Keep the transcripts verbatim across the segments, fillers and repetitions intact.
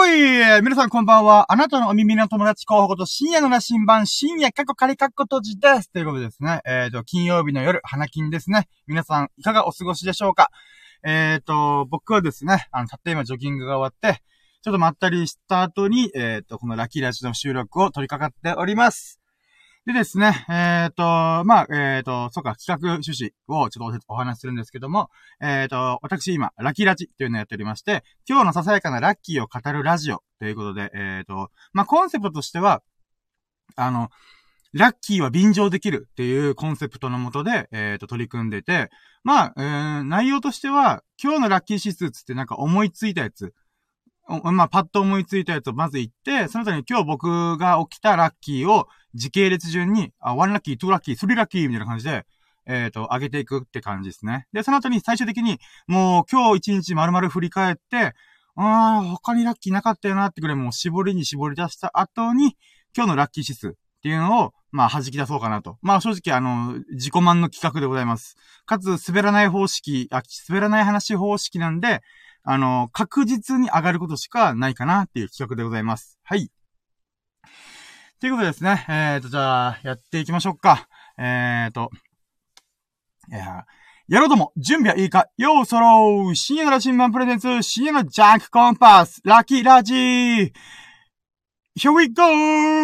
おい皆さんこんばんは。あなたのお耳の友達候補こと深夜の羅針盤、深夜かっこ仮かっこ閉じです。ということですね。えっと、金曜日の夜、花金ですね。皆さんいかがお過ごしでしょうか。えっと、僕はですね、あの、たった今ジョギングが終わって、ちょっとまったりした後に、えっと、このラッキーラジの収録を取り掛かっております。でですね、えっと、まあ、えっと、そうか、企画趣旨をちょっとお話しするんですけども、えっと、私今、ラッキーラジというのをやっておりまして、今日のささやかなラッキーを語るラジオということで、えっと、まあ、コンセプトとしては、あの、ラッキーは便乗できるっていうコンセプトのもとで、えっと、取り組んでて、まあ、えー、内容としては、今日のラッキー指数つってなんか思いついたやつ、まあ、パッと思いついたやつをまず言って、その後に今日僕が起きたラッキーを時系列順に、あ、ワンラッキー、ツーラッキー、スリーラッキーみたいな感じで、えっと、上げていくって感じですね。で、その後に最終的に、もう今日一日丸々振り返って、ああ、他にラッキーなかったよなってくらいもう絞りに絞り出した後に、今日のラッキー指数っていうのを、まあ、弾き出そうかなと。まあ、正直あの、自己満の企画でございます。かつ、滑らない方式、あ、滑らない話方式なんで、あの、確実に上がることしかないかなっていう企画でございます。はい。ということでですね。えーと、じゃあ、やっていきましょうか。えーと、いや、やろうとも、準備はいいかようそろう深夜の羅針盤プレゼンツ、深夜のジャンクコンパス、ラッキーラジー !Here we go!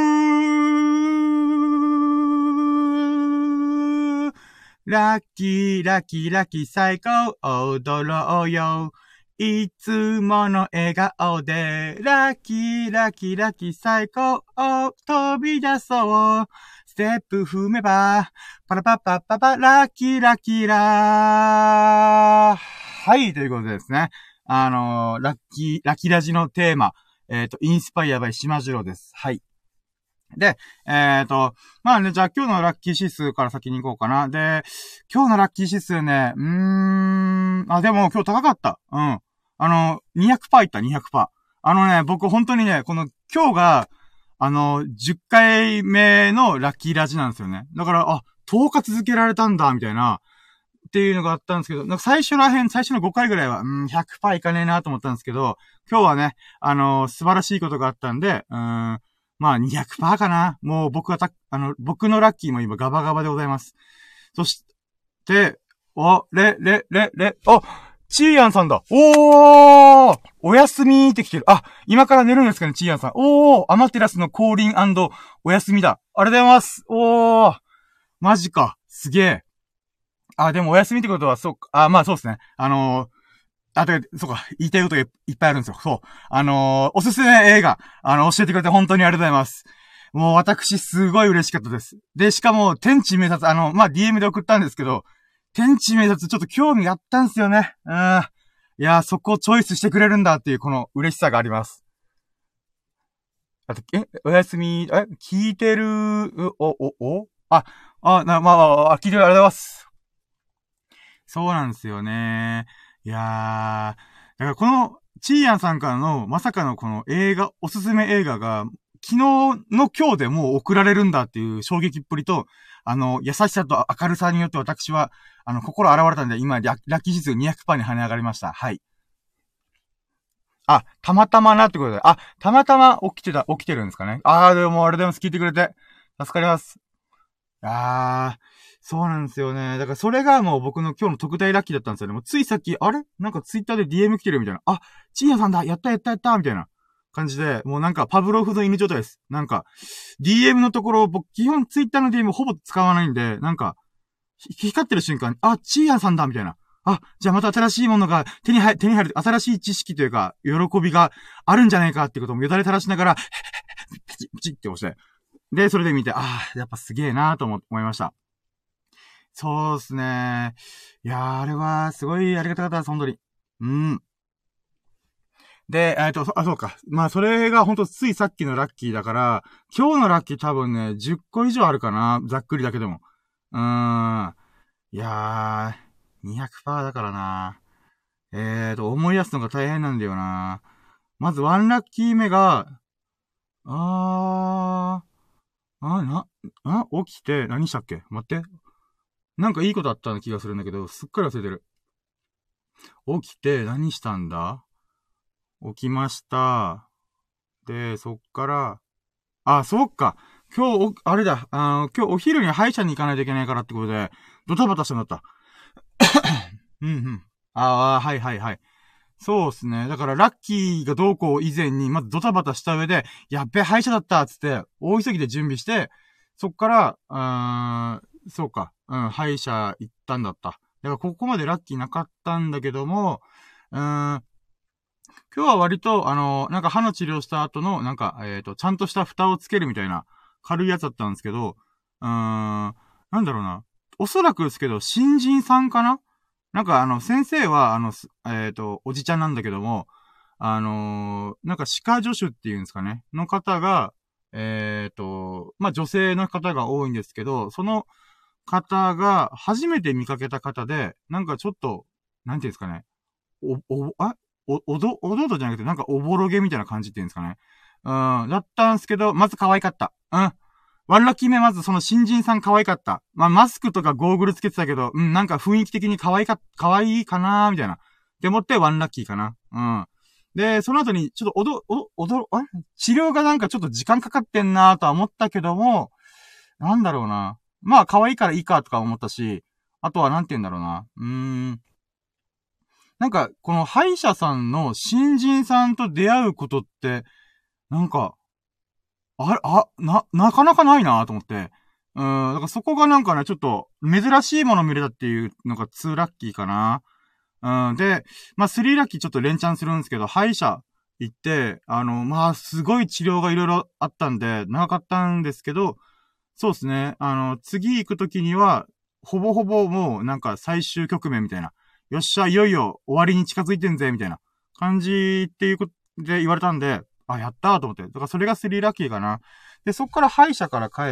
ラッキー、ラッキー、ラッキー、最高、踊ろうよ。いつもの笑顔で、ラッキー、ラッキー、ラッキー、最高、飛び出そう。ステップ踏めば、パラパッパッパパ、ラッキー、ラッキーラー。はい、ということでですね。あのー、ラッキー、ラッキーラジのテーマ、えっと、インスパイアバイ島次郎です。はい。で、えっと、まあね、じゃあ今日のラッキー指数から先に行こうかな。で、今日のラッキー指数ね、うーん、あ、でも今日高かった。うん。あの、にひゃくパーセントいった、にひゃくパーセント。あのね、僕本当にね、この今日が、あの、じゅっかいめのラッキーラジなんですよね。だから、あ、とおか続けられたんだ、みたいな、っていうのがあったんですけど、なんか最初らへん、最初のごかいぐらいは、うん、ひゃくパーセントいかねえなと思ったんですけど、今日はね、あの、素晴らしいことがあったんで、うーん、まあ にひゃくパーセント かな。もう僕はた、あの、僕のラッキーも今ガバガバでございます。そして、お、れ、れ、れ、れ、あ、チーヤンさんだ。おーお休みって来てる。あ、今から寝るんですかね、チーヤンさん。おーアマテラスの降臨&お休みだ。ありがとうございます。おーマジか。すげえ。あ、でもお休みってことは、そうか。あ、まあそうですね。あのー、あ、てか、そうか。言いたいことがいっぱいあるんですよ。そう。あのー、おすすめ映画、あの、教えてくれて本当にありがとうございます。もう私、すごい嬉しかったです。で、しかも、天地明察、あの、まあ、ディーエム で送ったんですけど、天地明察ちょっと興味があったんですよね。うん。いやー、そこをチョイスしてくれるんだっていう、この嬉しさがあります。あと、え、おやすみ、え、聞いてる、お、お、おあ、あ、な、まあ、あ、聞いてる、ありがとうございます。そうなんですよね。いやー、だからこの、チーヤンさんからの、まさかのこの映画、おすすめ映画が、昨日の今日でもう送られるんだっていう衝撃っぷりと、あの、優しさと明るさによって私は、あの、心洗われたんで、今、ラッキー指数 にひゃくパーセント に跳ね上がりました。はい。あ、たまたまなってことで。あ、たまたま起きてた、起きてるんですかね。あー、でもあれでも聞いてくれて、助かります。あー、そうなんですよね。だからそれがもう僕の今日の特大ラッキーだったんですよね。もうついさっき、あれなんかツイッターで ディーエム 来てるみたいな。あ、チーヤさんだやったやったやったみたいな感じで、もうなんかパブロフの犬状態です。なんか、ディーエム のところ、僕基本ツイッターの ディーエム ほぼ使わないんで、なんか、光ってる瞬間に、あ、チーヤさんだみたいな。あ、じゃあまた新しいものが手に入、手に入る、新しい知識というか、喜びがあるんじゃないかってこともよだれ垂らしながら、ピチピチって押して。で、それで見て、ああ、やっぱすげえなーと思、思いました。そうですね。いやー、あれは、すごいありがたかったです、本当に。うん。で、えっと、あ、そうか。まあ、それが本当ついさっきのラッキーだから、今日のラッキー多分ね、じゅっこ以上あるかな。ざっくりだけでも。うーん。いやー、にひゃくパーセント だからな。えーと、思い出すのが大変なんだよな。まず、ワンラッキー目が、あー、あ、な、あ、起きて、何したっけ待って。なんかいいことあったような気がするんだけど、すっかり忘れてる。起きて、何したんだ起きました。 で、そっから、あ、そっか。今日、おあれだ、あの、今日お昼に歯医者に行かないといけないからってことで、ドタバタしたんだった。うんうん。ああ、はいはいはい。そうですね。だから、ラッキーがどうこう以前に、まずドタバタした上で、やっべ、歯医者だったっつって、大急ぎで準備して、そっから、うーん、そうか、うん、歯医者行ったんだった。だからここまでラッキーなかったんだけども、うーん、今日は割と、あの、なんか歯の治療した後の、なんか、えっと、ちゃんとした蓋をつけるみたいな、軽いやつだったんですけど、うーん、なんだろうな。おそらくですけど、新人さんかな。なんかあの、先生は、あの、すえっと、おじちゃんなんだけども、あのーなんか歯科助手っていうんですかね、の方が、えっと、まあ、女性の方が多いんですけど、その方が初めて見かけた方で、なんかちょっと、なんていうんですかね、お、お、あ、お、おど、おどおどじゃなくて、なんかおぼろげみたいな感じっていうんですかね。うん、だったんですけど、まず可愛かった。うん。ワンラッキー目まずその新人さん可愛かった。まあ、マスクとかゴーグルつけてたけど、うん、なんか雰囲気的に可愛か、可愛いかなーみたいな。って思ってワンラッキーかな。うん。で、その後に、ちょっとおど、お、おどろ、あ治療がなんかちょっと時間かかってんなーとは思ったけども、なんだろうな。まあ、可愛いからいいかとか思ったし、あとはなんて言うんだろうな。うーん。なんか、この歯医者さんの新人さんと出会うことって、なんか、あ、あ、な、なかなかないなと思って。うん、だからそこがなんかね、ちょっと、珍しいもの見れたっていうのがツーラッキーかな。うん、で、まあ、スリーラッキーちょっと連チャンするんですけど、歯医者行って、あの、まあ、すごい治療がいろいろあったんで、長かったんですけど、そうですね。あの、次行くときには、ほぼほぼもうなんか最終局面みたいな。よっしゃ、いよいよ終わりに近づいてんぜ、みたいな感じっていうことで言われたんで、あ、やったーと思って。だからそれがスリーラッキーかな。で、そっから歯医者から帰って、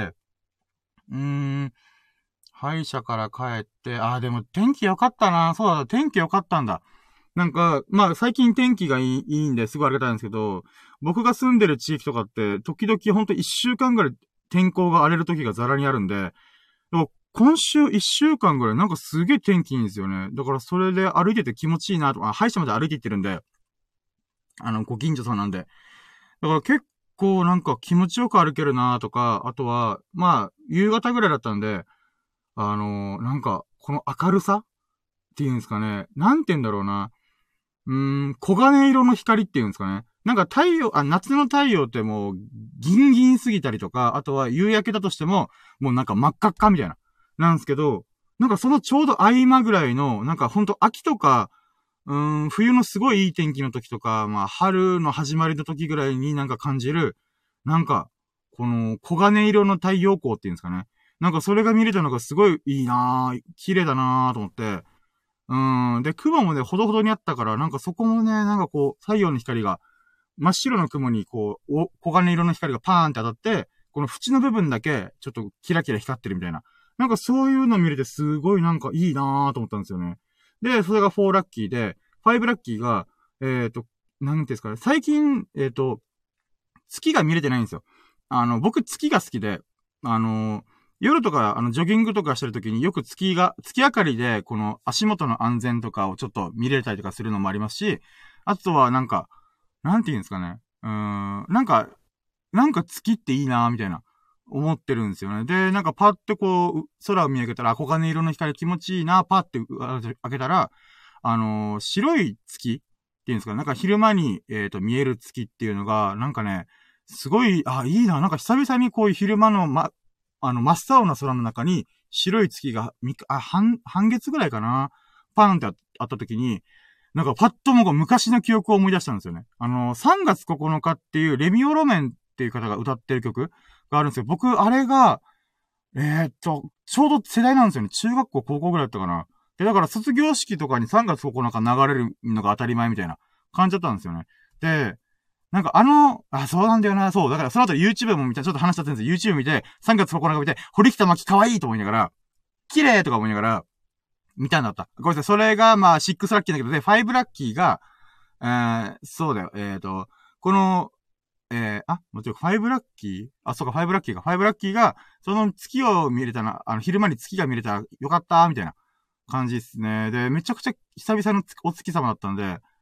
うーん、歯医者から帰って、あーでも天気良かったな。そうだ、天気良かったんだ。なんか、まあ最近天気がいいいいんですごいありがたいんですけど、僕が住んでる地域とかって、時々ほんと一週間ぐらい天候が荒れる時がザラにあるんで、でも今週一週間ぐらいなんかすげえ天気いいんですよね。だからそれで歩いてて気持ちいいなと、あ、歯医者まで歩いて行ってるんで、あの、ご近所さんなんで。だから結構なんか気持ちよく歩けるなとか、あとは、まあ、夕方ぐらいだったんで、あのーなんか、この明るさっていうんですかね。なんて言うんだろうな。うーん、黄金色の光っていうんですかね。なんか太陽、あ、夏の太陽ってもう、ギンギンすぎたりとか、あとは夕焼けだとしても、もうなんか真っ赤っかみたいな。なんですけど、なんかそのちょうど合間ぐらいの、なんかほんと秋とか、うーん、冬のすごいいい天気の時とか、まあ春の始まりの時ぐらいになんか感じる、なんか、この黄金色の太陽光っていうんですかね。なんかそれが見れたのがすごいいいなぁ、綺麗だなぁと思って、うーん。で、雲もね、ほどほどにあったから、なんかそこもね、なんかこう、太陽の光が、真っ白の雲にこう、お、黄金色の光がパーンって当たって、この縁の部分だけ、ちょっとキラキラ光ってるみたいな。なんかそういうの見れてすごいなんかいいなぁと思ったんですよね。で、それがフォーラッキーで、ファイブラッキーが、えっ、ー、と、なんていうんですかね、最近、えっ、ー、と、月が見れてないんですよ。あの、僕月が好きで、あの夜とか、あの、ジョギングとかしてるときによく月が、月明かりで、この足元の安全とかをちょっと見れたりとかするのもありますし、あとはなんか、なんて言うんですかね。うーん、なんか、なんか月っていいなーみたいな、思ってるんですよね。で、なんかパッてこう、空を見上げたら、黄金色の光気持ちいいなーパッて開けたら、あのー白い月っていうんですか、なんか昼間に、えっと、見える月っていうのが、なんかね、すごい、あ、いいな、なんか久々にこういう昼間の、ま、あの、真っ青な空の中に、白い月が、みあ、半、半月ぐらいかな、パーンってあった時に、なんかパッともう昔の記憶を思い出したんですよね。あの、さんがつここのかっていうレミオロメンっていう方が歌ってる曲があるんですよ。僕、あれが、えー、っと、ちょうど世代なんですよね。中学校、高校ぐらいだったかな。で、だから卒業式とかにさんがつここのか流れるのが当たり前みたいな感じだったんですよね。で、なんかあの、あ、そうなんだよな、そう。だからその後 YouTube も見た、ちょっと話しちゃってるんですよ。YouTube 見て、さんがつここのか見て、堀北真希可愛いと思いながら、綺麗とか思いながら、見たんだった。ごめんなさい。それが、まあ、ろくラッキーだけど、で、ごラッキーが、えー、そうだよ。えっ、ー、と、この、えー、あ、もちろんごラッキーあ、そうか、ごラッキーか。ごラッキーが、その月を見れたな、あの、昼間に月が見れたらよかった、みたいな感じですね。で、めちゃくちゃ久々のお月様だったんで、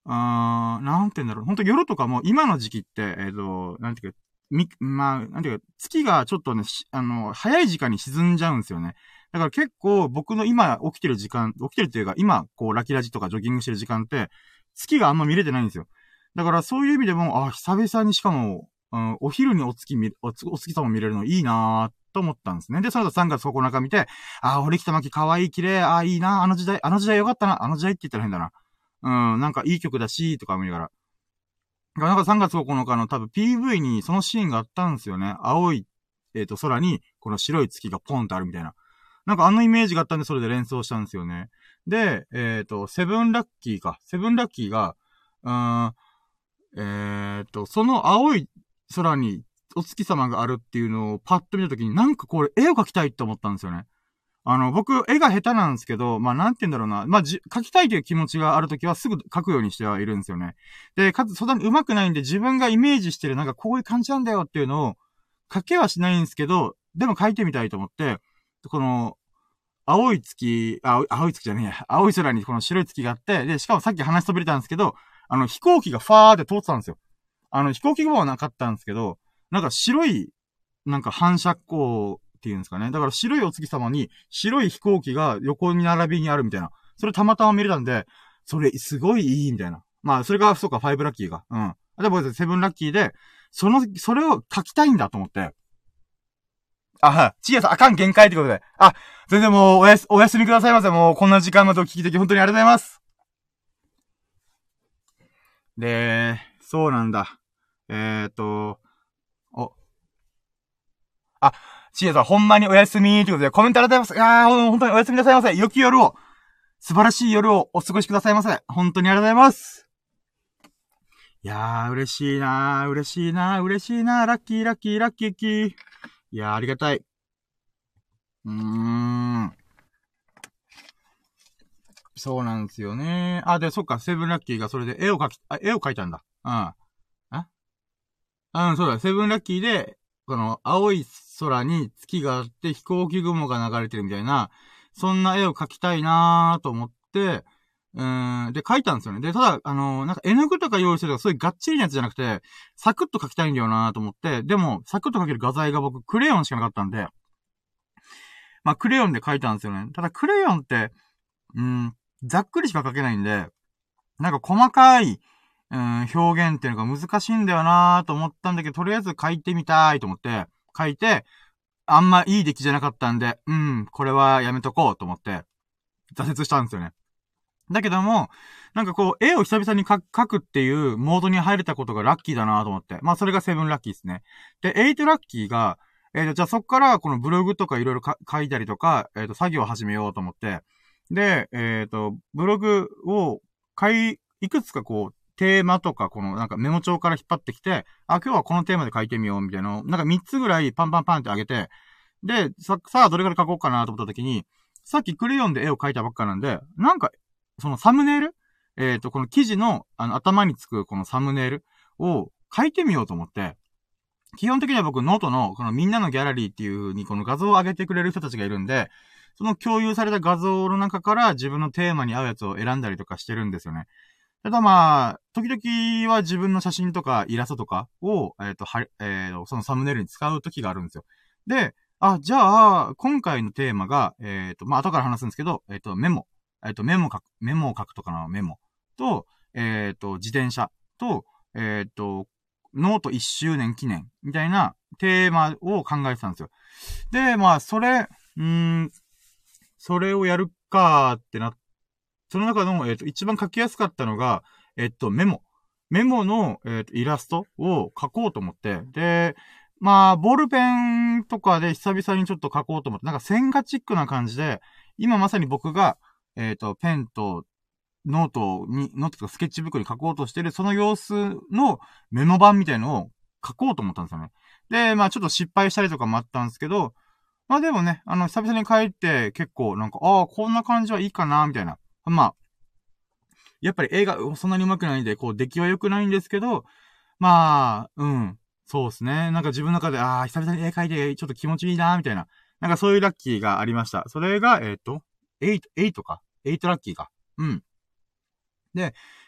あー、なんて言うんだろう。ほんと夜とかも、今の時期って、えっと、なんていうか、み、まあ、なんていうか、月がちょっとね、あの、早い時間に沈んじゃうんですよね。だから結構僕の今起きてる時間、起きてるっていうか、今、こう、ラキラジとかジョギングしてる時間って、月があんま見れてないんですよ。だからそういう意味でも、あ、久々にしかも、うん、お昼にお月見、お月、お月様見れるのいいなーと思ったんですね。で、その後さんがつここのか見て、あ、堀北真希可愛い、綺麗、あ、いいな、あの時代、あの時代よかったな、あの時代って言ったら変だな。うん、なんかいい曲だし、とか思いながら。なんかさんがつここのかの多分 ピーブイ にそのシーンがあったんですよね。青い、えっと、空に、この白い月がポンとあるみたいな。なんかあのイメージがあったんで、それで連想したんですよね。で、えっと、セブンラッキーか。セブンラッキーが、うーん、えっと、その青い空にお月様があるっていうのをパッと見たときに、なんかこれ絵を描きたいって思ったんですよね。あの、僕、絵が下手なんですけど、まあ、なんて言うんだろうな。まあ、じ、描きたいという気持ちがあるときはすぐ描くようにしてはいるんですよね。で、かつ、そんなに上手くないんで、自分がイメージしてる、なんかこういう感じなんだよっていうのを、描けはしないんですけど、でも描いてみたいと思って、この、青い月、青い、青い月じゃねえや。青い空にこの白い月があって、で、しかもさっき話しそびれたんですけど、あの、飛行機がファーって通ってたんですよ。あの、飛行機雲はなかったんですけど、なんか白い、なんか反射光っていうんですかね。だから白いお月様に白い飛行機が横に並びにあるみたいな。それたまたま見れたんで、それすごいいいみたいな。まあ、それが、そうか、ファイブラッキーが。うん。で、僕、セブンラッキーで、その、それを書きたいんだと思って。あ、はい。ちやさん、あかん限界ってことで。あ、全然もう、おやす、お休みくださいませ。もう、こんな時間までお聞きでき、本当にありがとうございます。で、そうなんだ。えーと、お、あ、ちえさん、ほんまにおやすみということで、コメントありがとうございます。いやー、ほんとにおやすみなさいませ。良き夜を、素晴らしい夜をお過ごしくださいませ。本当にありがとうございます。いやー、嬉しいなー、嬉しいなー、嬉しいなー、ラッキー、ラッキー、ラッキー、キー。いやー、ありがたい。うーん。そうなんですよね。あ、で、そっか、セブンラッキーがそれで絵を描き、あ、絵を描いたんだ。うん。あうん、そうだ、セブンラッキーで、この、青い空に月があって飛行機雲が流れてるみたいな、そんな絵を描きたいなーと思って、うーん、で、描いたんですよね。で、ただ、あのーなんか絵の具とか用意するとか、そういうガッチリなやつじゃなくて、サクッと描きたいんだよなーと思って、でも、サクッと描ける画材が僕、クレヨンしかなかったんで、まあ、クレヨンで描いたんですよね。ただ、クレヨンって、うーん、ざっくりしか描けないんで、なんか細かい、うん、表現っていうのが難しいんだよなーと思ったんだけど、とりあえず書いてみたいと思って、書いて、あんまいい出来じゃなかったんで、うん、これはやめとこうと思って、挫折したんですよね。だけども、なんかこう、絵を久々に描くっていうモードに入れたことがラッキーだなと思って。まあ、それがセブンラッキーですね。で、エイトラッキーが、えっと、じゃあそっからこのブログとかいろいろ書いたりとか、えっと、作業を始めようと思って。で、えっと、ブログを書い、いくつかこう、テーマとか、このなんかメモ帳から引っ張ってきて、あ、今日はこのテーマで書いてみようみたいなのを、なんかみっつぐらいパンパンパンってあげて、で、さ、さあどれから書こうかなと思った時に、さっきクレヨンで絵を描いたばっかなんで、なんか、そのサムネイルえっと、この記事の、あの、頭につくこのサムネイルを書いてみようと思って、基本的には僕ノートのこのみんなのギャラリーっていう風にこの画像を上げてくれる人たちがいるんで、その共有された画像の中から自分のテーマに合うやつを選んだりとかしてるんですよね。ただまあ、時々は自分の写真とかイラストとかを、えっと、は、えっと、そのサムネイルに使う時があるんですよ。で、あ、じゃあ、今回のテーマが、えっと、まあ、後から話すんですけど、えっと、メモ。えっと、メモ書く、メモを書くとかのメモ。と、えっと、自転車。と、えっと、ノートいっしゅうねん記念。みたいなテーマを考えてたんですよ。で、まあ、それ、うーん、それをやるかーってなっその中の、えっと、一番書きやすかったのが、えっと、メモ。メモの、えっと、イラストを書こうと思って、で、まあ、ボールペンとかで久々にちょっと書こうと思って、なんか線画チックな感じで、今まさに僕が、えっと、ペンとノートに、ノートとかスケッチブックに書こうとしてる、その様子のメモ版みたいのを書こうと思ったんですよね。で、まあ、ちょっと失敗したりとかもあったんですけど、まあでもね、あの、久々に書いて結構なんか、ああ、こんな感じはいいかな、みたいな。まあ、やっぱり映画そんなに上手くないんで、こう、出来は良くないんですけど、まあ、うん。そうですね。なんか自分の中で、ああ、久々に絵描いてちょっと気持ちいいな、みたいな。なんかそういうラッキーがありました。それが、えっと、はち、はちか。はちラッキーか。うん。で、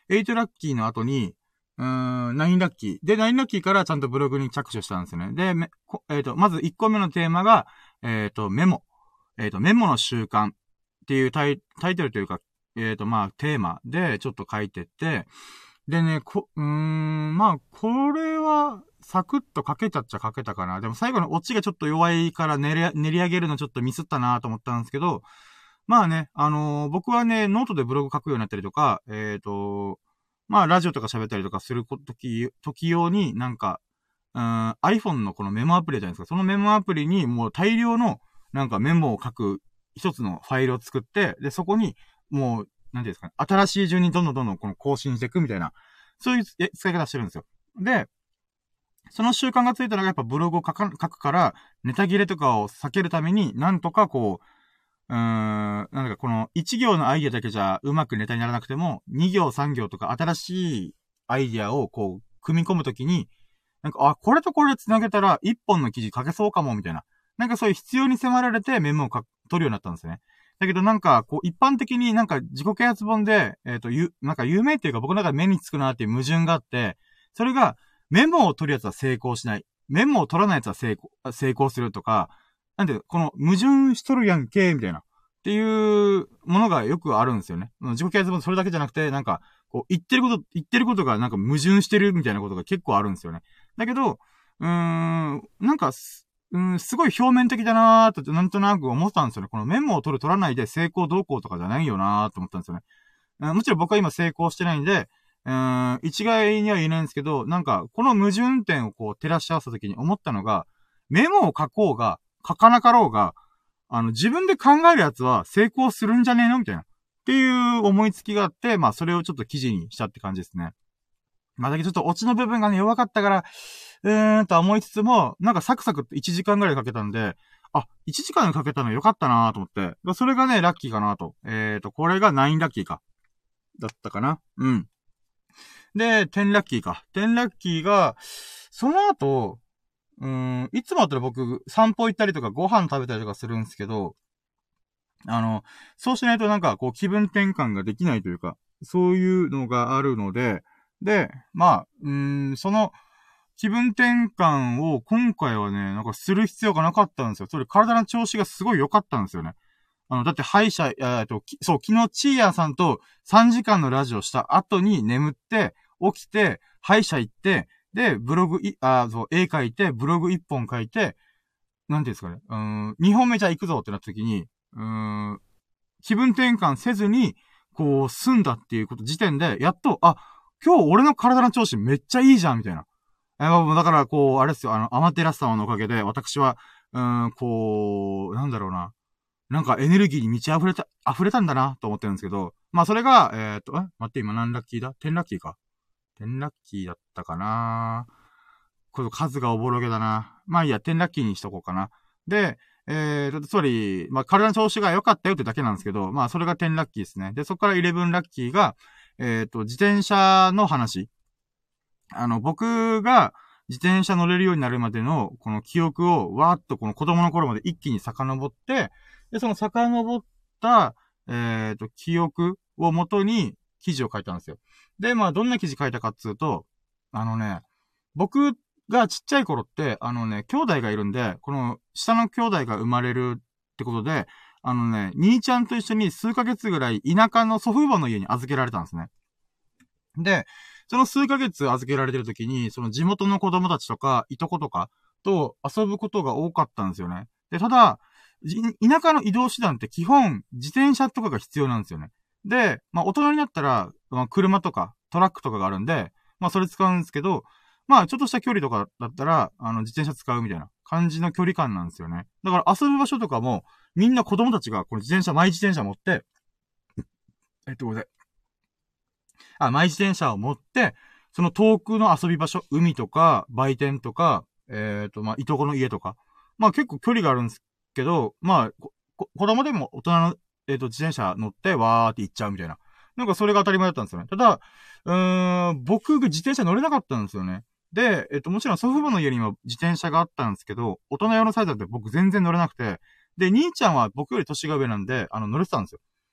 エイトラッキーの後に、うーん、ナインラッキー。で、ナインラッキーからちゃんとブログに着手したんですよね。で、めえっ、ー、と、まずいっこめのテーマが、えっ、ー、と、メモ。えっ、ー、と、メモの習慣っていうタイ、タイトルというか、えっ、と、まあ、テーマでちょっと書いてって、でね、こ、うーん、まあ、これは、サクッと書けたっちゃ書けたかな。でも最後のオチがちょっと弱いから練り、練り上げるのちょっとミスったなと思ったんですけど、まあね、あのー、僕はね、ノートでブログ書くようになったりとか、えっ、ー、と、まあ、ラジオとか喋ったりとかするとき、時用になんか、うん、iPhone のこのメモアプリじゃないですか。そのメモアプリにもう大量のなんかメモを書く一つのファイルを作って、で、そこにもう、なんていうんですかね、新しい順にどんどんどんどんこの更新していくみたいな、そういう使い方してるんですよ。で、その習慣がついたのがやっぱブログを書か書くから、ネタ切れとかを避けるために、なんとかこう、うーん、なんかこの一行のアイディアだけじゃうまくネタにならなくても、二行三行とか新しいアイディアをこう、組み込むときに、なんか、あ、これとこれ繋げたら一本の記事書けそうかも、みたいな。なんかそういう必要に迫られてメモを書取るようになったんですよね。だけどなんか、こう、一般的になんか自己啓発本で、えっと、ゆ、なんか有名っていうか僕の中で目につくなっていう矛盾があって、それが、メモを取るやつは成功しない。メモを取らないやつは成功、成功するとか、なんで、この矛盾しとるやんけ、みたいな。っていうものがよくあるんですよね。自己啓発本それだけじゃなくて、なんか、こう、言ってること、言ってることがなんか矛盾してるみたいなことが結構あるんですよね。だけど、うーん、なんかす、うん、すごい表面的だなーと、なんとなく思ったんですよね。このメモを取る取らないで成功どうこうとかじゃないよなーと思ったんですよね。うん、もちろん僕は今成功してないんで、うーん、一概には言えないんですけど、なんか、この矛盾点をこう照らし合わせた時に思ったのが、メモを書こうが、書かなかろうが、あの、自分で考えるやつは成功するんじゃねえのみたいな。っていう思いつきがあって、まあ、それをちょっと記事にしたって感じですね。まあ、だけどちょっとオチの部分がね、弱かったから、うーんと思いつつも、なんかサクサクっていちじかんぐらいかけたんで、あ、いちじかんかけたのよかったなと思って。それがね、ラッキーかなと。えーと、これがナインラッキーか。だったかな。うん。で、テンラッキーか。テンラッキーが、その後、うーん、いつもだったら僕、散歩行ったりとかご飯食べたりとかするんですけど、あの、そうしないとなんかこう気分転換ができないというか、そういうのがあるので、で、まあ、うーん、その気分転換を今回はね、なんかする必要がなかったんですよ。それ体の調子がすごい良かったんですよね。あの、だって歯医者、えっと、そう、昨日チーヤーさんとさんじかんのラジオした後に眠って、起きて、歯医者行って、で、ブログい、あ、そう、絵描いて、ブログいっぽん書いて、なんていうんですかね、うーん、にほんめじゃ行くぞってなった時に、うーん、気分転換せずに、こう、済んだっていうこと時点で、やっと、あ、今日俺の体の調子めっちゃいいじゃん、みたいな。えー、だから、こう、あれですよ、あの、アマテラス様のおかげで、私は、うーん、こう、なんだろうな。なんかエネルギーに満ち溢れた、溢れたんだな、と思ってるんですけど、まあそれが、えー、っと、え待って、今何ラッキーだ ?テン ラッキーか。テンラッキーだったかな。これ数がおぼろげだな。まあいいや、テンラッキーにしとこうかな。で、えーと、つまり、まあ体の調子が良かったよってだけなんですけど、まあそれがテンラッキーですね。で、そこからイレブンラッキーが、えーと、自転車の話。あの、僕が自転車乗れるようになるまでの、この記憶を、わーっとこの子供の頃まで一気に遡って、で、その遡った、えーと、記憶をもとに記事を書いたんですよ。で、まあ、どんな記事書いたかっつうと、あのね、僕がちっちゃい頃って、あのね、兄弟がいるんで、この下の兄弟が生まれるってことで、あのね、兄ちゃんと一緒に数ヶ月ぐらい田舎の祖父母の家に預けられたんですね。で、その数ヶ月預けられてる時に、その地元の子供たちとか、いとことかと遊ぶことが多かったんですよね。で、ただ、田舎の移動手段って基本、自転車とかが必要なんですよね。で、まあ大人になったら、まあ、車とかトラックとかがあるんで、まあそれ使うんですけど、まあちょっとした距離とかだったら、あの自転車使うみたいな感じの距離感なんですよね。だから遊ぶ場所とかも、みんな子供たちがこの自転車、マイ自転車持って、えっと、ごめんなさい。あ、マイ自転車を持って、その遠くの遊び場所、海とか、売店とか、えっと、まあ、いとこの家とか、まあ結構距離があるんですけど、まあ、子供でも大人の、えっと、自転車乗って、わーって行っちゃうみたいな。なんかそれが当たり前だったんですよね。ただ、うーん、僕が自転車乗れなかったんですよね。で、えっと、もちろん祖父母の家にも自転車があったんですけど、大人用のサイズだって僕全然乗れなくて、で、兄ちゃんは僕より年が上なんで、あの、乗れてたんですよ。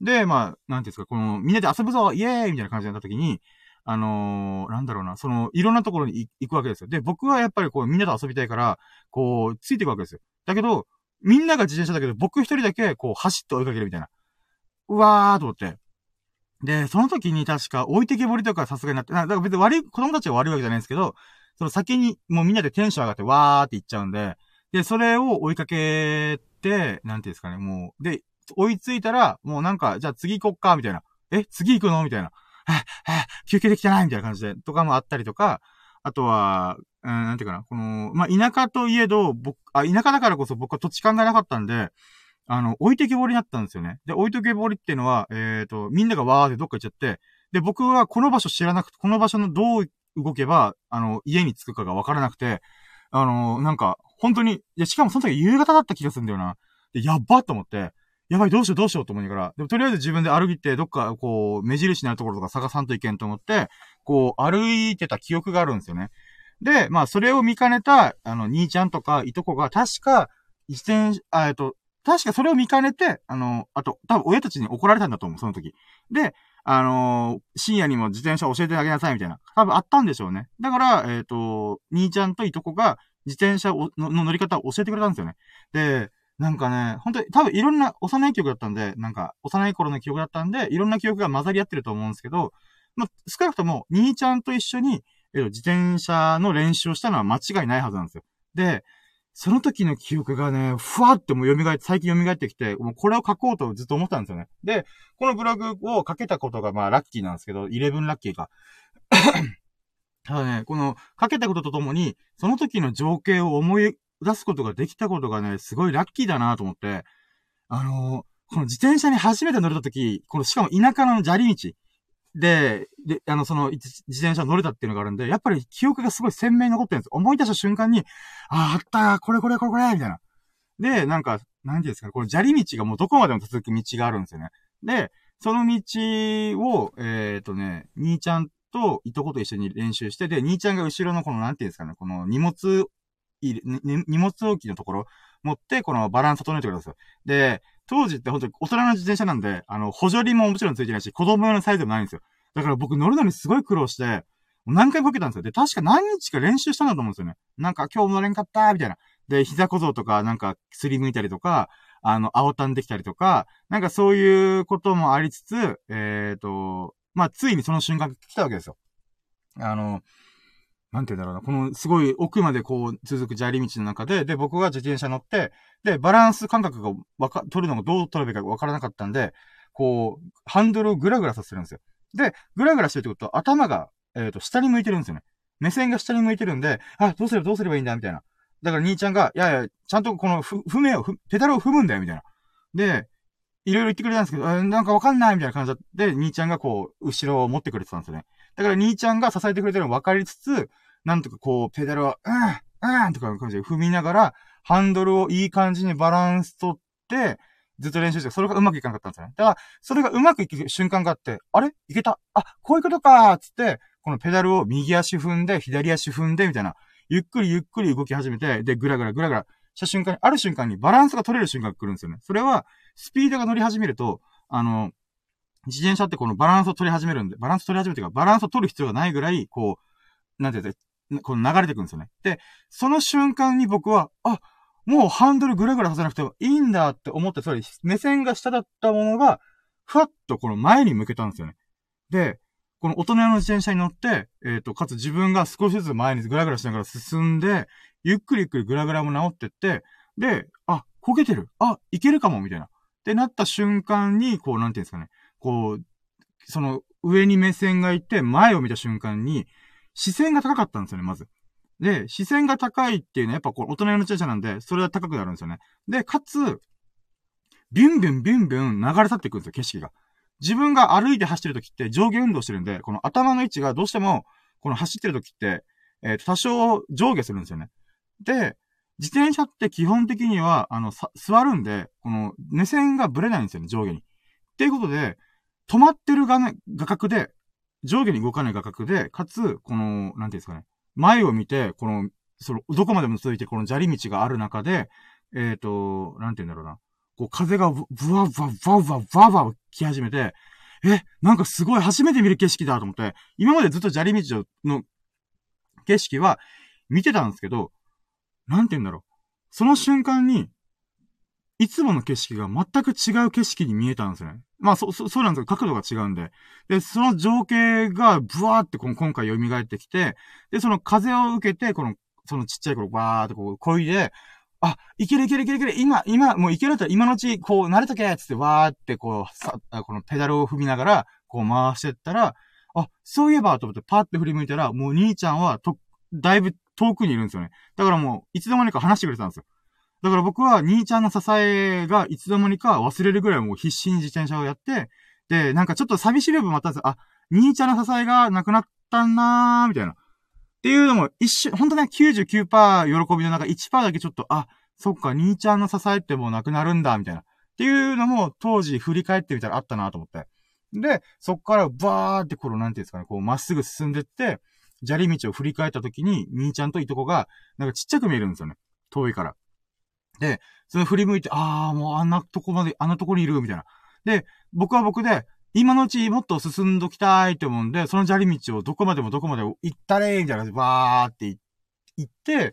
で、まあ、なんていうんですか、この、みんなで遊ぶぞイエーイみたいな感じになった時に、あのー、なんだろうな、その、いろんなところに行くわけですよ。で、僕はやっぱりこう、みんなと遊びたいから、こう、ついていくわけですよ。だけど、みんなが自転車だけど、僕一人だけ、こう、走って追いかけるみたいな。うわーと思って。で、その時に確か置いてけぼりとかさすがになって、だから別に悪い、子供たちは悪いわけじゃないんですけど、その先にもうみんなでテンション上がってわーって行っちゃうんで、で、それを追いかけて、なんていうんですかね、もう、で、追いついたら、もうなんか、じゃあ次行こっか、みたいな。え、次行くのみたいな。はぁ、はぁ、休憩できてないみたいな感じで、とかもあったりとか、あとは、うん、なんていうかな、この、まあ、田舎といえど、僕、あ、田舎だからこそ僕は土地勘がなかったんで、あの、置いてけぼりになったんですよね。で、置いてけぼりっていうのは、えっと、みんながわーってどっか行っちゃって、で、僕はこの場所知らなくて、この場所のどう動けば、あの、家に着くかがわからなくて、あの、なんか、本当に、いや、しかもその時夕方だった気がするんだよな。で、やっばと思って、やばい、どうしようどうしようと思いながら、でもとりあえず自分で歩いて、どっか、こう、目印になるところとか探さんといけんと思って、こう、歩いてた記憶があるんですよね。で、まあ、それを見かねた、あの、兄ちゃんとか、いとこが、確か、一線、あ、えっと、確かそれを見かねて、あの、あと、多分親たちに怒られたんだと思う、その時。で、あのー、深夜にも自転車教えてあげなさい、みたいな。多分あったんでしょうね。だから、えっと、兄ちゃんといとこが、自転車をのの乗り方を教えてくれたんですよね。で、なんかね、本当に多分いろんな幼い記憶だったんで、なんか幼い頃の記憶だったんで、いろんな記憶が混ざり合ってると思うんですけど、まあ、少なくとも兄ちゃんと一緒に、えっと、自転車の練習をしたのは間違いないはずなんですよ。で、その時の記憶がね、ふわってもう蘇って、最近蘇ってきて、もうこれを書こうとずっと思ったんですよね。で、このブログを書けたことがまあラッキーなんですけど、じゅういちラッキーか。ただね、この書けたこととともに、その時の情景を思い出すことができたことがね、すごいラッキーだなと思って、あのー、この自転車に初めて乗れた時、このしかも田舎の砂利道で、で、あの、その、自転車乗れたっていうのがあるんで、やっぱり記憶がすごい鮮明に残ってるんですよ。思い出した瞬間に、ああ、あったこれこれこれこれみたいな。で、なんか、なんていうんですかね、この砂利道がもうどこまでも続く道があるんですよね。で、その道を、えっとね、兄ちゃんといとこと一緒に練習して、で、兄ちゃんが後ろのこの、なんていうんですかね、この荷物入れ、に荷物置きのところ持って、このバランス整えてください。で、当時って本当に大人の自転車なんで、あの、補助輪ももちろんついてないし、子供用のサイズもないんですよ。だから僕乗るのにすごい苦労して、何回も受けたんですよ。で、確か何日か練習したんだと思うんですよね。なんか今日乗れんかったー、みたいな。で、膝小僧とか、なんか、すりむいたりとか、あの、青タンできたりとか、なんかそういうこともありつつ、えっと、まあ、ついにその瞬間が来たわけですよ。あの、なんて言うんだろうな。このすごい奥までこう続く砂利道の中で、で、僕が自転車乗って、で、バランス感覚がわか、取るのがどう取るべきかわからなかったんで、こう、ハンドルをグラグラさせるんですよ。で、グラグラしてるってことは頭が、えっと、下に向いてるんですよね。目線が下に向いてるんで、あ、どうすればどうすればいいんだみたいな。だから兄ちゃんが、いやいや、ちゃんとこのふ、踏めよ、ペダルを踏むんだよ、みたいな。で、いろいろ言ってくれたんですけど、なんかわかんないみたいな感じで、兄ちゃんがこう、後ろを持ってくれてたんですよね。だから兄ちゃんが支えてくれてるの分かりつつ、なんとかこう、ペダルを、うん、うんとかの感じで踏みながら、ハンドルをいい感じにバランス取って、ずっと練習して、それがうまくいかなかったんですよね。だから、それがうまくいく瞬間があって、あれいけたあ、こういうことかーつって、このペダルを右足踏んで、左足踏んで、みたいな。ゆっくりゆっくり動き始めて、で、ぐらぐらぐらぐらした瞬間に、ある瞬間にバランスが取れる瞬間が来るんですよね。それは、スピードが乗り始めると、あの、自転車ってこのバランスを取り始めるんで、バランス取り始めてか、バランスを取る必要がないぐらい、こう、なんていうんですか、この流れていくんですよね。で、その瞬間に僕は、あ、もうハンドルぐらぐらさせなくてもいいんだって思って、つまり目線が下だったものが、ふわっとこの前に向けたんですよね。で、この大人の自転車に乗って、えっと、かつ自分が少しずつ前にグラグラしながら進んで、ゆっくりゆっくりグラグラも直ってって、で、あ、焦げてる。あ、いけるかも、みたいな。ってなった瞬間に、こう、なんていうんですかね。こう、その、上に目線がいて、前を見た瞬間に、視線が高かったんですよね、まず。で、視線が高いっていうのは、やっぱこう、大人の自転車なんで、それは高くなるんですよね。で、かつ、ビュンビュンビュンビュン流れ去っていくんですよ、景色が。自分が歩いて走ってる時って上下運動してるんで、この頭の位置がどうしても、この走ってる時って、えっと、多少上下するんですよね。で、自転車って基本的には、あの、さ、座るんで、この、目線がブレないんですよね、上下に。っていうことで、止まってる画面、画角で、上下に動かない画角で、かつ、この、なんていうんですかね、前を見て、この、その、どこまでも続いて、この砂利道がある中で、えっと、なんていうんだろうな。 こう風がブブワブワブワブワブワブワ来始めて、え、なんかすごい初めて見る景色だと思って、今までずっと砂利道の景色は見てたんですけど、なんて言うんだろう。その瞬間に、いつもの景色が全く違う景色に見えたんですよね。まあ、そ、そ、そうなんですよ。角度が違うんで。で、その情景がブワーってこの今回蘇ってきて、で、その風を受けて、この、そのちっちゃい頃バーってこう、漕いで、あ、いけるいけるいけるいける、今、今、もういけると今のうち、こう、慣れとけつってわーってこう、さ、このペダルを踏みながら、こう回してったら、あ、そういえばと思ってパーって振り向いたら、もう兄ちゃんはと、だいぶ遠くにいるんですよね。だからもう、いつの間にか話してくれてたんですよ。だから僕は兄ちゃんの支えがいつの間にか忘れるぐらいもう必死に自転車をやって、で、なんかちょっと寂しい部分もあったんですよ。あ、兄ちゃんの支えがなくなったなー、みたいな。っていうのも一瞬、ほんとね、きゅうじゅうきゅうパーセント喜びの中いちパーセントだけちょっと、あ、そっか、兄ちゃんの支えってもうなくなるんだ、みたいな。っていうのも当時振り返ってみたらあったなと思って。で、そっからバーってこの、なんていうんですかね、こうまっすぐ進んでって、砂利道を振り返った時に、兄ちゃんといとこが、なんかちっちゃく見えるんですよね。遠いから。で、その振り向いて、あー、もうあんなとこまで、あんなとこにいる、みたいな。で、僕は僕で、今のうちもっと進んどきたいと思うんで、その砂利道をどこまでもどこまで行ったれーみたいな感じで、バーって行って、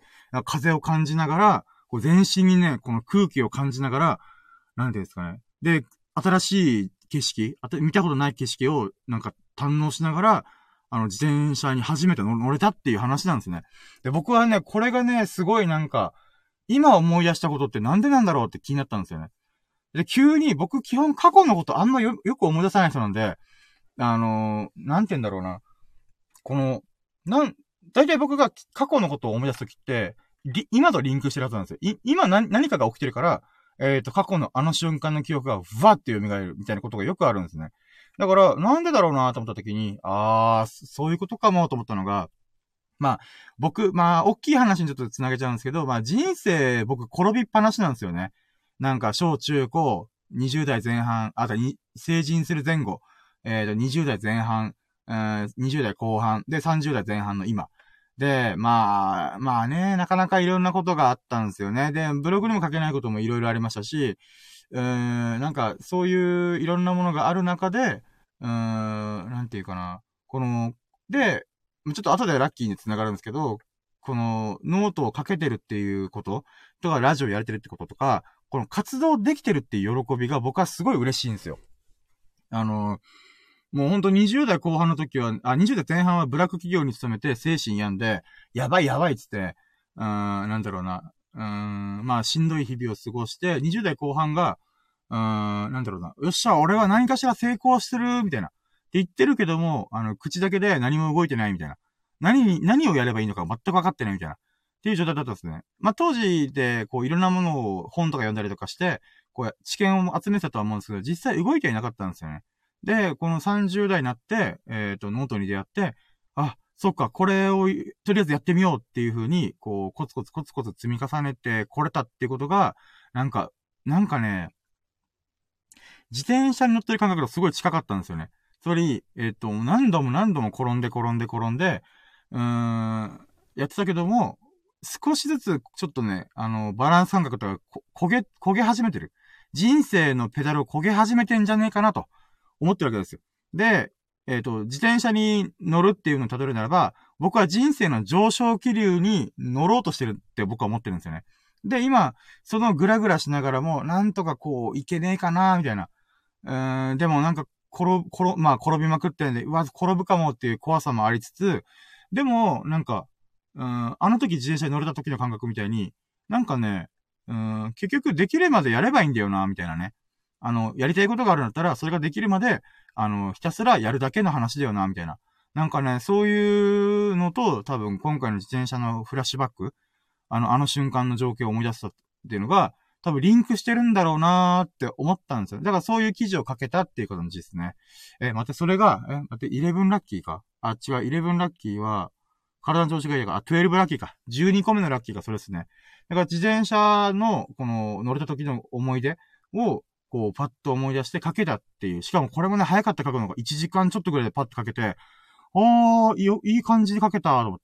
風を感じながら、こう全身にね、この空気を感じながら、なんていうんですかね。で、新しい景色、あと見たことない景色をなんか堪能しながら、あの自転車に初めて乗れたっていう話なんですね。で、僕はね、これがね、すごいなんか、今思い出したことってなんでなんだろうって気になったんですよね。で、急に僕基本過去のことあんまよ、よく思い出さない人なんで、あのー、なんて言うんだろうな。この、なん、大体僕が過去のことを思い出すときって、今とリンクしてるはずなんですよ。い、今何、何かが起きてるから、えっと、過去のあの瞬間の記憶がふわって蘇るみたいなことがよくあるんですね。だから、なんでだろうなと思ったときに、あー、そういうことかもと思ったのが、まあ、僕、まあ、大きい話にちょっと繋げちゃうんですけど、まあ、人生、僕、転びっぱなしなんですよね。なんか、小中高、にじゅう代前半、あとに、成人する前後、えっと、にじゅう代前半、えー、にじゅう代後半、で、さんじゅう代前半の今。で、まあ、まあね、なかなかいろんなことがあったんですよね。で、ブログにも書けないこともいろいろありましたし、うーん、なんか、そういういろんなものがある中で、うーん、なんていうかな。この、で、ちょっと後でラッキーに繋がるんですけど、このノートを書けてるっていうこととか、ラジオやれてるってこととか、この活動できてるっていう喜びが僕はすごい嬉しいんですよ。あの、もうほんとにじゅう代後半の時は、あ、にじゅう代前半はブラック企業に勤めて精神病んで、やばいやばいっつって、うーん、なんだろうな、うーん、まあしんどい日々を過ごして、にじゅう代後半が、うーん、なんだろうな、よっしゃ、俺は何かしら成功してる、みたいな。って言ってるけども、あの、口だけで何も動いてないみたいな。何に、何をやればいいのか全く分かってないみたいな。っていう状態だったんですね。まあ、当時で、こう、いろんなものを本とか読んだりとかして、こう、知見を集めてたとは思うんですけど、実際動いてはいなかったんですよね。で、このさんじゅう代になって、えっと、ノートに出会って、あ、そっか、これを、とりあえずやってみようっていう風に、こう、コツコツコツコツ積み重ねてこれたっていうことが、なんか、なんかね、自転車に乗ってる感覚とすごい近かったんですよね。つまり、えっと、何度も何度も転んで転んで転んで、うーん、やってたけども、少しずつ、ちょっとね、あの、バランス感覚とか、こ焦げ、焦げ始めてる。人生のペダルを焦げ始めてんじゃねえかなと思ってるわけですよ。で、えっと、自転車に乗るっていうのを例えるならば、僕は人生の上昇気流に乗ろうとしてるって僕は思ってるんですよね。で、今、そのグラグラしながらも、なんとかこう、いけねえかなみたいな。うーん、でもなんか、転ぶ、転、まあ転びまくってんで、うわ、転ぶかもっていう怖さもありつつ、でも、なんか、うーん、あの時自転車に乗れた時の感覚みたいに、なんかね、うーん、結局できるまでやればいいんだよな、みたいなね。あの、やりたいことがあるんだったら、それができるまで、あの、ひたすらやるだけの話だよな、みたいな。なんかね、そういうのと、多分今回の自転車のフラッシュバック、あの、あの瞬間の状況を思い出したっていうのが、多分リンクしてるんだろうなーって思ったんですよ。だからそういう記事を書けたっていう感じですね。え、待って、それが、え、待って、じゅういちラッキーか。あ、違う、じゅういちラッキーは、体の調子がいいか。あ、じゅうにラッキーか。じゅうにこめのラッキーがそれですね。だから自転車の、この、乗れた時の思い出を、こう、パッと思い出して書けたっていう。しかもこれもね、早かった書くのがいちじかんちょっとぐらいでパッと書けて、あー、いいよ、いい感じに書けたと思って。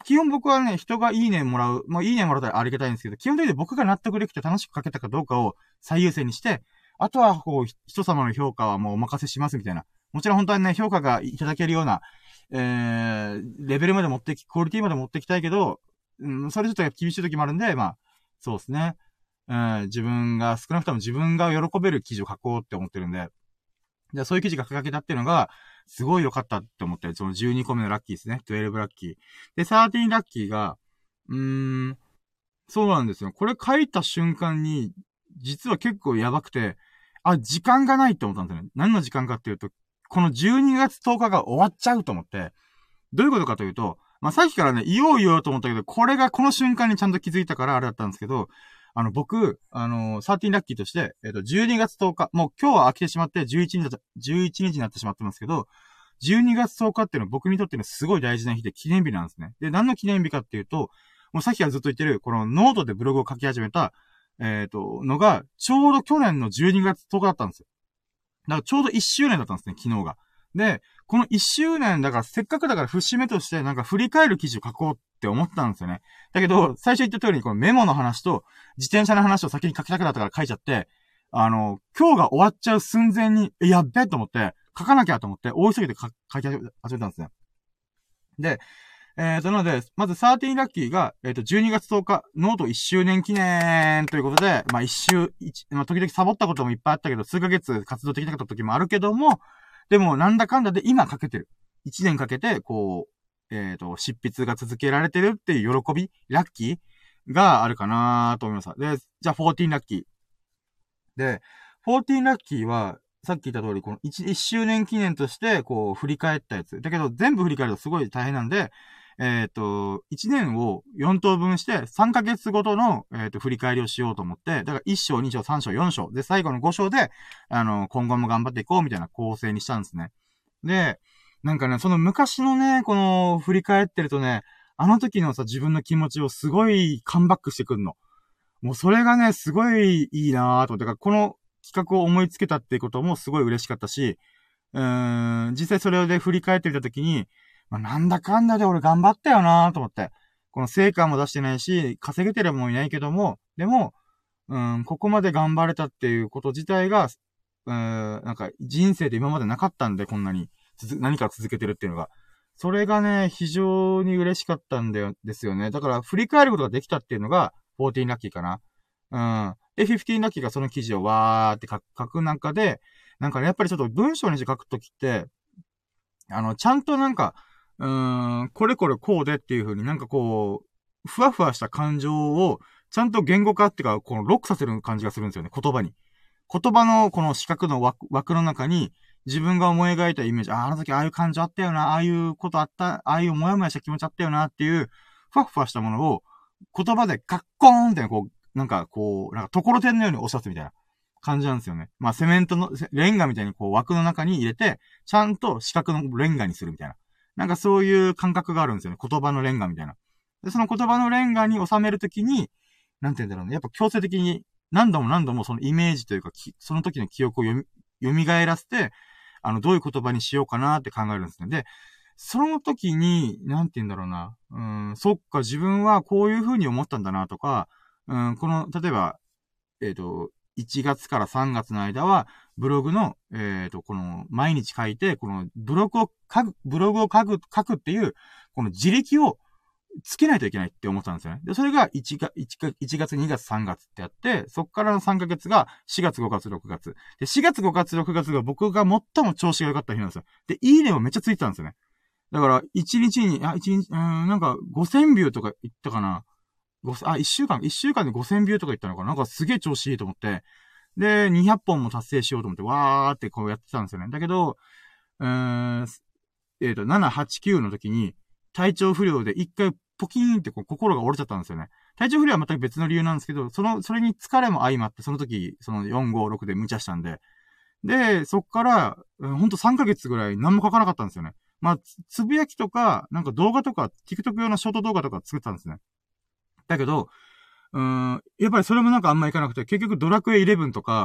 基本僕はね、人がいいねもらう、まあいいねもらったらありがたいんですけど、基本的に僕が納得できて楽しく書けたかどうかを最優先にして、あとはこう、人様の評価はもうお任せしますみたいな。もちろん本当はね、評価がいただけるような、えー、レベルまで持ってき、クオリティまで持ってきたいけど、うん、それちょっと厳しい時もあるんで、まあ、そうですね。うん、自分が、少なくとも自分が喜べる記事を書こうって思ってるんで、で、そういう記事が書けたっていうのが、すごい良かったって思って、そのじゅうにこめのラッキーですね。じゅうにラッキー。で、じゅうさんラッキーが、うーん、そうなんですよ。これ書いた瞬間に、実は結構やばくて、あ、時間がないって思ったんですよね。何の時間かっていうと、このじゅうにがつとおかが終わっちゃうと思って、どういうことかというと、まあ、さっきからね、言おう言おうと思ったけど、これがこの瞬間にちゃんと気づいたからあれだったんですけど、あの、僕、あの、じゅうさんラッキーとして、えっと、じゅうにがつとおか、もう今日は飽きてしまってじゅういちにち、じゅういちにちになってしまってますけど、じゅうにがつとおかっていうのは僕にとってのすごい大事な日で記念日なんですね。で、何の記念日かっていうと、もうさっきからずっと言ってる、このノートでブログを書き始めた、えっと、のが、ちょうど去年のじゅうにがつとおかだったんですよ。だからちょうどいっしゅうねんだったんですね、昨日が。で、このいっしゅうねんだからせっかくだから節目としてなんか振り返る記事を書こうって思ったんですよね。だけど、最初言った通りにこのメモの話と自転車の話を先に書きたくなったから書いちゃって、あの、今日が終わっちゃう寸前に、え、やっべえと思って、書かなきゃと思って、大急ぎで書き始めたんですね。で、えーと、なので、まずじゅうさんラッキーが、えっ、ー、と、じゅうにがつとおか、ノートいっしゅうねん記念ということで、まあ一周、一、まあ時々サボったこともいっぱいあったけど、数ヶ月活動できなかった時もあるけども、でも、なんだかんだで今かけてる。いちねんかけて、こう、えっ、ー、と、執筆が続けられてるっていう喜び、ラッキーがあるかなと思いました。で、じゃあじゅうよんラッキー。で、じゅうよんラッキーは、さっき言った通り、この 1, いっしゅうねん記念として、こう、振り返ったやつ。だけど、全部振り返るとすごい大変なんで、えっ、ー、と、いちねんをよん等分して、さんかげつごとの、えっ、ー、と、振り返りをしようと思って、だからいっ章、に章、さん章、よん章。で、最後のご章で、あの、今後も頑張っていこうみたいな構成にしたんですね。で、なんかね、その昔のね、この、振り返ってるとね、あの時のさ、自分の気持ちをすごいカムバックしてくんの。もうそれがね、すごいいいなぁと。だからこの企画を思いつけたっていうこともすごい嬉しかったし、うーん、実際それで振り返ってみたときに、まあ、なんだかんだで俺頑張ったよなぁと思って。この成果も出してないし、稼げてるもいないけども、でも、うん、ここまで頑張れたっていうこと自体が、うーん、なんか人生で今までなかったんで、こんなに何か続けてるっていうのが。それがね、非常に嬉しかったんだよ、ですよね。だから振り返ることができたっていうのが、じゅうよんラッキーかな。うん。で、じゅうごラッキーがその記事をわーって書く、書く中で、なんかね、やっぱりちょっと文章に書くときって、あの、ちゃんとなんか、うーん、これこれこうでっていう風になんかこう、ふわふわした感情を、ちゃんと言語化っていうか、このロックさせる感じがするんですよね、言葉に。言葉のこの四角の枠、枠の中に、自分が思い描いたイメージ、あ、あの時ああいう感情あったよな、ああいうことあった、ああいうもやもやした気持ちあったよなっていう、ふわふわしたものを、言葉でカッコーンってこう、なんかこう、なんかところてんのように押し出すみたいな感じなんですよね。まあセメントの、レンガみたいにこう枠の中に入れて、ちゃんと四角のレンガにするみたいな。なんかそういう感覚があるんですよね。言葉のレンガみたいな。で、その言葉のレンガに収めるときに、なんて言うんだろうね。やっぱ強制的に何度も何度もそのイメージというか、その時の記憶を読み、蘇らせて、あの、どういう言葉にしようかなって考えるんですね。で、その時に、なんて言うんだろうな。うん、そっか、自分はこういう風に思ったんだなとか、うん、この、例えば、えっと、いちがつからさんがつの間は、ブログの、えっと、この、毎日書いて、この、ブログを書く、ブログを書く、書くっていう、この自力をつけないといけないって思ったんですよね。で、それが1が、1がつ、にがつ、さんがつってやって、そっからのさんかげつがしがつ、ごがつ、ろくがつ。で、しがつ、ごがつ、ろくがつが僕が最も調子が良かった日なんですよ。で、いいねもめっちゃついてたんですよね。だから、いちにちに、あ、いちにち、うーん、なんか、ごせんビューとか言ったかな。あ、いっしゅうかん、いっしゅうかんでごせんビューとか言ったのかな。なんかすげえ調子いいと思って。で、にひゃっぽんも達成しようと思って、わーってこうやってたんですよね。だけど、うーん、えっと、なな、はち、きゅうの時に、体調不良で一回ポキーンってこう心が折れちゃったんですよね。体調不良は全く別の理由なんですけど、その、それに疲れも相まって、その時、そのよん、ご、ろくで無茶したんで。で、そっから、ほんとさんかげつぐらい何も書かなかったんですよね。まあ、つ、つぶやきとか、なんか動画とか、TikTok 用のショート動画とか作ったんですね。だけど、うーん、やっぱりそれもなんかあんまいかなくて、結局ドラクエイレブンとか、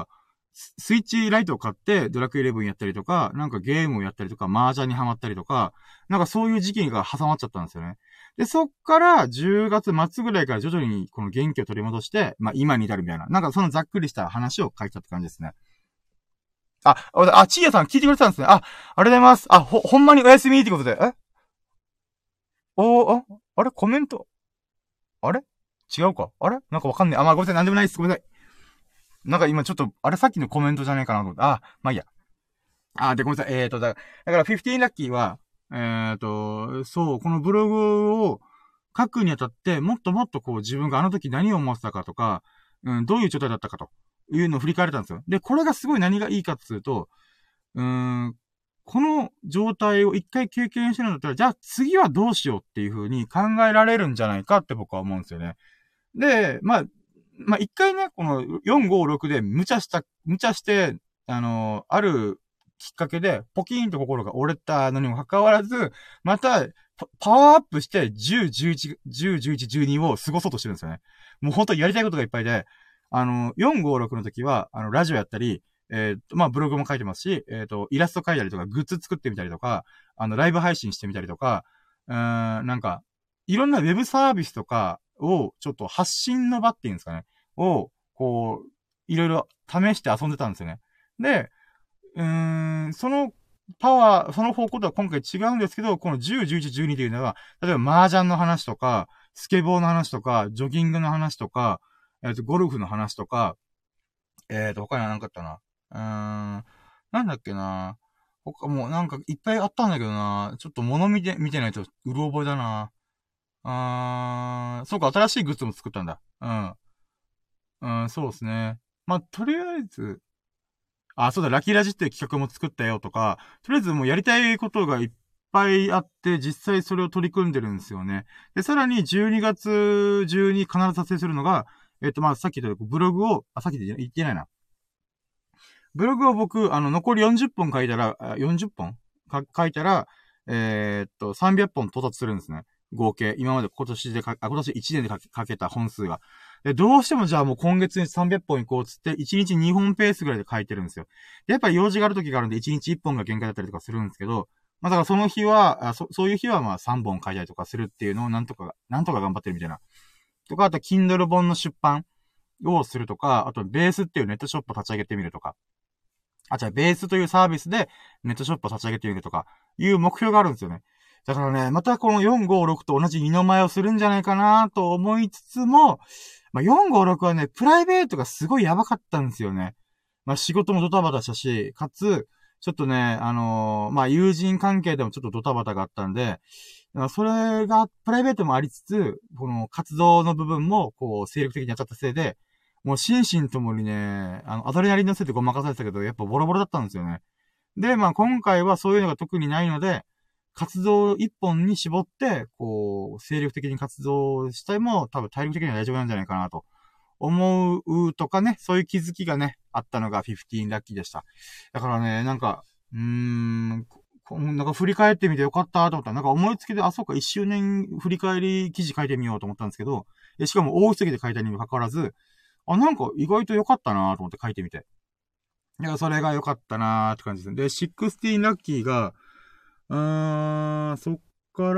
ススイッチライトを買ってドラクエイレブンやったりとか、なんかゲームをやったりとか、麻雀にハマったりとか、なんかそういう時期が挟まっちゃったんですよね。で、そっからじゅうがつ末ぐらいから徐々にこの元気を取り戻して、まあ今に至るみたいな、なんかそのざっくりした話を書いたって感じですね。あ、あ、ちーやさん聞いてくれてたんですね。あ、ありがとうございます。あ、ほ、ほんまにおやすみってことで。えおー、あ、あれコメント。あれ違うかあれなんかわかんない。あ、まあ、ごめんなさい。なんでもないです。ごめんなさい。なんか今ちょっと、あれさっきのコメントじゃないかなと思って。あ、まあいいや。あ、で、ごめんなさい。えーと、だ、だからじゅうごラッキーは、えーと、そう、このブログを書くにあたって、もっともっとこう自分があの時何を思ってたかとか、うん、どういう状態だったかというのを振り返れたんですよ。で、これがすごい何がいいかっていうと、うーん、この状態を一回経験してるんだったら、じゃあ次はどうしようっていう風に考えられるんじゃないかって僕は思うんですよね。で、まあ、まあ一回ね、このよん、ご、ろくで無茶した、無茶して、あの、あるきっかけで、ポキーンと心が折れたのにもかかわらず、また、パワーアップしてじゅう、じゅういち、じゅう、じゅういち、じゅうにを過ごそうとしてるんですよね。もう本当にやりたいことがいっぱいで、あの、よん、ご、ろくの時は、あの、ラジオやったり、えっと、まあ、ブログも書いてますし、えっと、イラスト描いたりとか、グッズ作ってみたりとか、あの、ライブ配信してみたりとか、うーん、なんか、いろんなウェブサービスとかを、ちょっと発信の場っていうんですかね、を、こう、いろいろ試して遊んでたんですよね。で、うーん、そのパワー、その方向とは今回違うんですけど、このじゅう、じゅういち、じゅうにというのは、例えば麻雀の話とか、スケボーの話とか、ジョギングの話とか、えっと、ゴルフの話とか、えっと、他には何かあったな。うーん、なんだっけな。他もうなんかいっぱいあったんだけどな。ちょっと物見て、見てないとうろ覚えだな。あー、そうか、新しいグッズも作ったんだ。うん。うん、そうですね。まあ、とりあえず、あ、そうだ、ラキラジっていう企画も作ったよとか、とりあえずもうやりたいことがいっぱいあって、実際それを取り組んでるんですよね。で、さらにじゅうにがつ中に必ず達成するのが、えっと、まあ、さっき言ったブログを、あ、さっき言ってないな。ブログを僕、あの、残りよんじゅっぽん書いたら、よんじゅっぽんか書いたら、えー、っと、さんびゃっぽん到達するんですね。合計。今まで今年でか、あ、今年いちねんで書け書けた本数が。で、どうしてもじゃあもう今月にさんびゃっぽん行こうっつって、いちにちにほんペースぐらいで書いてるんですよ。で、やっぱり用事がある時があるんで、いちにちいっぽんが限界だったりとかするんですけど、まあだからその日は、あそそういう日はまあさんぼん書いたりとかするっていうのをなんとか、なんとか頑張ってるみたいな。とか、あと Kindle 本の出版をするとか、あとベースっていうネットショップを立ち上げてみるとか。あ、じゃあベースというサービスでネットショップを立ち上げてみるとか、いう目標があるんですよね。だからね、またこのよん、ご、ろくと同じ二の舞をするんじゃないかなと思いつつも、まあ、よん、ご、ろくはね、プライベートがすごいやばかったんですよね。まあ、仕事もドタバタしたし、かつ、ちょっとね、あのー、まあ、友人関係でもちょっとドタバタがあったんで、それが、プライベートもありつつ、この活動の部分も、こう、精力的にやっちゃったせいで、もう心身ともにね、あの、アドレナリンのせいでごまかされてたけど、やっぱボロボロだったんですよね。で、まあ今回はそういうのが特にないので、活動一本に絞って、こう、精力的に活動したいも多分体力的には大丈夫なんじゃないかなと思うとかね、そういう気づきがね、あったのがじゅうごラッキーでした。だからね、なんか、うーん、なんか振り返ってみてよかったと思ったら、なんか思いつきで、あ、そうか、いっしゅうねん振り返り記事書いてみようと思ったんですけど、しかも大急ぎで書いたにもかかわらず、あ、なんか意外と良かったなと思って書いてみて。いや、それが良かったなーって感じです。で、じゅうろくラッキーが、うーん、そっから、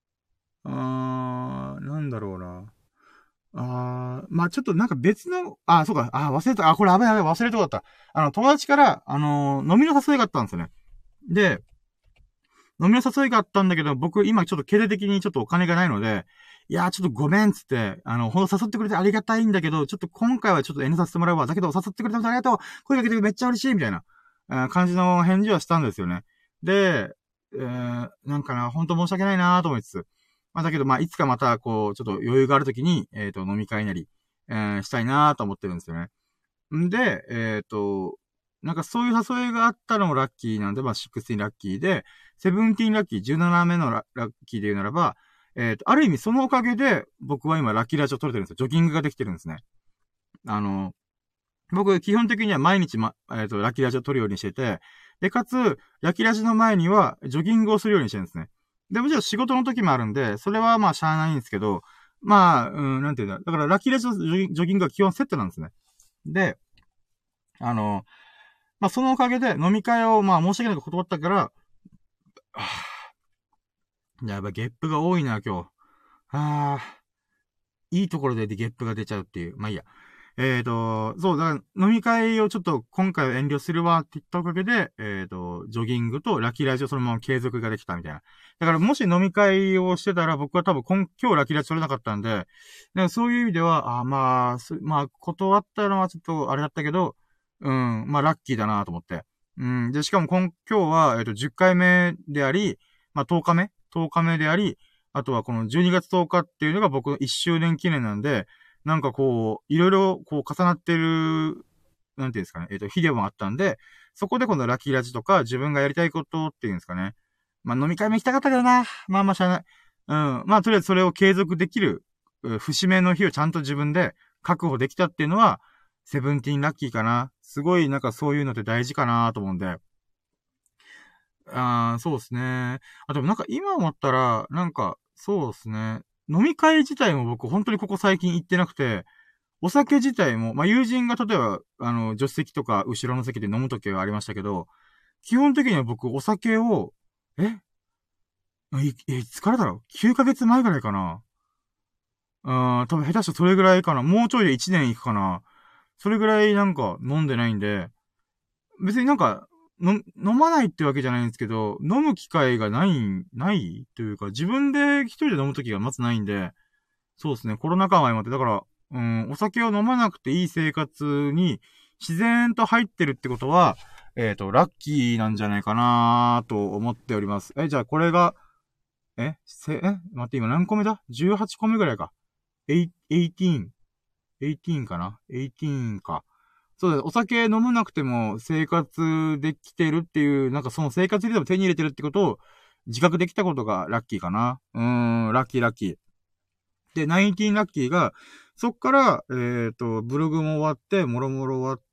あー、なんだろうな。あー、まあ、ちょっとなんか別の、あ、そうか、あ、忘れた、あ、これやばいやばい、忘れてよかった。あの、友達から、あのー、飲みの誘いがあったんですよね。で、飲みの誘いがあったんだけど、僕今ちょっと経済的にちょっとお金がないので、いやーちょっとごめんっつって、あの、ほんと誘ってくれてありがたいんだけど、ちょっと今回はちょっと N させてもらうわ。だけど誘ってくれてありがとう。声かけてめっちゃ嬉しいみたいな、あ感じの返事はしたんですよね。で、えー、なんかな、ほんと申し訳ないなーと思いつつ。まあだけど、まあいつかまたこう、ちょっと余裕があるときに、えっと、飲み会なり、えー、したいなーと思ってるんですよね。んで、えっと、なんかそういう誘いがあったのもラッキーなんで、まあじゅうろくラッキーで、じゅうななラッキー、じゅうななめのラッキーで言うならば、えっと、ある意味そのおかげで、僕は今ラッキーラジオ撮れてるんですよ。ジョギングができてるんですね。あの、僕、基本的には毎日ま、えっと、ラッキーラジオ撮るようにしてて、で、かつ、ラッキーラジオの前には、ジョギングをするようにしてるんですね。で、もちろん仕事の時もあるんで、それはまあ、しゃあないんですけど、まあ、うん、なんていうんだ。だから、ラッキーラジオとジョギングは基本セットなんですね。で、 あの、まあ、そのおかげで飲み会を、まあ、申し訳なく断ったから、はぁやばい、ゲップが多いな、今日。ああ、いいところでゲップが出ちゃうっていう。まあ、いいや。えーと、そう、だから飲み会をちょっと今回は遠慮するわって言ったおかげで、えーと、ジョギングとラッキーラジオそのまま継続ができたみたいな。だからもし飲み会をしてたら僕は多分今今日ラッキーラジオ取れなかったんで、だからそういう意味では、あまあ、まあ、断ったのはちょっとあれだったけど、うん、まあラッキーだなと思って。うん、で、しかも今今日は、えーと、じゅっかいめであり、まあとおかめ ?とおかめであり、あとはこのじゅうにがつとおかっていうのが僕のいっしゅうねん記念なんで、なんかこう、いろいろこう重なってる、なんていうんですかね、えっと、日でもあったんで、そこでこのラッキーラジとか自分がやりたいことっていうんですかね。まあ飲み会も行きたかったけどな。まあまあしゃあない。うん。まあとりあえずそれを継続できる、う節目の日をちゃんと自分で確保できたっていうのは、セブンティーンラッキーかな。すごいなんかそういうのって大事かなと思うんで。ああ、そうですね。あ、でもなんか今思ったら、なんか、そうですね。飲み会自体も僕本当にここ最近行ってなくて、お酒自体も、まあ、友人が例えば、あの、助手席とか後ろの席で飲むときはありましたけど、基本的には僕お酒を、えい、いつからだろう ?きゅう ヶ月前ぐらいかな。うーん、多分下手したらそれぐらいかな。もうちょいでいちねん行くかな。それぐらいなんか飲んでないんで、別になんか、の、飲まないってわけじゃないんですけど、飲む機会がない、ないというか、自分で一人で飲むときがまずないんで、そうですね、コロナ禍は相まって、だから、うん、お酒を飲まなくていい生活に自然と入ってるってことは、えっと、ラッキーなんじゃないかなと思っております。え、じゃあこれが、え、せ、え、待って今何個目だ ?じゅうはち 個目ぐらいか。え、じゅうはち、じゅうはちかな ?じゅうはち か。そうだ、お酒飲まなくても生活できてるっていう、なんかその生活リズム手に入れてるってことを自覚できたことがラッキーかな。うーん、ラッキーラッキー。で、じゅうきゅうラッキーが、そっから、えっと、ブログも終わって、もろもろ終わって、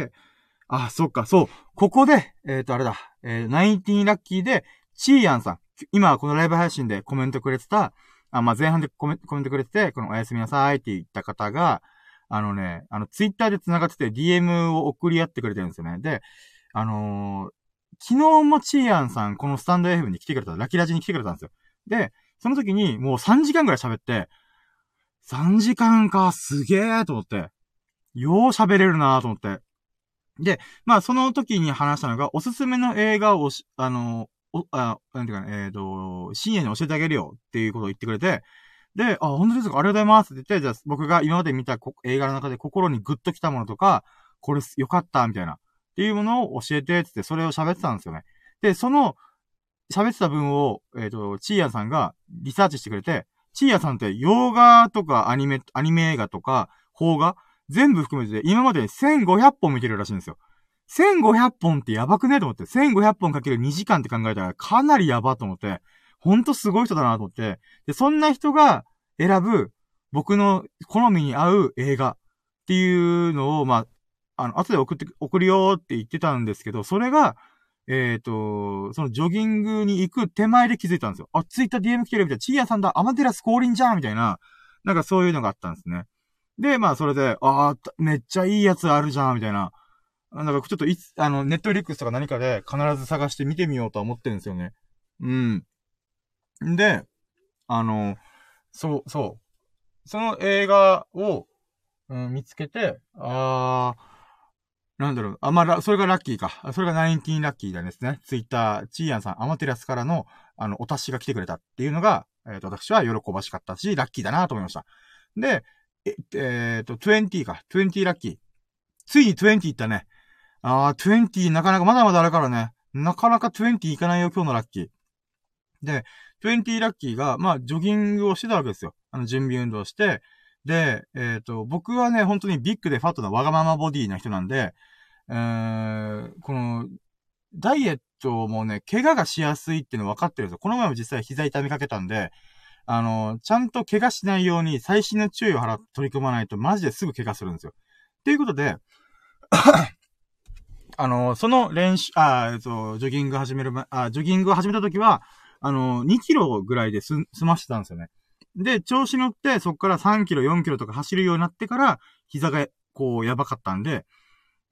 あ、そっか、そう。ここで、えっと、あれだ、えー、じゅうきゅうラッキーで、チーヤンさん。今、このライブ配信でコメントくれてた、あ、まあ、前半でコメコメントくれてて、このおやすみなさいって言った方が、あのね、あの、ツイッターで繋がってて ディーエム を送り合ってくれてるんですよね。で、あのー昨日もチーヤンさん、このスタンド エフエム に来てくれた、ラキラジに来てくれたんですよ。で、その時にもうさんじかんぐらい喋って、さんじかんか、すげーと思って、よう喋れるなーと思って。で、まあその時に話したのが、おすすめの映画をし、あの、お、あ、なんていうかね、えっ、ー、と、深夜に教えてあげるよっていうことを言ってくれて、で、あ、本当ですかありがとうございますって言って、じゃあ僕が今まで見た映画の中で心にグッときたものとか、これよかったみたいな、っていうものを教えてってって、それを喋ってたんですよね。で、その、喋ってた文を、えっ、ー、と、チーヤンさんがリサーチしてくれて、チーヤンさんって洋画とかアニメ、アニメ映画とか、邦画、全部含めて今までせんごひゃっぽん見てるらしいんですよ。せんごひゃっぽんってやばくねと思って、せんごひゃっぽんかけるにじかんって考えたらかなりやばと思って、ほんとすごい人だなと思って、で、そんな人が選ぶ僕の好みに合う映画っていうのを、まあ、あの、後で送って、送るよって言ってたんですけど、それが、えっ、ー、と、そのジョギングに行く手前で気づいたんですよ。あ、ツイッター ディーエム 来てるみたいな、チーヤさんだ、アマテラス降臨じゃんみたいな、なんかそういうのがあったんですね。で、まあそれで、ああ、めっちゃいいやつあるじゃんみたいな。なんかちょっといつ、あの、ネットフリックスとか何かで必ず探して見てみようとは思ってるんですよね。うん。で、あの、そう、そう。その映画を、うん、見つけて、あー、なんだろう。あ、まあ、それがラッキーか。それがナインティーンラッキーなんですね。ツイッター、チーヤンさん、アマテラスからの、あの、お達しが来てくれたっていうのが、えっ、ー、と、私は喜ばしかったし、ラッキーだなと思いました。で、え、えっ、ー、と、にじゅうか。にじゅうラッキー。ついににじゅういったね。あー、にじゅうなかなかまだまだあるからね。なかなかにじゅういかないよ、今日のラッキー。で、にじゅうラッキーが、まあ、ジョギングをしてたわけですよ。あの、準備運動をして、で、えっ、ー、と、僕はね、本当にビッグでファットなわがままボディな人なんで、えー、この、ダイエットもね、怪我がしやすいっていうの分かってるんですよ。この前も実際膝痛みかけたんで、あの、ちゃんと怪我しないように細心の注意を払って取り組まないとマジですぐ怪我するんですよ。っていうことで、あの、その練習、あ、えっと、ジョギング始める、あ、ジョギングを始めた時は、あの、にキロぐらいで済ましてたんですよね。で、調子乗って、そっからさんキロ、よんキロとか走るようになってから、膝が、こう、やばかったんで、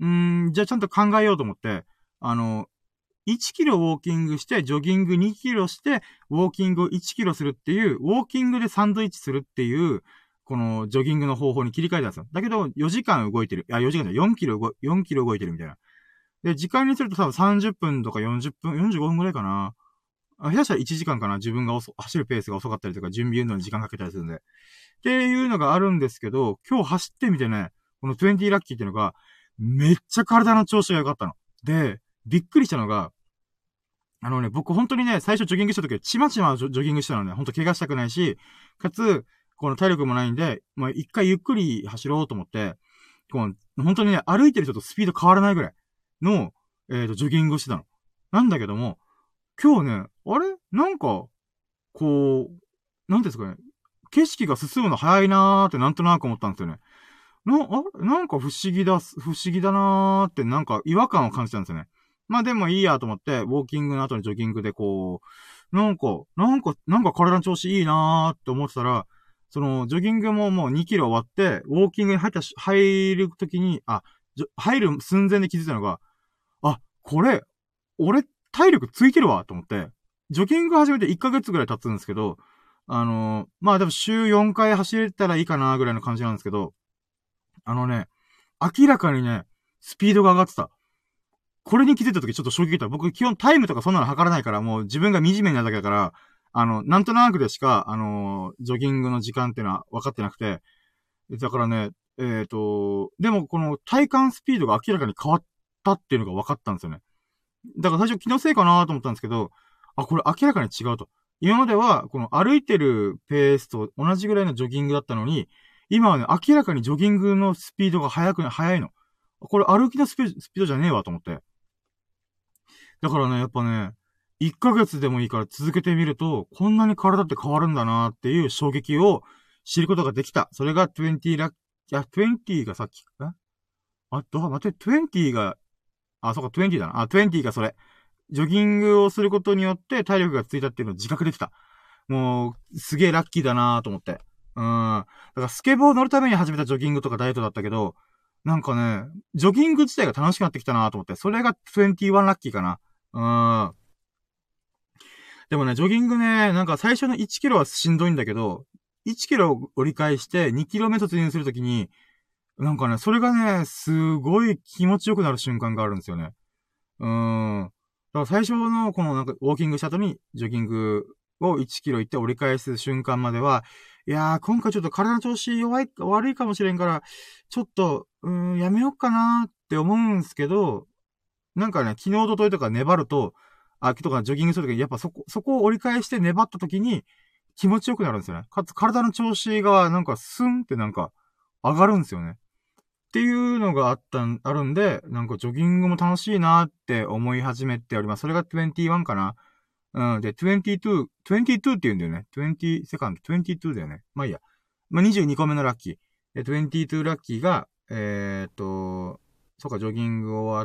うーん、じゃあちゃんと考えようと思って、あの、いちキロウォーキングして、ジョギングにキロして、ウォーキングをいちキロするっていう、ウォーキングでサンドイッチするっていう、このジョギングの方法に切り替えたんですよ。だけど、よじかん動いてる。あ、よじかんじゃよんキロ動、よんキロ動いてるみたいな。で、時間にすると多分さんじゅっぷんとかよんじゅっぷん、よんじゅうごふんぐらいかな。あ、下手したらいちじかんかな。自分が遅走るペースが遅かったりとか、準備運動に時間かけたりするんで。っていうのがあるんですけど、今日走ってみてね、このにじゅうラッキーっていうのが、めっちゃ体の調子が良かったの。で、びっくりしたのが、あのね、僕本当にね、最初ジョギングした時はちまちまジョギングしたのね、本当怪我したくないし、かつ、この体力もないんで、まあ、一回ゆっくり走ろうと思って、この、本当にね、歩いてる人とスピード変わらないぐらいの、えっと、ジョギングをしてたの。なんだけども、今日ね、あれなんか、こう、なんですかね、景色が進むの早いなーってなんとなく思ったんですよね。な、あなんか不思議だ、不思議だなーってなんか違和感を感じたんですよね。まあでもいいやと思って、ウォーキングの後にジョギングでこう、なんか、なんか、なんか体の調子いいなーって思ってたら、その、ジョギングももうにキロ終わって、ウォーキングに入ったし、入るときに、あ、入る寸前で気づいたのが、あ、これ、俺、体力ついてるわと思って、ジョギング始めていっかげつぐらい経つんですけど、あのー、まあでも週よんかい走れたらいいかなぐらいの感じなんですけど、あのね、明らかにね、スピードが上がってた。これに気づいた時ちょっと衝撃だった。僕基本タイムとかそんなの測らないから、もう自分が惨めになるだけだから、あの、なんとなくでしか、あのー、ジョギングの時間っていうのは分かってなくて、だからね、えっと、でもこの体感スピードが明らかに変わったっていうのが分かったんですよね。だから最初気のせいかなと思ったんですけど、あ、これ明らかに違うと。今までは、この歩いてるペースと同じぐらいのジョギングだったのに、今はね、明らかにジョギングのスピードが速く、速いの。これ歩きのスピードじゃねえわと思って。だからね、やっぱね、いっかげつでもいいから続けてみると、こんなに体って変わるんだなっていう衝撃を知ることができた。それがにじゅうラッキー、あ、にじゅうがさっき、えあ、どう待って、にじゅうが、あ、そうか、にじゅうだな。あ、にじゅうがそれ。ジョギングをすることによって体力がついたっていうのを自覚できた。もう、すげえラッキーだなと思って。うん。だからスケボー乗るために始めたジョギングとかダイエットだったけど、なんかね、ジョギング自体が楽しくなってきたなと思って。それがにじゅういちラッキーかな。うん。でもね、ジョギングね、なんか最初のいちキロはしんどいんだけど、いちキロ折り返してにキロ目突入するときに、なんかね、それがね、すごい気持ちよくなる瞬間があるんですよね。うーん。だから最初のこのなんかウォーキングした後にジョギングをいちキロ行って折り返す瞬間までは、いやー、今回ちょっと体の調子弱い、悪いかもしれんから、ちょっと、うーん、やめようかなーって思うんすけど、なんかね、昨日、おとといとか粘ると、あ、とかジョギングするときに、やっぱそこ、そこを折り返して粘ったときに気持ちよくなるんですよね。かつ体の調子がなんかスンってなんか上がるんですよね。っていうのがあったん、あるんで、なんかジョギングも楽しいなって思い始めております。それがにじゅういちかな。うん。で、にじゅうに、にじゅうにって言うんだよね。にじゅうセカンド、にじゅうにだよね。まあいいや。まあにじゅうにこめのラッキー。で、にじゅうにラッキーが、えーっと、そうか、ジョギング終わって、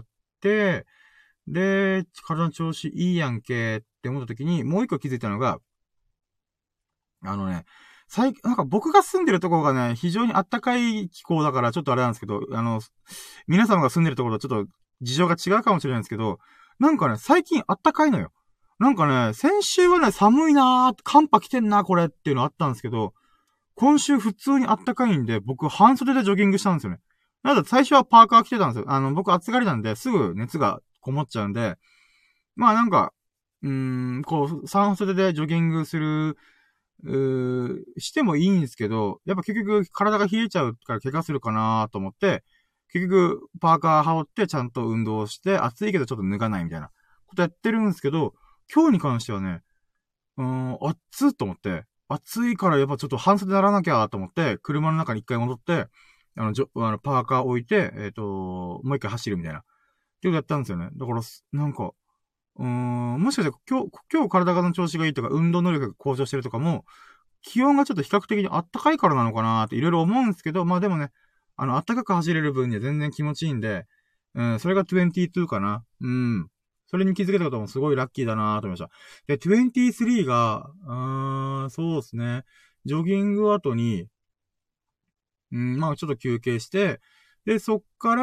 で、体の調子いいやんけって思った時に、もう一個気づいたのが、あのね、最、なんか僕が住んでるところがね、非常に暖かい気候だからちょっとあれなんですけど、あの、皆様が住んでるところとちょっと事情が違うかもしれないんですけど、なんかね、最近暖かいのよ。なんかね、先週はね、寒いなー、寒波来てんな、これっていうのあったんですけど、今週普通に暖かいんで、僕半袖でジョギングしたんですよね。なので最初はパーカー着てたんですよ。あの、僕暑がりなんで、すぐ熱がこもっちゃうんで、まあなんか、うーん、こう、半袖でジョギングする、うー、してもいいんですけど、やっぱ結局体が冷えちゃうから怪我するかなと思って、結局パーカー羽織ってちゃんと運動して、暑いけどちょっと脱がないみたいなことやってるんですけど、今日に関してはね、うーん、暑っと思って、暑いからやっぱちょっと半袖ならなきゃと思って、車の中に一回戻って、あの、じょ、あの、パーカー置いて、えっと、もう一回走るみたいな。っていうのやったんですよね。だから、なんか、うーん、もしかして今日、今日体の調子がいいとか、運動能力が向上してるとかも、気温がちょっと比較的に暖かいからなのかなーっていろいろ思うんですけど、まあでもね、あの、暖かく走れる分には全然気持ちいいんで、うん、それがにじゅうにかな。うん。それに気づけたこともすごいラッキーだなーと思いました。で、にじゅうさんが、うーん、そうですね。ジョギング後に、うん、まあちょっと休憩して、で、そっから、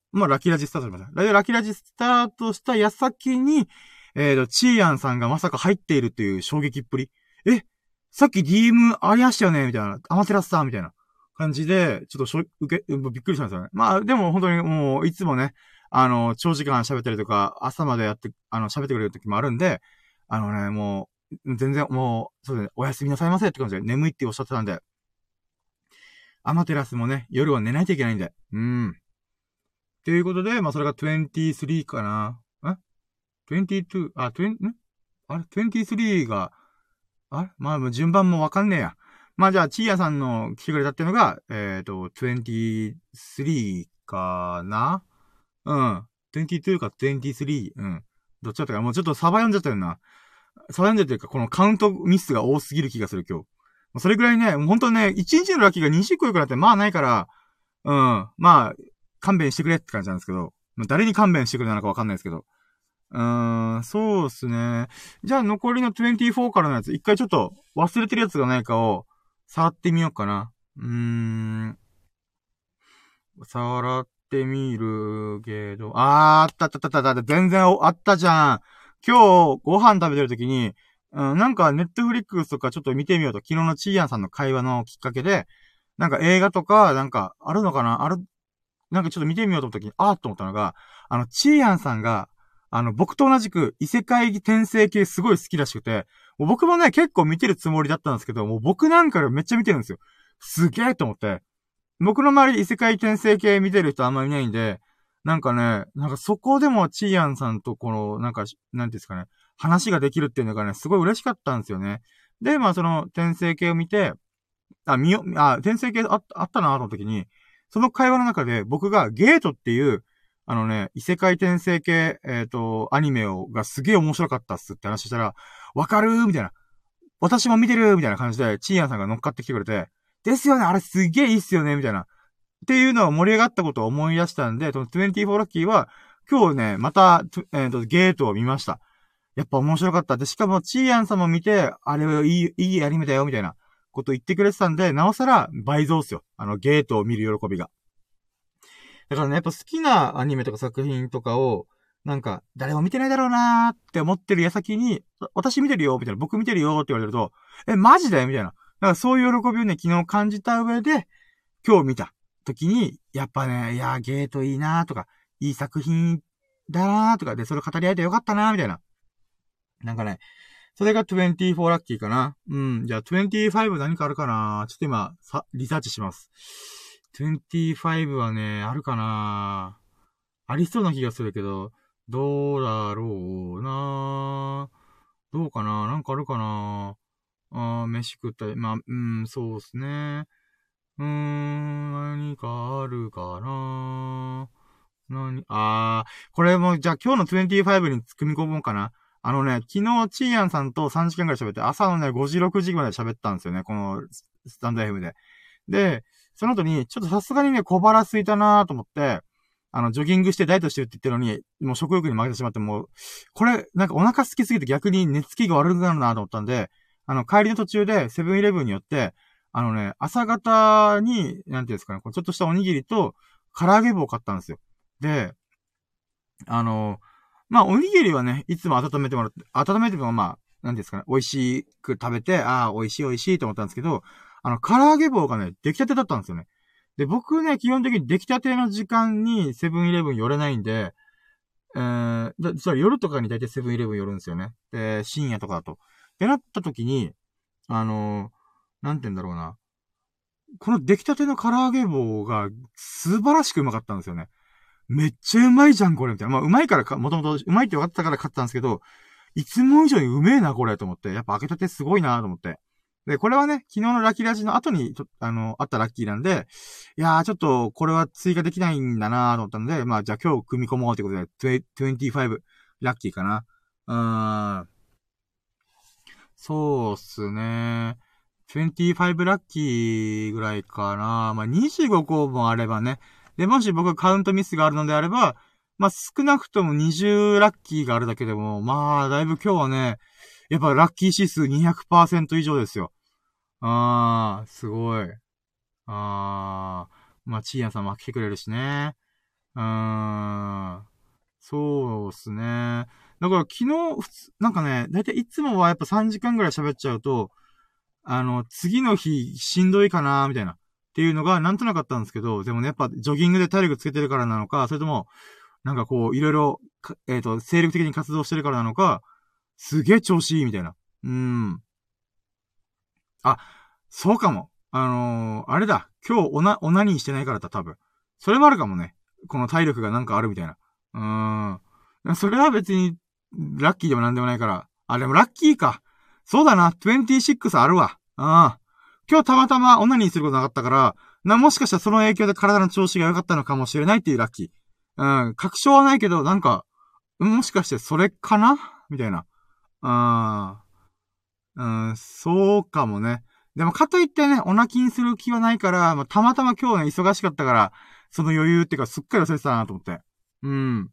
まあ、ラッキーラジスタートしました。で、ラッキーラジスタートした矢先に、えっと、チーヤンさんがまさか入っているっていう衝撃っぷり。え、さっき ディーエム ありましたよねみたいな。アマテラスさんみたいな感じで、ちょっとしょ、受け、びっくりしたんですよね。まあ、でも本当にもう、いつもね、あの、長時間喋ったりとか、朝までやって、あの、喋ってくれる時もあるんで、あのね、もう、全然もう、そうですね、おやすみなさいませって感じで、眠いっておっしゃってたんで、アマテラスもね、夜は寝ないといけないんで、うん。ということで、まあ、それがにじゅうさんかな。え ?にじゅうに? あ、にじゅう、んあれ ?にじゅうさんが、あれまあ、もう順番もわかんねえや。まあ、じゃあ、チーヤさんの来てくれたっていうのが、えっ、ー、と、にじゅうさんかなうん。にじゅうにかにじゅうさん。うん。どっちだったか。もうちょっとサバ読んじゃったよな。サバ読んじゃってるか、このカウントミスが多すぎる気がする、今日。それぐらいね、ほんとね、いちにちのラッキーがにじゅっこよくなって、まあないから、うん。まあ、勘弁してくれって感じなんですけど、誰に勘弁してくれなのかわかんないですけど。うーん、そうっすね。じゃあ残りのにじゅうよんからのやつ、一回ちょっと忘れてるやつがないかを触ってみようかな。うーん。触ってみるけど、あー、あったあったあったあった、全然あったじゃん。今日ご飯食べてる時に、うん、なんかネットフリックスとかちょっと見てみようと、昨日のチーヤンさんの会話のきっかけで、なんか映画とか、なんかあるのかなある、なんかちょっと見てみようと思った時に、あーっと思ったのが、あの、チーヤンさんが、あの、僕と同じく異世界転生系すごい好きらしくて、もう僕もね、結構見てるつもりだったんですけど、もう僕なんかめっちゃ見てるんですよ。すげーと思って。僕の周りで異世界転生系見てる人あんまりいないんで、なんかね、なんかそこでもチーヤンさんとこの、なんか、なんていうんですかね、話ができるっていうのがね、すごい嬉しかったんですよね。で、まあその転生系を見て、あ、見よ、あ、転生系ああったなと思った時に、その会話の中で僕がゲートっていう、あのね、異世界転生系、えっ、と、アニメを、がすげえ面白かったっすって話したら、わかるーみたいな。私も見てるみたいな感じで、チーヤンさんが乗っかってきてくれて、ですよねあれすげえいいっすよねみたいな。っていうのを盛り上がったことを思い出したんで、そのにじゅうよんラッキーは、今日ね、また、えっ、と、ゲートを見ました。やっぱ面白かった。で、しかも、チーヤンさんも見て、あれはいい、いいアニメだよ、みたいなこと言ってくれてたんで、なおさら倍増っすよ。あの、ゲートを見る喜びが。だからね、やっぱ好きなアニメとか作品とかを、なんか、誰も見てないだろうなーって思ってる矢先に、私見てるよ、みたいな、僕見てるよって言われると、え、マジでみたいな。だからそういう喜びをね、昨日感じた上で、今日見た時に、やっぱね、いやー、ゲートいいなーとか、いい作品だなーとか、で、それ語り合えてよかったなーみたいな。なんかね、それがにじゅうよんラッキーかな。うん。じゃあにじゅうご何かあるかな。ちょっと今、さ、リサーチします。にじゅうごはね、あるかな。ありそうな気がするけど、どうだろうな。どうかななんかあるかな。あー、飯食ったり、まあ、うん、そうっすね。うーん、何かあるかな。何、あー、これも、じゃあ今日のにじゅうごに組み込もうかな。あのね、昨日、チーヤンさんとさんじかんくらい喋って、朝のね、ごじ、ろくじまで喋ったんですよね、この、スタンド エフエム で。で、その後に、ちょっとさすがにね、小腹空いたなーと思って、あの、ジョギングしてダイエットしてるって言ってるのに、もう食欲に負けてしまって、もう、これ、なんかお腹空きすぎて逆に寝つきが悪くなるなと思ったんで、あの、帰りの途中でセブンイレブンによって、あのね、朝方に、なんていうんですかね、こうちょっとしたおにぎりと、唐揚げ棒を買ったんですよ。で、あの、まあ、おにぎりはね、いつも温めてもらって、温めてもまあ、なんていうんですかね、美味しく食べて、ああ、美味しい美味しいと思ったんですけど、あの、唐揚げ棒がね、出来たてだったんですよね。で、僕ね、基本的に出来たての時間にセブンイレブン寄れないんで、えー、だ、それ夜とかに大体セブンイレブン寄るんですよね。で、深夜とかだと。ってなった時に、あのー、なんて言うんだろうな。この出来たての唐揚げ棒が素晴らしくうまかったんですよね。めっちゃうまいじゃん、これ、みたいな。まあ、うまいからか、もともとうまいって分かったから買ったんですけど、いつも以上にうめえな、これ、と思って。やっぱ開けたてすごいな、と思って。で、これはね、昨日のラッキーラジの後に、ちょあの、あったラッキーなんで、いやー、ちょっと、これは追加できないんだなーと思ったので、まあ、じゃあ今日組み込もうということで、にじゅうご、ラッキーかな。うーん。そうっすね。にじゅうごラッキーぐらいかな。まあ、にじゅうご個もあればね。で、もし僕カウントミスがあるのであれば、まあ、少なくともにじゅうラッキーがあるだけでも、まあ、だいぶ今日はね、やっぱラッキー指数にひゃくパーセント以上ですよ。あー、すごい。あー、まあ、チーヤンさんも来てくれるしね。 うーん。そうっすね。だから昨日、普通なんかね、だいたいいつもはやっぱさんじかんぐらい喋っちゃうと、あの、次の日しんどいかなみたいな。っていうのがなんとなかったんですけど、でもね、やっぱジョギングで体力つけてるからなのか、それとも、なんかこう、いろいろ、えっと、精力的に活動してるからなのか、すげえ調子いいみたいな。うーん。あ、そうかも。あのー、あれだ。今日オナ、オナニーしてないからだ、多分。それもあるかもね。この体力がなんかあるみたいな。うーん。それは別に、ラッキーでもなんでもないから。あ、でもラッキーか。そうだな。にじゅうろくあるわ。うん。今日たまたまオナニーすることなかったから、な、もしかしたらその影響で体の調子が良かったのかもしれないっていうラッキー。うん。確証はないけど、なんか、もしかしてそれかなみたいな。あー。うん、そうかもね。でもかといってね、お泣きにする気はないから、まあ、たまたま今日ね、忙しかったから、その余裕っていうかすっかり忘れてたなと思って。うん。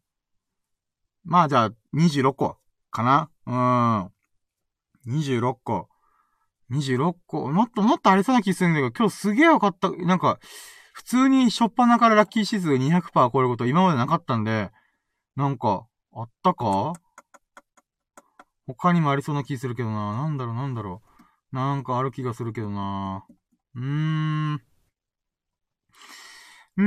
まあじゃあ、にじゅうろっこかなうん。にじゅうろっこ。にじゅうろっこ。もっともっとありそうな気するんだけど、今日すげえ分かった。なんか、普通にしょっぱなからラッキー指数 にひゃくパーセント 超えること今までなかったんで、なんか、あったか他にもありそうな気するけどな。なんだろうなんだろう。なんかある気がするけどな。うーん。うー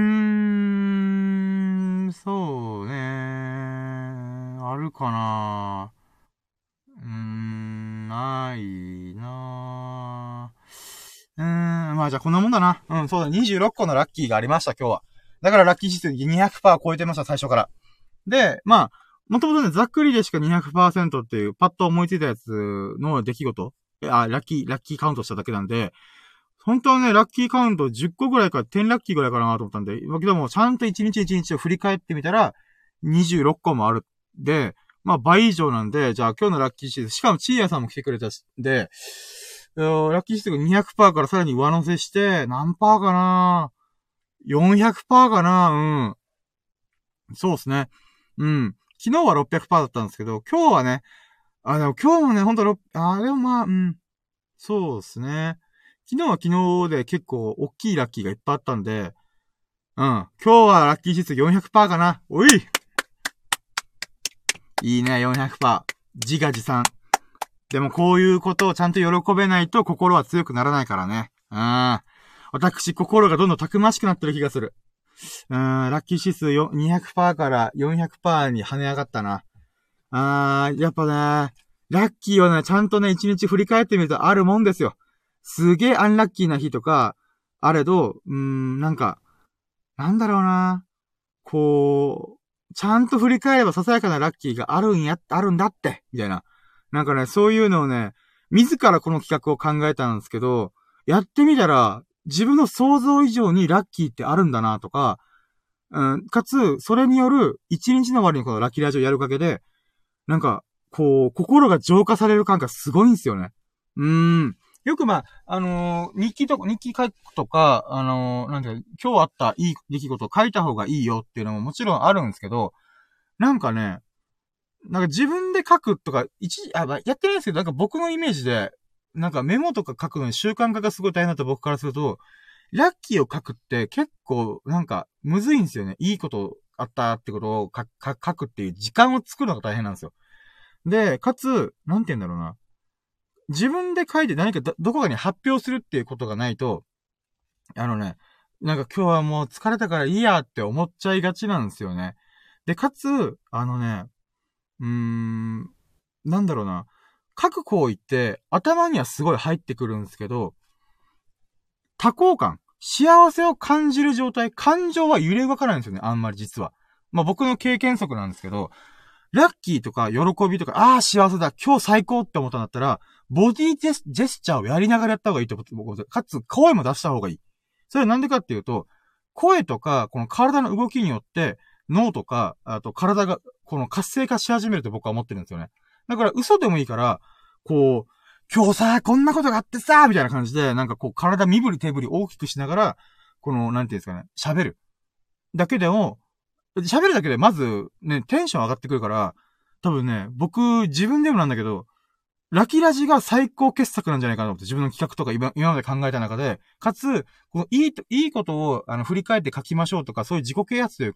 ん、そうね。あるかな。うーん、ないな。うーん、まあじゃあこんなもんだな。うん、そうだ、にじゅうろっこのラッキーがありました、今日は。だからラッキー指数 にひゃくパーセント 超えてました、最初から。で、まあ、もともとね、ざっくりでしか にひゃくパーセント っていう、パッと思いついたやつの出来事。あ、ラッキー、ラッキーカウントしただけなんで、本当はね、ラッキーカウントじゅっこぐらいか、じゅうラッキーぐらいかなと思ったんで、だけども、ちゃんといちにちいちにちを振り返ってみたら、にじゅうろっこもある。で、まあ倍以上なんで、じゃあ今日のラッキーシーズン、しかもチーヤさんも来てくれたし、で、ラッキーシーズン にひゃくパーセント からさらに上乗せして、何パーかな ?よんひゃくパーセント かなうん。そうですね。うん。昨日は ろっぴゃくパーセント だったんですけど、今日はね、あ、でも今日もね、ほんと、あ、でもまあ、うん。そうですね。昨日は昨日で結構大きいラッキーがいっぱいあったんで、うん。今日はラッキー指数 よんひゃくパーセント かな。おいいいね、よんひゃくパーセント。自画自賛。でもこういうことをちゃんと喜べないと心は強くならないからね。うん。私、心がどんどんたくましくなってる気がする。うん、ラッキー指数 にひゃくパーセント からよんひゃくパーセントに跳ね上がったな。あー、やっぱね、ラッキーはね、ちゃんとね、一日振り返ってみるとあるもんですよ。すげえアンラッキーな日とか、あれど、うーん、なんか、なんだろうな。こう、ちゃんと振り返ればささやかなラッキーがあるんや、あるんだって、みたいな。なんかね、そういうのをね、自らこの企画を考えたんですけど、やってみたら、自分の想像以上にラッキーってあるんだなとか、うん、かつ、それによる一日の終わりにこのラッキーラジオやるおかげで、なんか、こう、心が浄化される感がすごいんですよね。うーん。よくまあ、あのー、日記とか、日記書くとか、あのー、なんていうか、今日あったいい出来事を書いた方がいいよっていうのももちろんあるんですけど、なんかね、なんか自分で書くとか、一時、あ、まあ、やってないんですけど、なんか僕のイメージで、なんかメモとか書くのに習慣化がすごい大変だった僕からすると、ラッキーを書くって結構、なんか、むずいんですよね。いいことあったってことを書くっていう時間を作るのが大変なんですよ。で、かつ、なんて言うんだろうな。自分で書いて何かど、どこかに発表するっていうことがないと、あのね、なんか今日はもう疲れたからいいやって思っちゃいがちなんですよね。で、かつ、あのね、うーん、なんだろうな。書く行為って頭にはすごい入ってくるんですけど、多幸感、幸せを感じる状態、感情は揺れ動かないんですよね、あんまり実は。まあ僕の経験則なんですけど、ラッキーとか喜びとか、ああ、幸せだ、今日最高って思ったんだったら、ボディジェスジェスチャーをやりながらやった方がいいってこと、かつ声も出した方がいい。それはなんでかっていうと、声とか、この体の動きによって、脳とか、あと体が、この活性化し始めると僕は思ってるんですよね。だから嘘でもいいから、こう、今日さ、こんなことがあってさ、みたいな感じで、なんかこう体身振り手振り大きくしながら、この、なんていうんですかね、喋る。だけでも、喋るだけでまず、ね、テンション上がってくるから、多分ね、僕、自分でもなんだけど、ラキラジが最高傑作なんじゃないかなと思って、自分の企画とか今今まで考えた中で、かつ、このいいと、いいことを、あの、振り返って書きましょうとか、そういう自己啓発というか、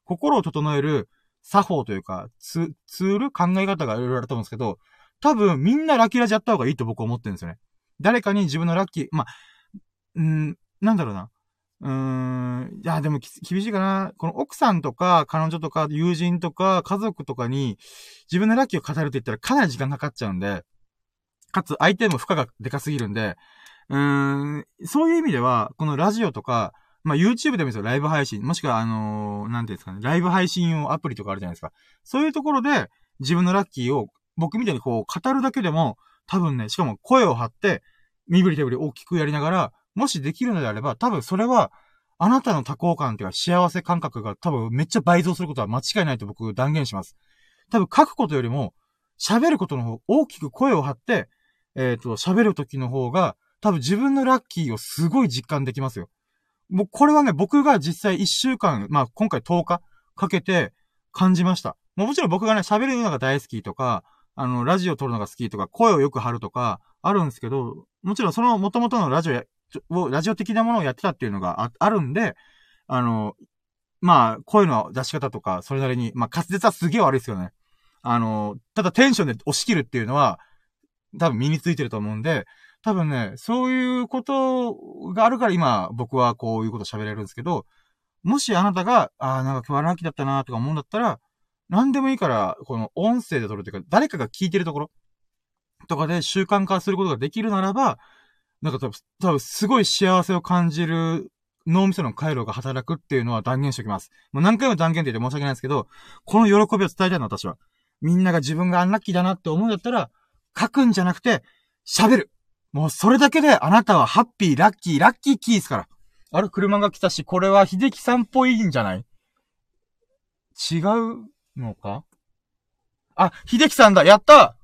心を整える作法というか、ツ、ツール考え方がいろいろあると思うんですけど、多分みんなラッキーラジやった方がいいと僕は思ってるんですよね。誰かに自分のラッキー、まあ、うーん、なんだろうな。うーん、いや、でも厳しいかな。この奥さんとか、彼女とか、友人とか、家族とかに、自分のラッキーを語るって言ったらかなり時間かかっちゃうんで、かつ相手も負荷がでかすぎるんで、うーん、そういう意味では、このラジオとか、まあ、YouTube でもいいですよ、ライブ配信。もしくは、あのー、なんていうんですかね、ライブ配信用アプリとかあるじゃないですか。そういうところで、自分のラッキーを、僕みたいにこう、語るだけでも、多分ね、しかも声を張って、身振り手振り大きくやりながら、もしできるのであれば、多分それは、あなたの多幸感というか幸せ感覚が多分めっちゃ倍増することは間違いないと僕断言します。多分書くことよりも、喋ることの方、大きく声を張って、えっと、喋る時の方が、多分自分のラッキーをすごい実感できますよ。もうこれはね、僕が実際いっしゅうかん、まあ今回とおかかけて感じました。もちろん僕がね、喋るのが大好きとか、あの、ラジオを撮るのが好きとか、声をよく張るとか、あるんですけど、もちろんその元々のラジオや、を、ラジオ的なものをやってたっていうのが あ, あるんで、あの、まあ、声の出し方とか、それなりに、まあ滑舌はすげえ悪いですよね。あの、ただテンションで押し切るっていうのは、多分身についてると思うんで、多分ね、そういうことがあるから今、僕はこういうこと喋れるんですけど、もしあなたが、ああ、なんか今日はラッキーだったなとか思うんだったら、何でもいいから、この音声で撮るというか、誰かが聞いてるところとかで習慣化することができるならば、なんか多分、多分すごい幸せを感じる脳みその回路が働くっていうのは断言しておきます。もう何回も断言って言って申し訳ないですけど、この喜びを伝えたいの私は。みんなが自分がアンラッキーだなって思うんだったら、書くんじゃなくて、喋る。もうそれだけであなたはハッピー、ラッキー、ラッキーキーですから。あれ、車が来たし、これは秀樹さんっぽいんじゃない違うのかあ、秀樹さんだやった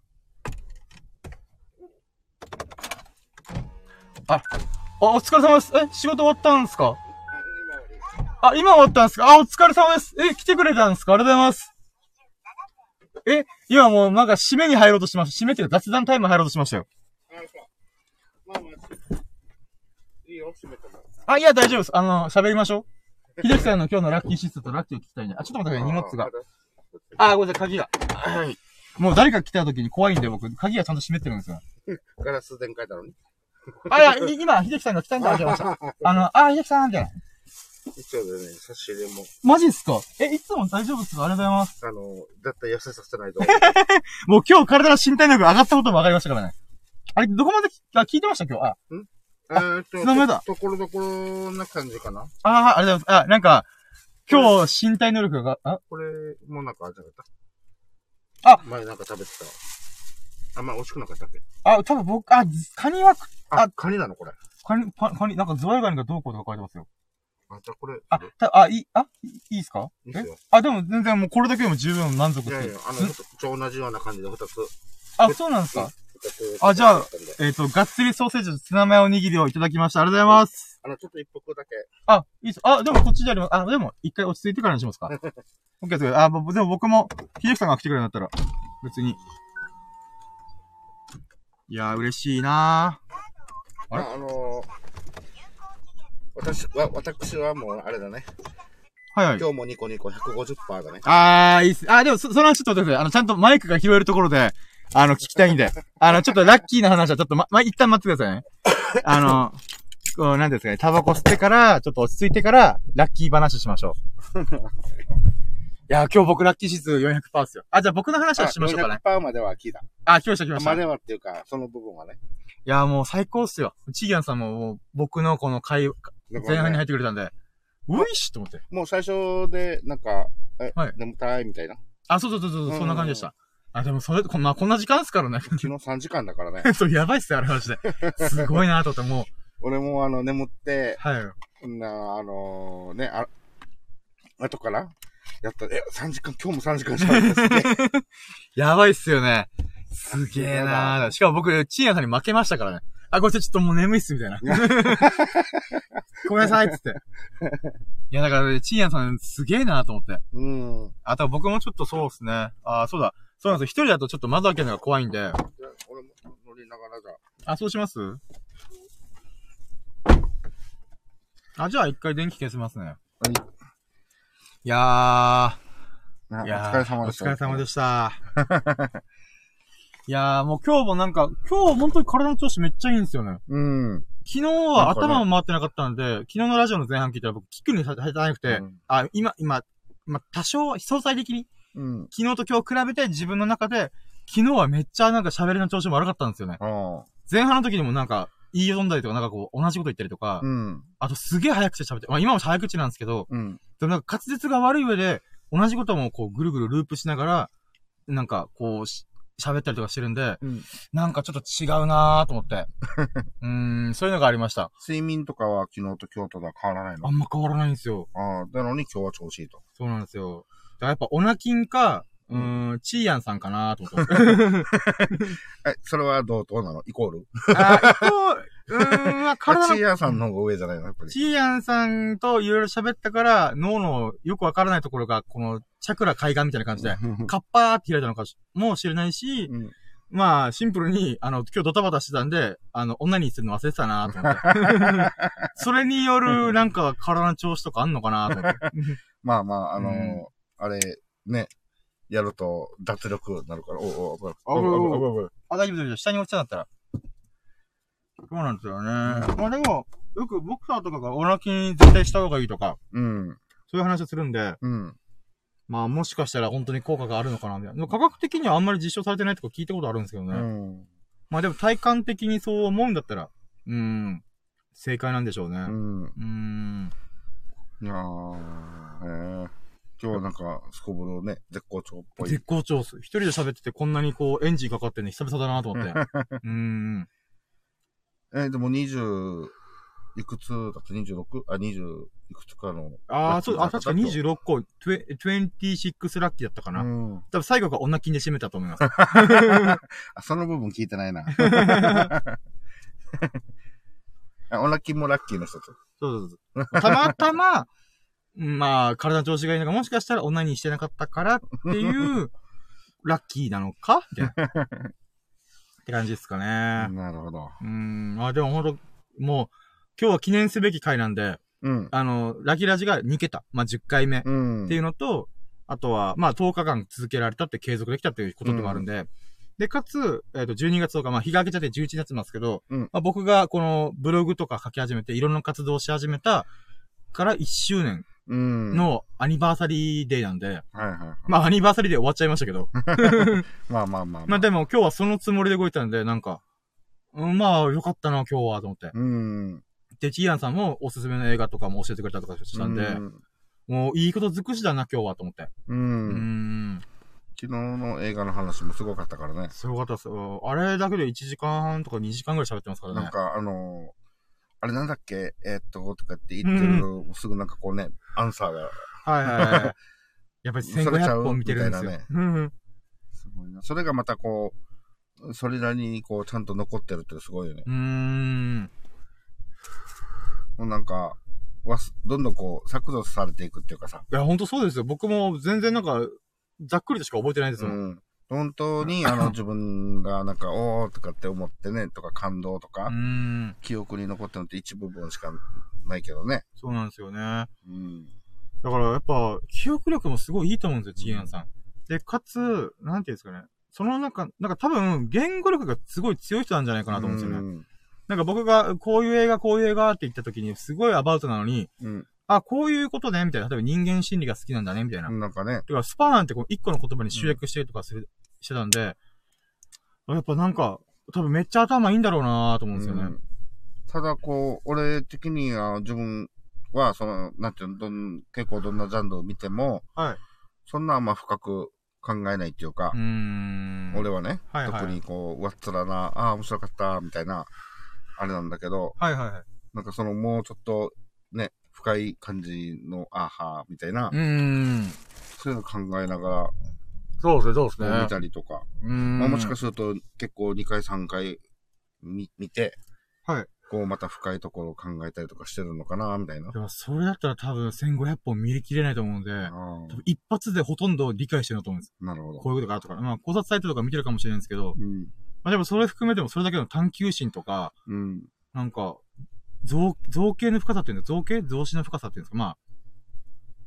あ、あ、お疲れ様です。え、仕事終わったんですかあ、今終わったんですかあ、お疲れ様です。え、来てくれたんですかありがとうございます。え、今もうなんか締めに入ろうとしました。締めっていうか雑談タイム入ろうとしましたよ。まあまあ、いいよ、閉めても。あ、いや、大丈夫です。あの、喋りましょう。秀樹さんの今日のラッキーシストとラッキーを聞きたいね。あ、ちょっと待ってください、荷物が。あ、ごめんなさい、鍵が。はい。もう誰か来た時に怖いんで僕、鍵がちゃんと閉めてるんですよ。 ガラス電開だろうね。 あ、いや、今、秀樹さんが来たんで開けました。あの、あ、秀樹さん、みたいな。 一応でね、差し入れも。 マジっすかえ、いつも大丈夫っすかありがとうございます。 あの、だったら痩せさせないと。 もう今日体の身体能力上がったことも分かりましたからね。あれ、どこまであ聞いてました今日。あ。んえーっと、 ダメだ。 ところどころな感じかな。 ああ、ありがとうございます。あ、なんか、今日身体能力が、あこれ、もうなんかあれじゃなかったあ前なんか食べてた。あんま美味しくなかったっけあ、多分僕、あ、カニは、 あ、カニなのこれ。 カニ、カニ、なんかズワイガニがどうこうとか書いてますよ。 あ、じゃあこれ。 あ、た、あ、いい、あ、いい、いいっすかいいっすよ。 あ、でも全然もうこれだけでも十分満足してる。 いやいや、あの、ちょ同じような感じで二つ。 あ、そうなんですかあ、じゃあ、えっと、がっつりソーセージとツナマヨおにぎりをいただきました。ありがとうございます。 あの、ちょっと一服だけ。 あ、いいっす。あ、でもこっちであります。あ、でも一回落ち着いてからにしますか。オッケーです。あ、でも僕も、秀樹さんが来てくれるんだったら、別に。いやー、嬉しいなー。あれ、あ、あのー、私は、私はもう、あれだね。 はいはい。 今日もニコニコ ひゃくごじゅっパーセント だね。 あー、いいっす。あ、でもそ、その話ちょっと待ってください。あの、ちゃんとマイクが拾えるところで、あの、聞きたいんで。あの、ちょっとラッキーな話はちょっとま、ま、一旦待ってくださいね。あの、こう、なんですかね、タバコ吸ってから、ちょっと落ち着いてから、ラッキー話しましょう。いや、今日僕ラッキー指数 よんひゃくパーセント ですよ。あ、じゃあ僕の話はしましょうかね。 よんひゃくパーセント までは聞いた。 あ、聞きました聞きました。 まではっていうか、その部分はね。 いや、もう最高っすよ。チギャンさんももう僕のこの会、前半に入ってくれたんで、ういしと思って。 もう最初で、なんか、え、 はい、 眠たいみたいな。 あ、そうそうそうそう、そんな感じでした。あ、でもそれ、こんな、こんな時間ですからね。 昨日さんじかんだからね。 そう、やばいっすよ、あれマジで。すごいなと思って、もう。 俺もあの、眠って、 はい。 な、あのー、ね、あ、後からやった、え、さんじかん、今日もさんじかんしゃべってすげえ。 やばいっすよね。すげえなしかも僕、チーヤさんに負けましたからね。あ、これちょっともう眠いっす、みたいな。ごめんなさい、つって。いや、だから、ね、チーヤさんすげえなと思って。 うん。 あと僕もちょっとそうっすね。あ、そうだ。そうなんですよ。一人だとちょっと窓開けるのが怖いんで。 俺も乗りながらじゃあ、そうしますあ、じゃあ一回電気消せますね。はい。 いやー、 いいやーお疲れ様でした。 お疲れ様でした。いやー、もう今日もなんか、今日本当に体の調子めっちゃいいんですよね。 うん。 昨日は頭も回ってなかったんで、昨日のラジオの前半聞いたら僕、キックにされてなくて、うん、あ、今、今、今、多少、相対的に、うん、昨日と今日比べて自分の中で、昨日はめっちゃなんか喋りの調子も悪かったんですよね。前半の時にもなんか、言いよどんだりとか、なんかこう、同じこと言ったりとか、うん、あとすげえ早口で喋って、まあ今も早口なんですけど、うん、でもなんか滑舌が悪い上で、同じこともこう、ぐるぐるループしながら、なんかこう、喋ったりとかしてるんで、うん、なんかちょっと違うなーと思って。うーん、そういうのがありました。 睡眠とかは昨日と今日とは変わらないの？ あんま変わらないんですよ。 ああ、なのに今日は調子いいと。 そうなんですよ。だからやっぱオナキンか、うーん、チーヤンさんかなーと思って。 え、それはどう、どうなの？イコール？ あ、イコール、うーん、まあ、体の。チーヤンさんの方が上じゃないのやっぱり。 チーヤンさんといろいろ喋ったから、脳のよくわからないところが、この、チャクラ海岸みたいな感じで、カッパーって開いたのかもしれないし、うん、まあ、シンプルに、あの、今日ドタバタしてたんで、あの、女にするの忘れてたなと思って。それによる、なんか、体の調子とかあんのかなと思って。 まあまあ、あのーうん、あれ、ね、やると脱力なるから、おおおおおおあ、大丈夫大丈夫。下に落ちちゃったら。そうなんですよね。まあでも、よくボクサーとかがオナキン絶対した方がいいとか、うん。そういう話をするんで、うん。まあもしかしたら本当に効果があるのかなみたいな。科学的にはあんまり実証されてないとか聞いたことあるんですけどね。うん。まあでも体感的にそう思うんだったら、うん。正解なんでしょうね。うん。うーん。 いやー、へー。今日はなんか、すこぶるね、絶好調っぽい。 絶好調っす。一人で喋っててこんなにこう、エンジンかかってね、久々だなと思って。うーん。 えー、でもにじゅう、いくつだってにじゅうろく? あ、にじゅういくつかの。 ああ、そう、あ、確かにじゅうろっこ、にじゅうろくラッキーだったかな。うん。多分最後が女金で締めたと思います。 あ、その部分聞いてないな。女金もラッキーの一つ。 そうそうそう。たまたま、まあ、体の調子がいいのがもしかしたら女にしてなかったからっていう、ラッキーなのかみたいな。って感じですかね。 なるほど。 うーん。あ、でもほんと、もう、今日は記念すべき回なんで、うん。あの、ラキラジがに桁、まあ、じゅっかいめっていうのと、うん、あとは、まあ、とおかかん続けられたって継続できたっていうことでもあるんで、うん、で、かつ、えっと、じゅうにがつとおか、まあ、日が明けちゃってじゅういちがつなんですけど、うん、まあ、僕がこのブログとか書き始めて、いろんな活動をし始めたからいっしゅうねんのアニバーサリーデーなんで、はいはいはい、まあ、アニバーサリーデー終わっちゃいましたけど。 まあまあまあまあ。 まあでも今日はそのつもりで動いたんで、なんか、うん、まあ、よかったな、今日は、と思って。うん。で、チーアンさんもおすすめの映画とかも教えてくれたとかしたんで、うん、もういいこと尽くしだな、今日は、と思って。うん。うん。昨日の映画の話もすごかったからね。 すごかったっす。あれだけでいちじかんはんとかにじかんぐらい喋ってますからね。 なんか、あのー、あれなんだっけえー、っと、とかって言ってるの、うん、すぐなんかこうね、アンサーが。 はいはいはい。やっぱりせんごひゃっぽん見てるんですよ。ね、 すごいな。それがまたこう、それなりにこう、ちゃんと残ってるってすごいよね。うーん。もうなんか、わす、どんどんこう、削除されていくっていうかさ。 いや、ほんとそうですよ。僕も全然なんか、ざっくりとしか覚えてないですよ。うん。 本当に、あの、自分がなんか、おーとかって思ってね、とか感動とか、うん。記憶に残ってるのって一部分しかないけどね。 そうなんですよね。うん。だからやっぱ、記憶力もすごいいいと思うんですよ、チーアンさん。で、かつ、なんていうんですかね。その中、なんか多分、言語力がすごい強い人なんじゃないかなと思うんですよね。うん、なんか僕が、こういう映画、こういう映画って言った時に、すごいアバウトなのに、うん、あ、こういうことね、みたいな。例えば人間心理が好きなんだね、みたいな。 なんかね。 てか、スパーなんてこう一個の言葉に集約してるとかする、うん、してたんで、やっぱなんか、多分めっちゃ頭いいんだろうなと思うんですよね。うん、 ただこう、俺的には自分は、その、なんていうの、どん、結構どんなジャンルを見ても、はい。そんなあんま深く考えないっていうか、うーん俺はね、はいはい、特にこう、上っ面な、ああ、面白かった、みたいな、あれなんだけど、はいはいはい。なんかその、もうちょっと、ね、深い感じの、あはみたいな、うーんそういうの考えながら、 そうですね、そうですね。 見たりとか、うーんまあ、もしかすると結構にかいさんかい見、見て、はい。こうまた深いところを考えたりとかしてるのかなみたいな。 でもそれだったら多分せんごひゃっぽん見切れないと思うんで、多分一発でほとんど理解してると思うんです。 なるほど。 こういうことがあるとか、まあ考察サイトとか見てるかもしれないんですけど、うん、まあでもそれ含めてもそれだけの探求心とか、うん、なんか、造、造形の深さっていうんですか、造形造詞の深さっていうんですか、まあ、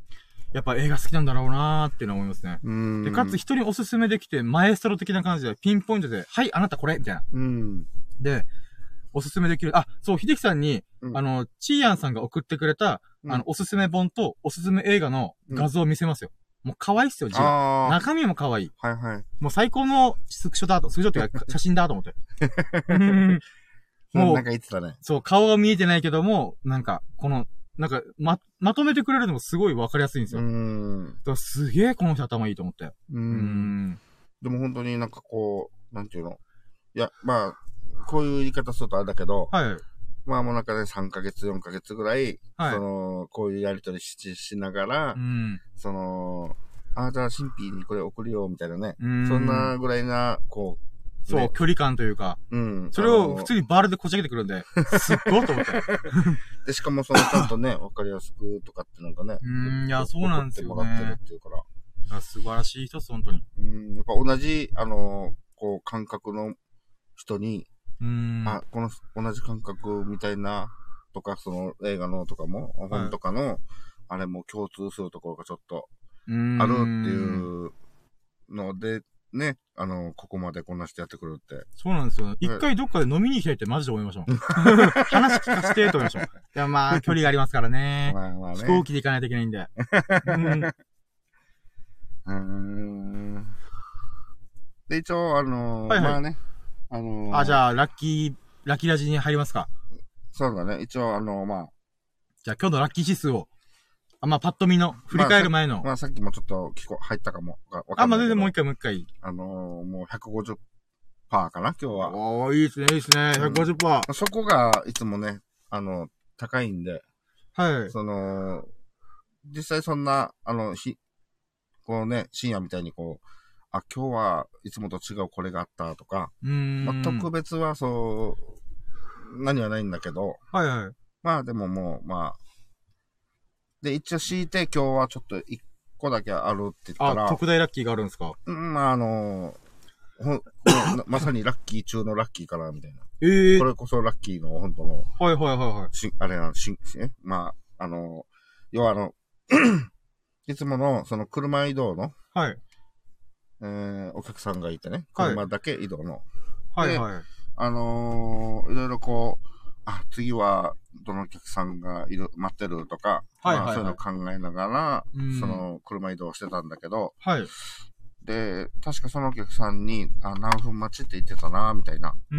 やっぱ映画好きなんだろうなーっていうのを思いますね。うん。で、かつ人におすすめできて、マエストロ的な感じで、ピンポイントで、はい、あなたこれみたいな。うん。で、おすすめできる。あ、そう、秀樹さんに、うん、あの、チーヤンさんが送ってくれた、うん、あの、おすすめ本と、おすすめ映画の画像を見せますよ。うん、もう可愛いっすよ、字が。中身も可愛い。はいはい。もう最高のスクショだと、スクショっていうか、写真だと思って。もう、なんか言ってたね。そう、顔が見えてないけども、なんか、この、なんか、ま、まとめてくれるのもすごいわかりやすいんですよ。うん。だからすげえこの人頭いいと思って。うん。うんでも本当になんかこう、なんていうの。いや、まあ、こういう言い方するとあれだけど、はい。まあもうなんかね、さんかげつ、よんかげつぐらい、はい。その、こういうやりとりし、しながら、うん。その、あ、じゃあ、新品にこれ送るよ、みたいなね。うん。そんなぐらいな、こう、そう、ね、距離感というか。うん。それを普通にバールでこじ開けてくるんで、すっごいと思って。で、しかもそのちゃんとね、わかりやすくとかってなんかね。うん、いや、そうなんですよね。もらってるっていうから。素晴らしい人です、本当に。うん、やっぱ同じ、あの、こう、感覚の人に、うん。あ、この、同じ感覚みたいな、とか、その映画のとかも、本とかの、はい、あれも共通するところがちょっと、あるっていうので、ね、あの、ここまでこんなしてやってくるって。そうなんですよ。一回どっかで飲みに行きたいってマジで思いましたもん。話聞かせてと思いましたもん。いや、まあ、距離がありますからね。まあまあね。飛行機で行かないといけないんで。うん。うーん。で、一応、あのー、はいはい、まあね。あのー、あ、じゃあ、ラッキー、ラッキーラジに入りますか。そうだね。一応、あのー、まあ。じゃあ、今日のラッキー指数を。あ、まあ、パッと見の、振り返る前の。まあ、まあ、さっきもちょっと聞こ、入ったかも。あ、まあ、全然もう一回もう一回。あのー、もうひゃくごじゅっパーセントかな、今日は。おー、いいですね、いいですね。ひゃくごじゅっパーセント、うん。そこが、いつもね、あの、高いんで。はい。その、実際そんな、あの、ひ、こうね、深夜みたいにこう、あ、今日はいつもと違うこれがあったとか。うん。まあ、特別はそう、何はないんだけど。はいはい。まあ、でももう、まあ、で、一応敷いて今日はちょっと一個だけあるって言ったら。あ、特大ラッキーがあるんですか？うん、まあ、あのー、ほん、まさにラッキー中のラッキーかな、みたいな。ええー。これこそラッキーの、本当の。はいはいはいはい。し、あれな、し、えまあ、あのー、要はあの、いつもの、その車移動の。はい。えー、お客さんがいてね。車だけ移動の。はい。はいはい。あのー、いろいろこう、あ、次は、どのお客さんがいる、待ってるとか、はいはいはい、まあ、そういうのを考えながら、その、車移動してたんだけど、はい。で、確かそのお客さんに、あ、何分待ちって言ってたな、みたいな。うん。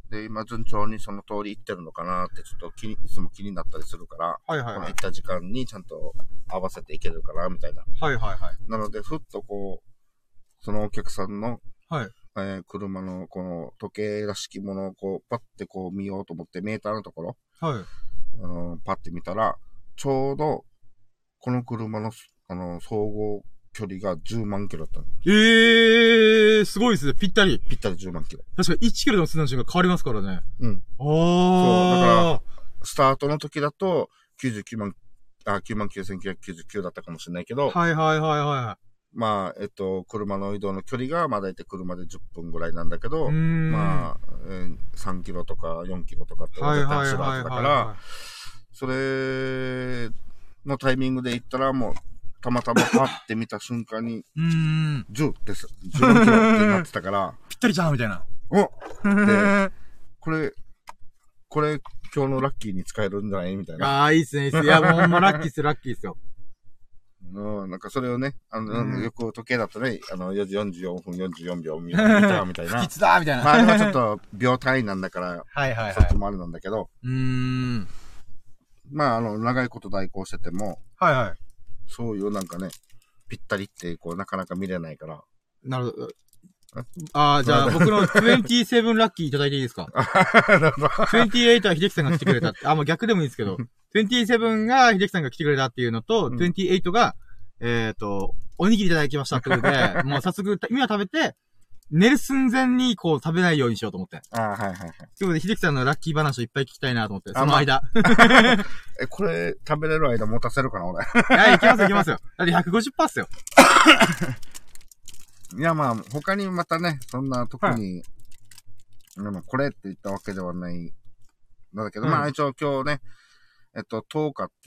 で、今、順調にその通り行ってるのかなって、ちょっと気に、いつも気になったりするから、はいはいはい。この行った時間にちゃんと合わせていけるかな、みたいな。はいはいはい。なので、ふっとこう、そのお客さんの、はい。えー、車のこの時計らしきものをこう、パッてこう見ようと思って、メーターのところ、はい。あのー、パッて見たら、ちょうど、この車の、あのー、総合距離がじゅうまんキロだったの。ええー、すごいですね。ぴったり。ぴったりじゅうまんキロ。確かいちキロの数字が変わりますからね。うん。ああ。そう、だから、スタートの時だと、きゅうじゅうきゅうまん、あ、きゅうまんきゅうせんきゅうひゃくきゅうじゅうきゅうだったかもしれないけど、はいはいはいはい。まあ、えっと、車の移動の距離が、まあ大体車でじゅっぷんぐらいなんだけど、まあ、えー、さんキロとかよんキロとかって絶対走るはずだから、それのタイミングで行ったらもう、たまたまパッて見た瞬間に、じゅうです。じゅうよんキロってなってたから、ぴったりじゃんみたいな。おで、これ、これ今日のラッキーに使えるんじゃないみたいな。ああ、いいっすね、いいっすね。いや、もうほんまラッキーっす、ラッキーっすよ。うん、なんかそれをね、あの、うん、よく時計だとね、あの、よじよんじゅうよんぷんよんじゅうよんびょう見たみたいな。不吉だみたいな。まあ、あれはちょっと秒単位なんだから、はいはいはい。そっちもあれなんだけど。うーん。まあ、あの、長いこと代行してても、はいはい。そういうなんかね、ぴったりって、こう、なかなか見れないから。なるほど。ああ、じゃあ僕のにじゅうななラッキーいただいていいですか？なるほど。にじゅうはちは秀樹さんが来てくれたって。あ、もう逆でもいいですけど。にじゅうななが秀樹さんが来てくれたっていうのと、うん、にじゅうはちが、えっ、ー、と、おにぎりいただきましたってことで、もう早速、今食べて、寝る寸前にこう食べないようにしようと思って。ああ、はいはいはい。ということで、秀樹さんのラッキー話をいっぱい聞きたいなと思って、その間。え、これ食べれる間持たせるかな、俺。いや、いきますよいきますよ。だって ひゃくごじゅっパーセント っすよ。いや、まあ、他にまたね、そんな特に、はい、これって言ったわけではない。なんだけど、うん、まあ一応今日ね、えっと、とおかっていうこ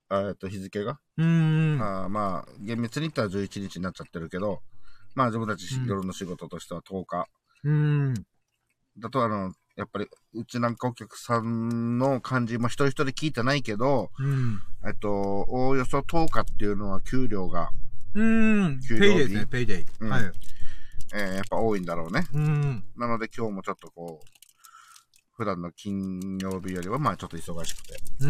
えっと、日付が。 うん。 あまあ、厳密に言ったらじゅういちにちになっちゃってるけど、まあ自分たち夜の仕事としてはとおか。 うん。 だと、あの、やっぱり、うちなんかお客さんの感じも一人一人聞いてないけど、 うん、 えっと、おおよそとおかっていうのは給料が、 うん、給料ペイデイですね、ペイデイ。うん、はい。 えー、やっぱ多いんだろうね。 うん。 なので今日もちょっとこう、普段の金曜日よりはまあちょっと忙しくて。 うん。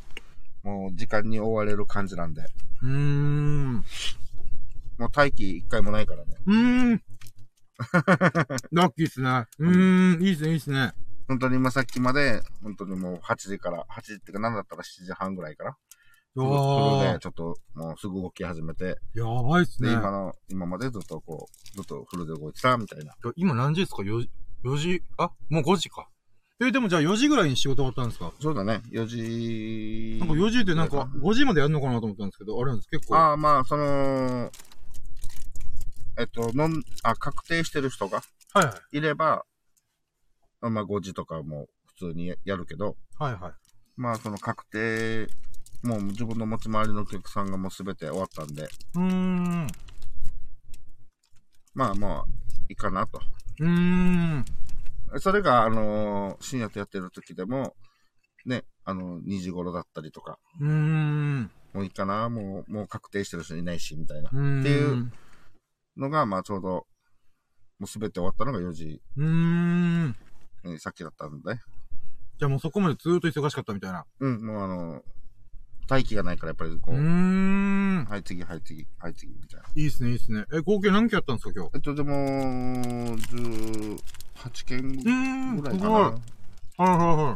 もう時間に追われる感じなんで。 うーん。 もう待機一回もないからね。 うーん。ラッキーっすね。うーん、いいっすね、いいっすね。 本当に今さっきまで、本当にもうはちじから、はちじっていうか何だったらしちじはんぐらいから。フルでちょっともうすぐ動き始めて。 やばいっすね。 で、今の、今までずっとこう、ずっとフルで動いてたみたいな。 今何時ですか ?よじ、よじ、あ、もうごじか。え、でもじゃあよじぐらいに仕事終わったんですか？ そうだね。よじ。 なんかよじってなんかごじまでやるのかなと思ったんですけど、あれなんです結構。 ああ、まあ、その、えっと、のん、あ、確定してる人が、はいはい。いれば、まあごじとかも普通にやるけど、 はいはい。 まあその確定、もう自分の持ち回りのお客さんがもうすべて終わったんで、 うーん。 まあまあ、いいかなと。 うーん。 それが、あのー、深夜とやってる時でも、ね、あの、にじ頃だったりとか。 うーん。 もういいかな、もう、もう確定してる人いないし、みたいな。っていうのが、まあちょうど、もうすべて終わったのがよじ。 うーん。 えー、さっきだったんで。 じゃあもうそこまでずーっと忙しかったみたいな。 うん、もうあの、待機がないからやっぱりこう。うーん。 はい、次、はい、次、はい、次、みたいな。 いいっすね、いいっすね。え、合計何件やったんですか、今日。 えっと、でも、じゅうはちけんぐらいかな。はいはいはい。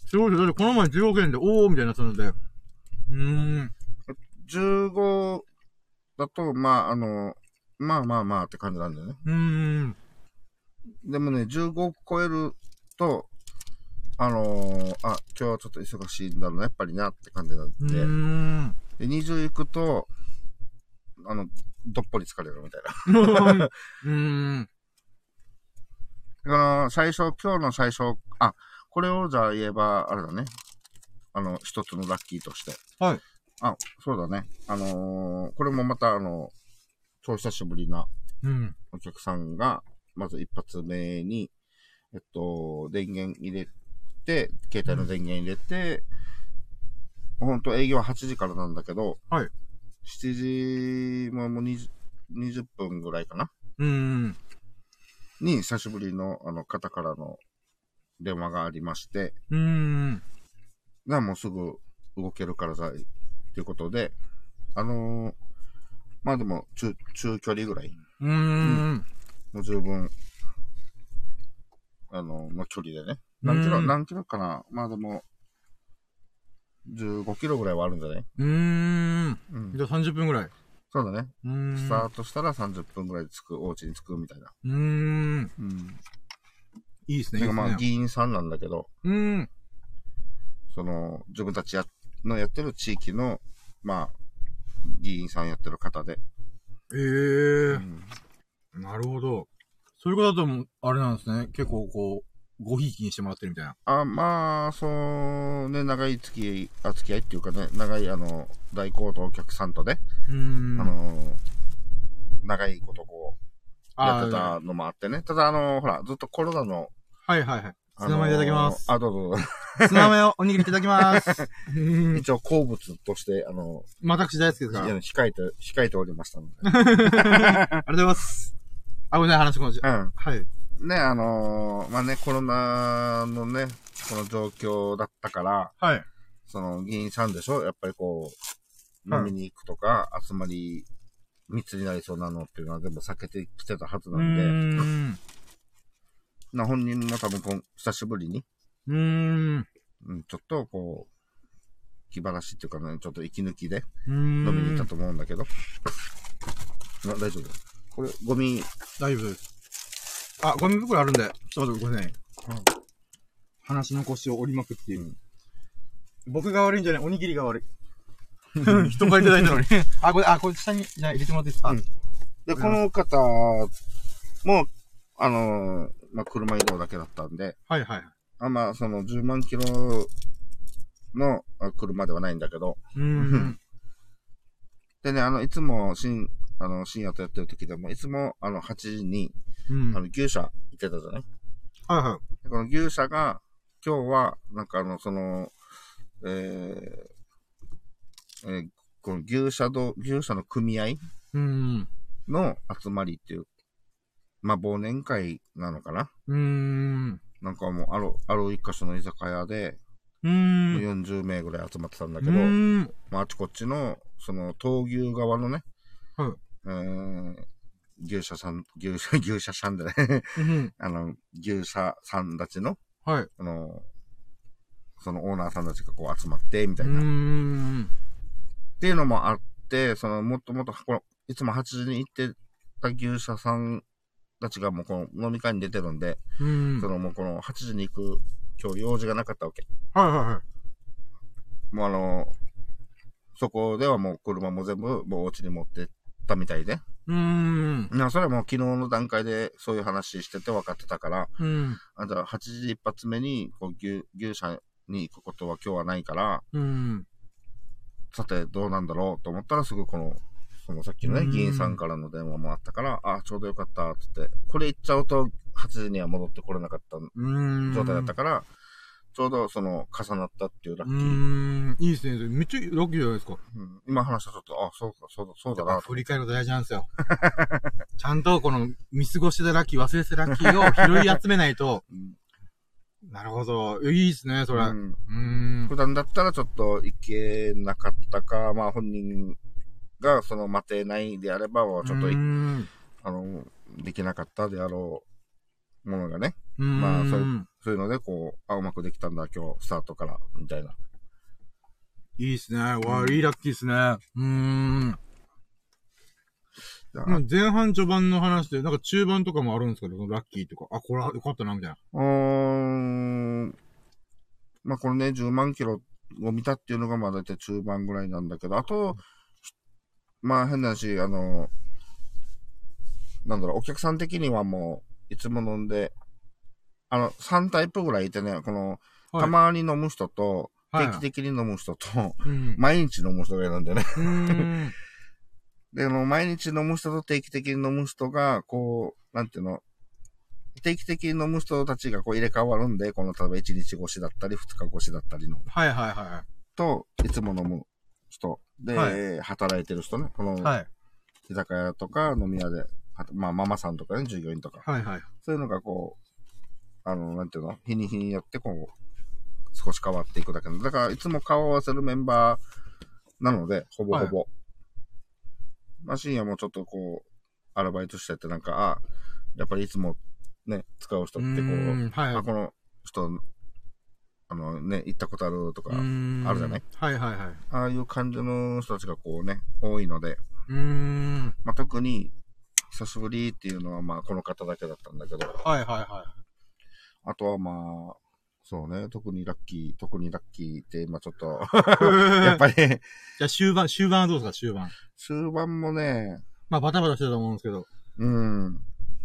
すごいです。だってこの前じゅうごけんで、おーみたいになったので。うーん。 じゅうごだと、まあ、あの、まあまあまあって感じなんだよね。 うーん。でもね、じゅうご超えると、あのー、あ、今日はちょっと忙しいんだろうな、やっぱりなって感じなんで。うーん。で、にじゅういくと、あの、どっぽり疲れるみたいな。うーん。だから、最初、今日の最初、あ、これをじゃあ言えば、あれだね。あの、一つのラッキーとして。はい。あ、そうだね。あのー、これもまた、あの、超久しぶりな、お客さんが、まず一発目に、えっと、電源入れて、携帯の電源入れて、うん、ほんと営業ははちじからなんだけど、はい。しちじ、もうもうにじゅう、にじゅっぷんぐらいかな。うん。に、久しぶりの、あの、方からの電話がありまして、うん。が、もうすぐ動けるからさ、ということで、あのー、まあでも、中、中距離ぐらい。うーん。うん、もう十分、あの、の距離でね。何キロ、何キロかな。まあでも、じゅうごキロぐらいはあるんじゃないうーん。うん。じゃあさんじゅっぷんぐらい。そうだね。うーん。スタートしたらさんじゅっぷんぐらいで着く、お家に着くみたいな。うーん。うん。いいですね。てかまあ、議員さんなんだけど、うん。その、自分たちや、のやってる地域の、まあ、議員さんやってる方で。ええー。うん、なるほど。そういうことだと、あれなんですね。結構こう、ごひいきにしてもらってるみたいな。あ、まあ、そうね、長い付き合い、あ、付き合いっていうかね、長いあの、代行とお客さんとで、うん。あの、長いことこう、やってたのもあってね。ただあの、ほら、ずっとコロナの。はいはいはい。ツナマヨいただきます。あ、どうぞどうぞ。ツナマヨおにぎりいただきます。一応好物として、あの、私大好きですから。控えて、控えておりましたので。ありがとうございます。あ、ごめんなさい、話このじ。うん。はい。ね、あのー、まあね、コロナのね、この状況だったから、はい。その、議員さんでしょやっぱりこう、飲みに行くとか、集まり、密になりそうなのっていうのは全部避けてきてたはずなんで、うーん。な、本人も多分こう、久しぶりに、うーん。うん、ちょっとこう、気晴らしっていうかね、ちょっと息抜きで、飲みに行ったと思うんだけど、あ、大丈夫。これ、ゴミ。大丈夫です。あ、ゴミ袋あるんで、ちょっとごめんなさい。うん、話の腰を折りまくっていう。うん、僕が悪いんじゃない、おにぎりが悪い。人がいただいたのに。あ、これ、あ、これ下に、じゃあ入れてもらっていいですか、うん、で、この方も、あのー、まあ、車移動だけだったんで。はいはい。あ、まあ、そのじゅうまんキロの車ではないんだけど。 うん。 でね、あの、いつも、深、あの、深夜とやってる時でも、いつも、あの、はちじに、うん、あの、牛舎行ってたじゃない？ はいはい。 この牛舎が、今日は、なんかあの、その、えー、えー、この牛舎と、牛舎の組合の集まりっていう、まあ、忘年会なのかな？ うん。 なんかもう、ある、ある一箇所の居酒屋で、 うん。 よんじゅうめいぐらい集まってたんだけど、まあ、あちこちの、その、闘牛側のね、はい。えー、牛舎さん、牛舎、牛舎さんでね、うん、あの、牛舎さんたちの、はい。あの、そのオーナーさんたちがこう集まって、みたいな。うーん。っていうのもあって、その、もっともっと、この、いつもはちじに行ってた牛舎さんたちがもうこの飲み会に出てるんで、うん。そのもうこのはちじに行く、今日用事がなかったわけ。はいはいはい。もうあの、そこではもう車も全部もうお家に持ってったみたいで。うーん。いや、それはもう昨日の段階でそういう話してて分かってたから、うん。あ、じゃあはちじ一発目にこう牛、牛舎に行くことは今日はないから、うん。さてどうなんだろうと思ったらすぐこの、そのさっきのね、議員さんからの電話もあったから、あ、ちょうどよかったって言って、これ行っちゃうとはちじには戻ってこれなかった状態だったから、ちょうどその重なったっていうラッキー。うーん、いいですね。めっちゃラッキーじゃないですか。 うん、今話したちょっと、あ、そうか、そうだ、そうだな。 振り返ること大事なんですよ。ちゃんとこの見過ごしてたラッキー、忘れてたラッキーを拾い集めないと。うん、なるほど。いいですね、それ。うん。 うん普段だったらちょっと行けなかったか、まあ本人がその待てないであれば、ちょっと、あの、できなかったであろうものがね。まあそういう、そういうので、こう、あ、うまくできたんだ、今日、スタートから、みたいな。 いいっすね。わあ、うん、いいラッキーっすね。うーん。前半序盤の話で、なんか中盤とかもあるんですかね、そのラッキーとか。あ、これはよかったな、みたいな。 うーん。まあ、これね、じゅうまんキロを見たっていうのが、まあ、だいたい中盤ぐらいなんだけど、あと、まあ、変な話、あの、なんだろう、お客さん的にはもう、いつも飲んで、あの、さんタイプぐらいいてね、この、はい、たまに飲む人と、定期的に飲む人と、はい、毎日飲む人がいるんでね。で、あの、毎日飲む人と定期的に飲む人が、こう、なんていうの、定期的に飲む人たちがこう入れ替わるんで、この、例えばいちにち越しだったり、ふつか越しだったりの。 はいはいはい。 と、いつも飲む人で、はい、働いてる人ね。この、はい、居酒屋とか飲み屋で、まあ、ママさんとかね、従業員とか。はいはい。そういうのがこう、あの、なんていうの、日に日によってこう、少し変わっていくだけの。だから、いつも顔を合わせるメンバーなので、ほぼほぼ。はい、まあ、深夜もちょっとこう、アルバイトしててなんか、あ、やっぱりいつもね、使う人ってこう、はいはい、あ、この人、あのね、行ったことあるとか、あるじゃない？ はいはいはい。 ああいう感じの人たちがこうね、多いので、うーんまあ、特に、久しぶりっていうのはまあ、この方だけだったんだけど、 はいはいはい。 あとはまあ、そうね、特にラッキー、特にラッキーって今ちょっと、やっぱり。じゃあ終盤、終盤はどうですか、終盤。 終盤もね、 まあバタバタしてたと思うんですけど。 うん。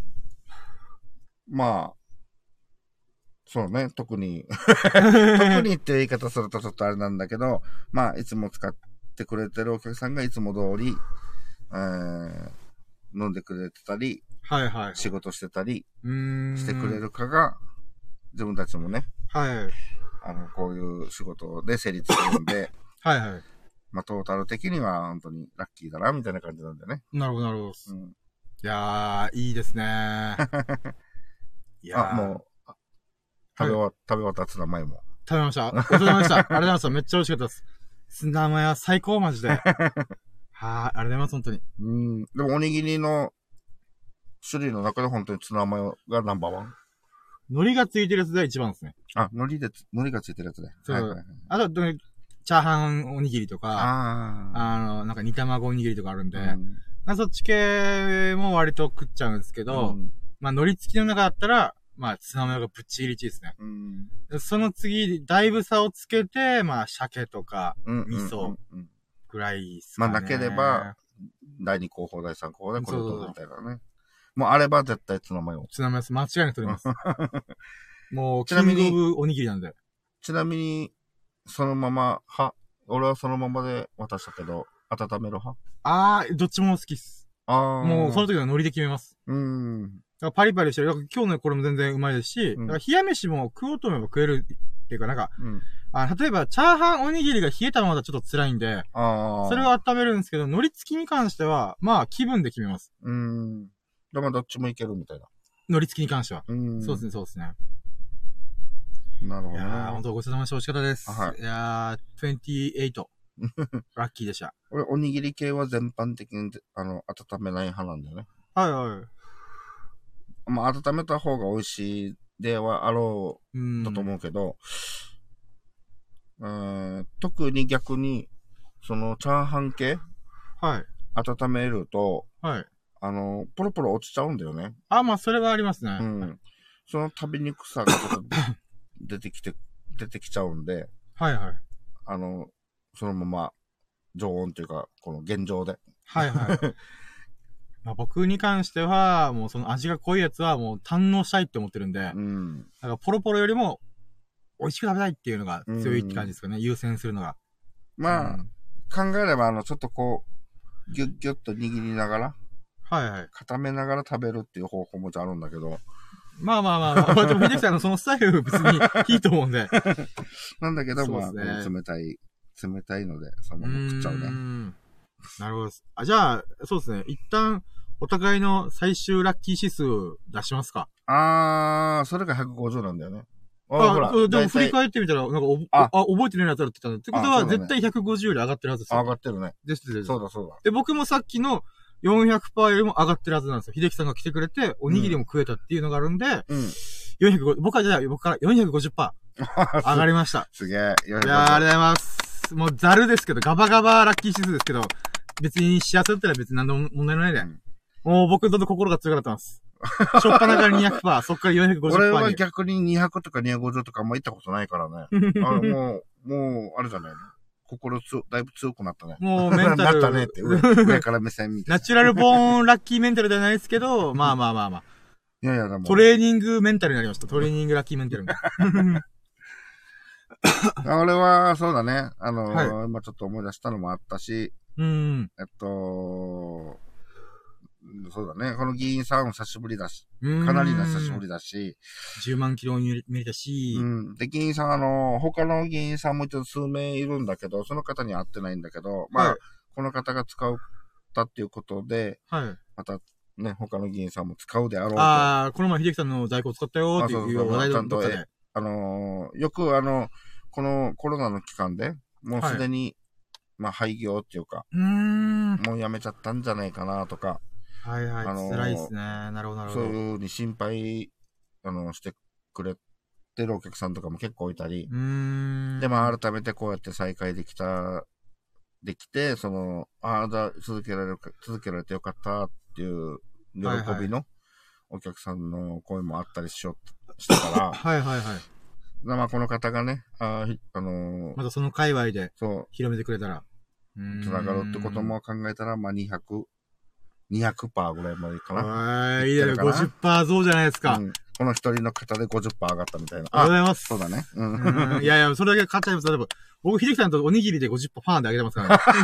まあ、そうね、特に。特にっていう言い方するとちょっとあれなんだけど、まあ、いつも使ってくれてるお客さんがいつも通り、えー、飲んでくれてたり、 はいはい。 仕事してたり、してくれるかが、自分たちもね、はい。あの、こういう仕事で成立するんで、 はいはい。 まあ、トータル的には本当にラッキーだな、みたいな感じなんだよね。 なるほど、なるほど。うん、いやー、いいですねー。 いやー。あ、もう、食べ終わ、はい、食べ終わったツナマヨも。 食べました。お疲れ様でした。ありがとうございました。めっちゃ美味しかったです。ツナマヨ最高、マジで。はーい、ありがとうございます、本当に。 うん。でも、おにぎりの種類の中で本当にツナマヨがナンバーワン。 海苔がついてるやつが一番ですね。 あ、海苔で、海苔がついてるやつね。 そう。はいはいはい、あと、チャーハンおにぎりとか、ああの、なんか煮卵おにぎりとかあるんで、うん、まあ、そっち系も割と食っちゃうんですけど、うん、まあ、海苔付きの中だったら、まあ、ツナマヨがぶっちぎりいちですね。うん、その次、だいぶ差をつけて、まあ、鮭とか、味噌ぐらいですかね。 まあ、なければ、だいに候補、だいさん候補でこれを取るみたいなね。そうそうもうあれば絶対ツナマヨ。 ツナマヨ間違いなく取ります。もう、ちなみに、キングオブおにぎりなんで。 ちなみに、 そのまま派。俺はそのままで渡したけど、温める派。 あー、どっちも好きっす。 あー。 もうその時のノリで決めます。 うん。 だからパリパリしてる。だから今日のこれも全然うまいですし、うん、だから冷や飯も食おうと思えば食えるっていうか、なんか、うん、あ例えば、チャーハンおにぎりが冷えたままだとちょっと辛いんで、あそれを温めるんですけど、海苔付きに関しては、まあ気分で決めます。 うん。でもどっちもいけるみたいな。 海苔付きに関しては。うん。そうですね、そうですね。 なるほど、ね。いやー、本当ごちそうさまでした。美味しかったです。はい。いやー、にじゅうはち。ラッキーでした。 俺、おにぎり系は全般的に、あの、温めない派なんだよね。 はいはい。 まあ、温めた方が美味しいではあろう、だと思うけど、うん、特に逆に、その、チャーハン系はい。 温めると、 はい。 あの、ポロポロ落ちちゃうんだよね。 あ、まあ、それはありますね。 うん。その食べにくさがちょっと出てきて、出てきちゃうんで、 はいはい。 あの、そのまま、常温というか、この現状で。 はいはい。まあ僕に関しては、もうその味が濃いやつはもう堪能したいって思ってるんで、うん。だからポロポロよりも、美味しく食べたいっていうのが強いって感じですかね。優先するのが。 まあ、うん、考えれば、あの、ちょっとこう、ギュッギュッと握りながら、 はいはい。 固めながら食べるっていう方法もあるんだけど。 まあまあまあまあ、でも、秀樹さんのそのスタイル別にいいと思うんで。 なんだけど、ね、まあ、冷たい、冷たいので、そのまま食っちゃうね。うなるほど。あ、じゃあ、そうですね。一旦、お互いの最終ラッキー指数出しますか。 あー、それがひゃくごじゅうなんだよね。 あ、ほらでも振り返ってみたら、なんかおあ、あ、覚えてるやつあるって言ったんだ。ってことは、絶対ひゃくごじゅうより上がってるはずですよ。 上がってるね。 ですです。 そうだそうだ。 で、僕もさっきの よんひゃくパーセント よりも上がってるはずなんですよ。秀樹さんが来てくれて、おにぎりも食えたっていうのがあるんで、うん。よんひゃくごじゅう、僕はじゃあ、僕から よんひゃくごじゅっパーセント 上がりました。 すげえ。 いやー、ありがとうございます。もうザルですけど、ガバガバラッキー指数ですけど、別に幸せだったら別に何でも問題ないで。うん、もう僕どんどん心が強くなってます。しょっぱなから にひゃくパーセント、そっからよんひゃくごじゅっパーセント。 俺は逆ににひゃくとかにひゃくごじゅうとかも行ったことないからね。あもう、もう、あれじゃないの。心つ、だいぶ強くなったね。 もうメンタル。 なったねって上、上から目線みたいな。 ナチュラルボーンラッキーメンタルではないですけど、まあまあまあまあ。 いやいや、でも。 トレーニングメンタルになりました。トレーニングラッキーメンタル。 俺は、そうだね。あのー、はい、今ちょっと思い出したのもあったし、 うん。 えっと、そうだね。この議員さんも久しぶりだし、かなりの久しぶりだし、 じゅうまんキロに見れたし、 うん。で、議員さん、あの、他の議員さんも一応数名いるんだけど、その方には会ってないんだけど、まあ、はい、この方が使ったっていうことで、 はい。 また、ね、他の議員さんも使うであろうと。 ああ、この前秀樹さんの在庫を使ったよっていう話題だったね。 あのー、よくあの、このコロナの期間で、もうすでに、はい、まあ、廃業っていうか、 うーんもうやめちゃったんじゃないかなとか、 はいはい、あのー、辛いですね。なるほどなるほど。 そういうふうに心配、あの、してくれてるお客さんとかも結構いたり、 うーんで、まあ、改めてこうやって再開できた、できて、その、ああ、だ、続けられるか、続けられてよかったっていう喜びのお客さんの声もあったりしよう、したから、 はいはいはい。 まあ、この方がね、あ、あのー、 またその界隈で、 そう、 広めてくれたら、 つながるってことも考えたら、まあ、にひゃく、にひゃくパーセントぐらいまでかな。 はい、いいね、ごじゅっパーセント増じゃないですか。うん、 この一人の方で ごじゅっパーセント 上がったみたいな。 ありがとうございます。 そうだね。うん。うんいやいや、それだけ買っちゃいます。例えば、僕、秀樹さんとおにぎりで ごじゅっパーセント ファンであげてます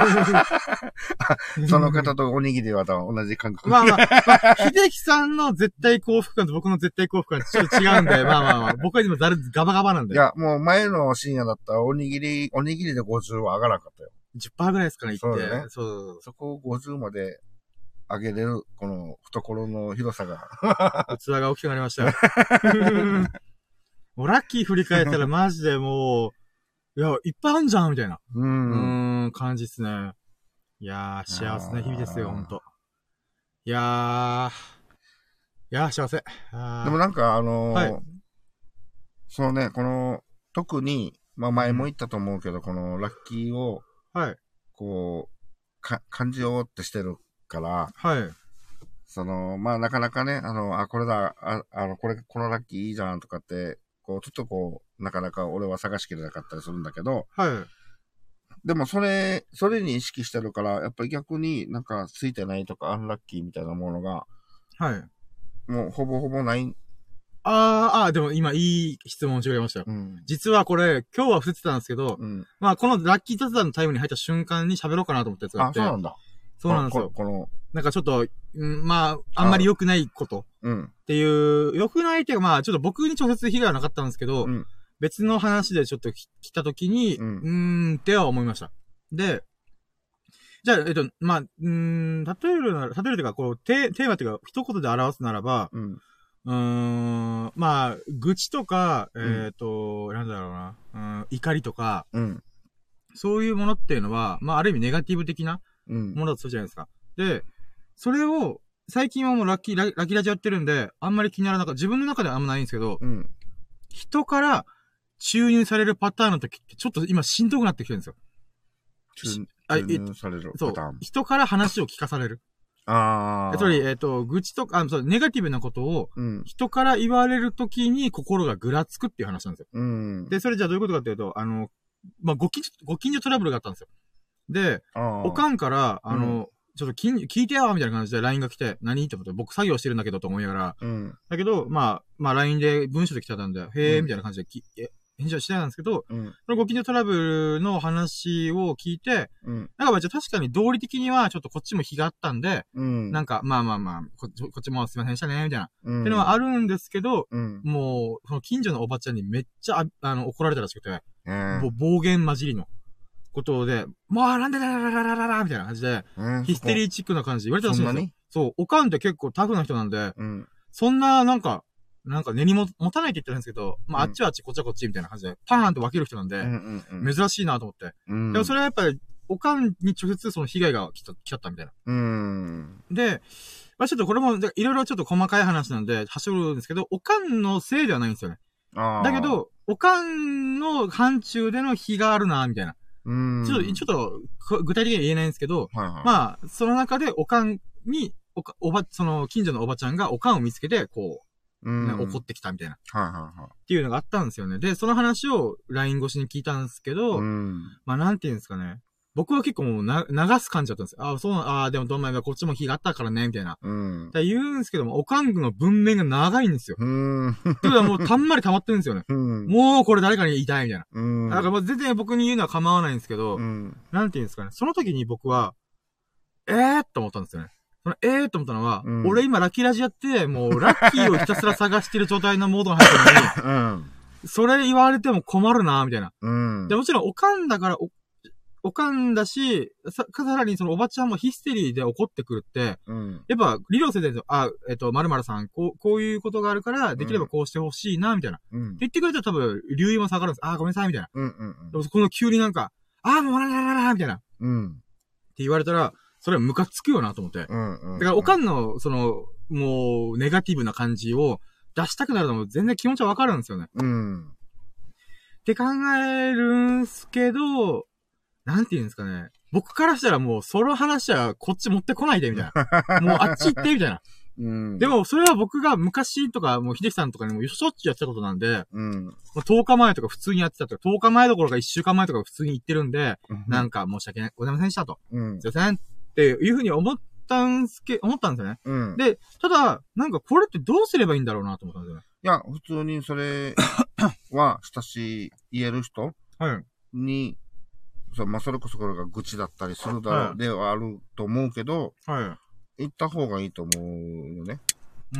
からね。 その方とおにぎりは同じ感覚。 まあまあ、まあ、秀樹さんの絶対幸福感と僕の絶対幸福感ちょっと違うんで、まあまあまあ、僕は今ザルガバガバなんで。 いや、もう前の深夜だったらおにぎり、おにぎりでごじゅうは上がらなかったよ。 じゅっパーセント ぐらいですかね、言って。 そうだね。 そう。 そこをごじゅうまで上げれる、この懐の広さが。 器が大きくなりましたよ。もうラッキー振り返ったらマジでもう、いや、いっぱいあんじゃんみたいな。 うん。 うーん、感じっすね。いやー、幸せな日々ですよ、ほんと。いやー、いやー、幸せ。 でもなんか、あのーはい、そうね、この、特に、まあ前も言ったと思うけど、うん、このラッキーを、 はい。 こう、か、感じようってしてるから、 はい。 その、まあなかなかね、あの、あ、これだ、あ、あの、これ、このラッキーいいじゃんとかって、こう、ちょっとこう、なかなか俺は探しきれなかったりするんだけど、 はい。 でもそれ、それに意識してるから、やっぱり逆になんかついてないとかアンラッキーみたいなものが、 はい。 もうほぼほぼない。 あー、あー、でも今いい質問をしてくれましたよ。うん、実はこれ、今日は伏せてたんですけど、うん、まあこのラッキー雑談のタイムに入った瞬間に喋ろうかなと思ったやつがあって。 あ、そうなんだ。 そうなんですよ。この、なんかちょっと、うん、まあ、あんまり良くないこと。うん。っていう、良くないっていうかまあ、ちょっと僕に直接被害はなかったんですけど、うん、別の話でちょっと来た時に、うん、うーんっては思いました。で、じゃあ、えっと、まあ、うーん、例えるなら、例えるというか、こう、テーマっていうか、一言で表すならば、うん、うーん、まあ、愚痴とか、えっ、ー、と、うん、なんだろうな、うん、怒りとか、うん、そういうものっていうのは、まあ、ある意味ネガティブ的なものだとするじゃないですか。うん、で、それを、最近はもうラッキー、ラッキーラジやってるんで、あんまり気にならなかった。自分の中ではあんまないんですけど、うん、人から注入されるパターンの時って、ちょっと今しんどくなってきてるんですよ。 注入されるパターン。 そう。人から話を聞かされる。ああ。つまり、えっ、ー、と、愚痴とか、あそう、ネガティブなことを、人から言われるときに心がぐらつくっていう話なんですよ。うん。で、それじゃあどういうことかっていうと、あの、まあ、ご近所、ご近所トラブルがあったんですよ。で、おかんから、あの、うん、ちょっと聞いてよみたいな感じで ライン が来て、何って思って、僕作業してるんだけどと思いながら、うん、だけど、まあ、まあ ライン で文章で来てたんで、へーみたいな感じでき、え返事はしてたんですけど、うん、そのご近所トラブルの話を聞いて、うん、なんかまあじゃ確かに道理的にはちょっとこっちも非があったんで、うん、なんかまあまあまあ、こ, こっちもすいませんでしたね、みたいな、うん。っていうのはあるんですけど、うん、もう、その近所のおばちゃんにめっちゃああの怒られたらしくて、うん、もう暴言混じりのことで、まあなんでだららららららみたいな感じで、うん、ヒステリーチックな感じで言われてたらしいんですよ。そう、おかんって結構タフな人なんで、うん、そんななんか、なんか根にも持たないって言ってるんですけど、まあ、うん、あっちはあっち、こっちはこっちみたいな感じで、パーンって分ける人なんで、うんうんうん、珍しいなと思って。うん、でもそれはやっぱり、おかんに直接その被害が来た、来ちゃったみたいな。うん、で、まあちょっとこれも、いろいろちょっと細かい話なんで、はしょるんですけど、おかんのせいではないんですよね。だけど、おかんの範疇での非があるな、みたいな。うん、ちょっと、ちょっと、具体的には言えないんですけど、はいはい、まあ、その中でおかんに、おか、おば、その、近所のおばちゃんがおかんを見つけて、こう、うん、怒ってきたみたいな。はいはいはい。っていうのがあったんですよね。で、その話を ライン 越しに聞いたんですけど、うん、まあなんていうんですかね。僕は結構もうな流す感じだったんですよ。ああ、そうな、ああ、でもどんまいがこっちも火があったからね、みたいな。うん。だ言うんですけども、おかんの文面が長いんですよ。うん。ってことはもうたんまり溜まってるんですよね。うん。もうこれ誰かに言いたいみたいな。うん。だからもう全然僕に言うのは構わないんですけど、うん。なんていうんですかね。その時に僕は、えーって思ったんですよね。そのえーって思ったのは、うん、俺今ラッキーラジやって、もうラッキーをひたすら探してる状態のモードに入ってるのに、うん。それ言われても困るな、みたいな。うん。で、もちろんおかんだからお、おかんだし、さ、さらにそのおばちゃんもヒステリーで怒ってくるって、うん、やっぱ理論先生で、あ、えっと、〇〇さん、こう、こういうことがあるから、できればこうしてほしいな、みたいな。うん、って言ってくれたら多分、留意も下がるんです。あ、ごめんなさい、みたいな。うんうんうん、でもこの急になんか、あ、もうならららら、みたいな。うん。って言われたら、それはムカつくよなと思って。うんうんうん、だからおかんの、その、もう、ネガティブな感じを出したくなるのも全然気持ちはわかるんですよね。うん。って考えるんすけど、なんて言うんですかね。僕からしたらもう、その話はこっち持ってこないで、みたいな。もうあっち行って、みたいな。うん、でも、それは僕が昔とか、もう秀樹さんとかにもしょっちゅうやってたことなんで、うん、とおかまえとか普通にやってたとか、とおかまえどころかいっしゅうかんまえとか普通に言ってるんで、うん、なんか申し訳ない、ございませんでしたと。うん、すいませんっていうふうに思ったんすけ、思ったんですよね。うん、で、ただ、なんかこれってどうすればいいんだろうなと思ったんですよね。 いや、普通にそれは、親しい言える人に、はいそうまあ、それこそこれが愚痴だったりするだろう、はい、ではあると思うけど、はい。行った方がいいと思うよね。うん。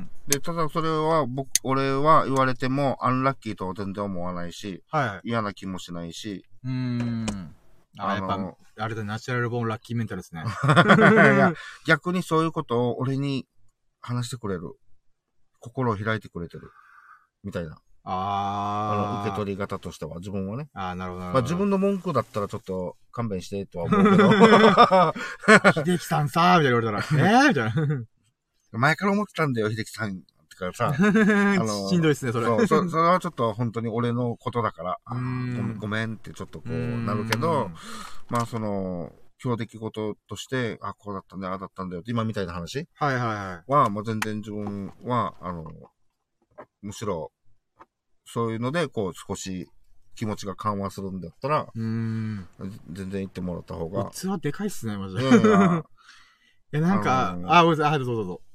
で、ただそれは僕、俺は言われてもアンラッキーとは全然思わないし、はい。嫌な気もしないし。うーん。 あ、あやっぱ、あれだ、ナチュラルボーンラッキーメンタルですね。 いや、逆にそういうことを俺に話してくれる。心を開いてくれてる。みたいな。ああ。受け取り方としては、自分はね。 ああ、なるほど。 まあ自分の文句だったらちょっと勘弁してとは思うけど。 秀樹さんさーみたいな言われたら、えーみたいな。 前から思ってたんだよ、秀樹さん。ってからさ。あのしんどいっすね、それ。 そう、そ、それはちょっと本当に俺のことだから、ご, ごめんってちょっとこうなるけど、まあその、今日出来事として、あ、こうだったんだよ、ああだったんだよって今みたいな話はいはいはい。 は、もう全然自分は、あの、むしろ、そういうので、こう、少し気持ちが緩和するんだったら、うーん全然言ってもらった方が。 器でかいっすね、マジで。いやいや、いやなんか、あ、ごめんなさい、はい、どうぞどうぞ。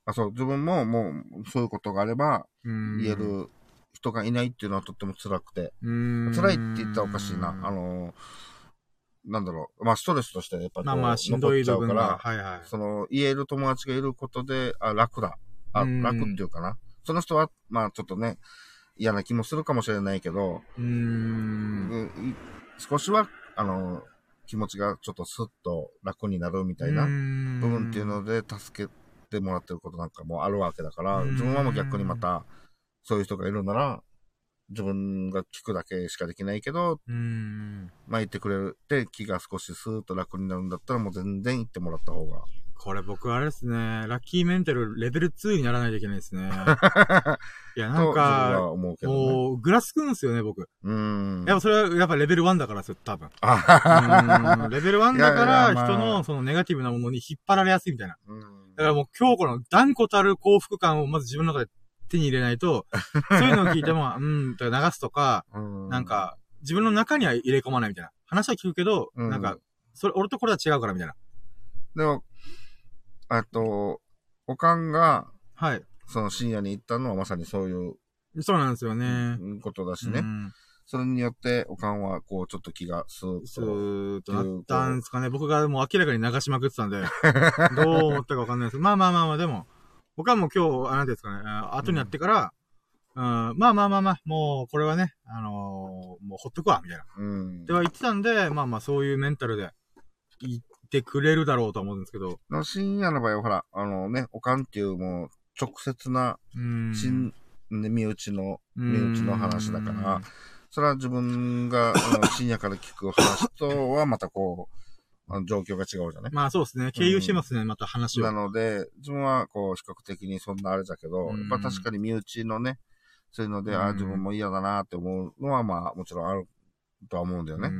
あ、そう、自分ももう、そういうことがあれば、言える人がいないっていうのはとっても辛くて。辛いって言ったらおかしいな。あの、なんだろう。まあ、ストレスとしてやっぱこう、 まあ、しんどい残っちゃうから、 はいはい。 その、言える友達がいることで、あ、楽だ。あ、楽っていうかな。その人は、まあ、ちょっとね、嫌な気もするかもしれないけど、 うーん少しは、あの、気持ちがちょっとスッと楽になるみたいな部分っていうので、助けてもらってることなんかもあるわけだから、自分はもう逆にまた、そういう人がいるなら、自分が聞くだけしかできないけど、 うーんまあ言ってくれるって気が少しスーッと楽になるんだったらもう全然言ってもらった方が。 これ僕あれですね、ラッキーメンタルレベルツーにならないといけないですね。いや、なんか、 思うけどね、 もう、ぐらつくんですよね、僕。 うん。 やっぱそれは、やっぱレベルワンだからですよ、多分。うんレベルワンだから、人のそのネガティブなものに引っ張られやすいみたいな。うん、だからもう今日この断固たる幸福感をまず自分の中で手に入れないと、そういうのを聞いても、うん、とか流すとか、うん、なんか、自分の中には入れ込まないみたいな。話は聞くけど、うん、なんか、それ、俺とこれは違うからみたいな。 でも、あと、おかんが、 はい。 その深夜に行ったのはまさにそういう。 そうなんですよね。 ことだしね。うん、それによって、おかんは、こう、ちょっと気がスーッと。 スーッとなったんですかね。僕がもう明らかに流しまくってたんで、どう思ったかわかんないです。まあまあまあまあ、でも、おかんも今日、あ、なんていうんですかね、後になってから、うん、うん、まあまあまあまあ、もう、これはね、あのー、もうほっとくわ、みたいな。うん。では言ってたんで、まあまあ、そういうメンタルで、言ってくれるだろうと思うんですけど。 深夜の場合は、ほら、あのね、おかんっていうもう、直接な、親、ね、身内の、身内の話だから、それは自分が、あの深夜から聞く話とはまたこう、あの状況が違うじゃね。 まあそうですね。経由してますね、うん、また話は。なので、自分はこう、比較的にそんなあれだけど、やっぱ確かに身内のね、そういうので、ああ、自分も嫌だなって思うのは、まあ、もちろんあるとは思うんだよね。 うん、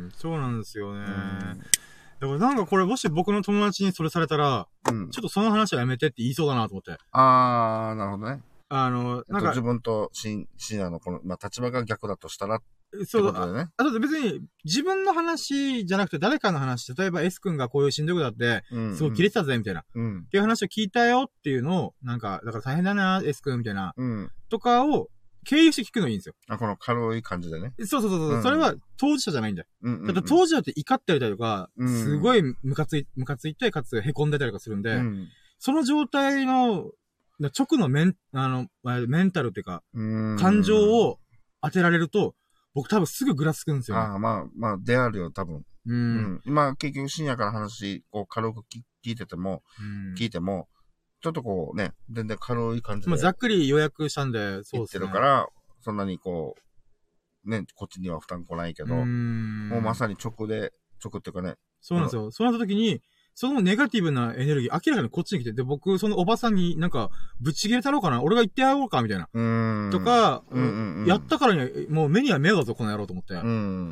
そうなんですよね。だからなんかこれもし僕の友達にそれされたら、うん、ちょっとその話はやめてって言いそうだなと思って。 あー、なるほどね。 あの、なんか。 自分と深夜のこの、まあ、立場が逆だとしたら、そうだね。 あと別に、自分の話じゃなくて誰かの話、例えば S 君がこういうしんどくなって、うんうん、すごい切れてたぜ、みたいな、うん。っていう話を聞いたよっていうのを、なんか、だから大変だな、S 君みたいな、うん、とかを、経由して聞くのいいんですよ。 あ、この軽い感じでね。 そうそうそうそう、うん、それは当事者じゃないんだよ。うんうんうん、だって当事者って怒ってたりとか、うん、すごいムカつい、ムカついて、かつ凹んでたりとかするんで、うん、その状態の、直のメン、あの、メンタルっていうか、う感情を当てられると、僕多分すぐぐらつくんですよ、ね。 ああ、まあ、まあ、であるよ、多分。うん。うん、今、結局深夜から話、こう、軽く聞いてても、うん、聞いても、ちょっとこうね、全然軽い感じで。 まあ、ざっくり予約したんで、そうですね。 言ってるから、そんなにこう、ね、こっちには負担来ないけど、うんもうまさに直で、直っていうかね。 そうなんですよ。そうなった時に、そのネガティブなエネルギー、明らかにこっちに来て、で、僕、そのおばさんになんか、ぶち切れたろうかな俺が言ってやろうかみたいな。うーん。とか、うんうんうん、やったからに、もう目には目がぞ、この野郎と思って。うん。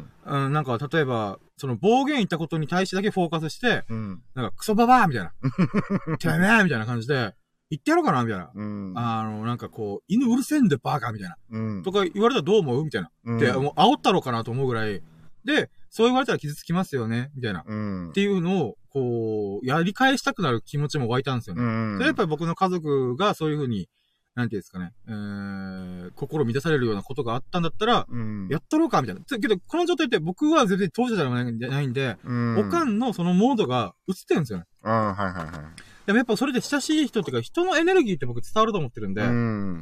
うん、なんか、例えば、その暴言言ったことに対してだけフォーカスして、うん、なんか、クソババーみたいな。てめえみたいな感じで、言ってやろうかなみたいな。うん。あの、なんかこう、犬うるせえんでバカみたいな。うん。とか言われたらどう思うみたいな。うん。で、もう煽ったろうかなと思うぐらい。で、そう言われたら傷つきますよねみたいな。うん。っていうのを、こう、やり返したくなる気持ちも湧いたんですよね。うん。それやっぱり僕の家族がそういう風に、なんていうんですかね、えー、心乱されるようなことがあったんだったら、うん、やったろうかみたいな。けど、この状態って僕は全然当事者じゃないんで、うん、おかんのそのモードが映ってるんですよね。 ああ、はいはいはい。 でもやっぱそれで親しい人っていうか、人のエネルギーって僕伝わると思ってるんで、うん、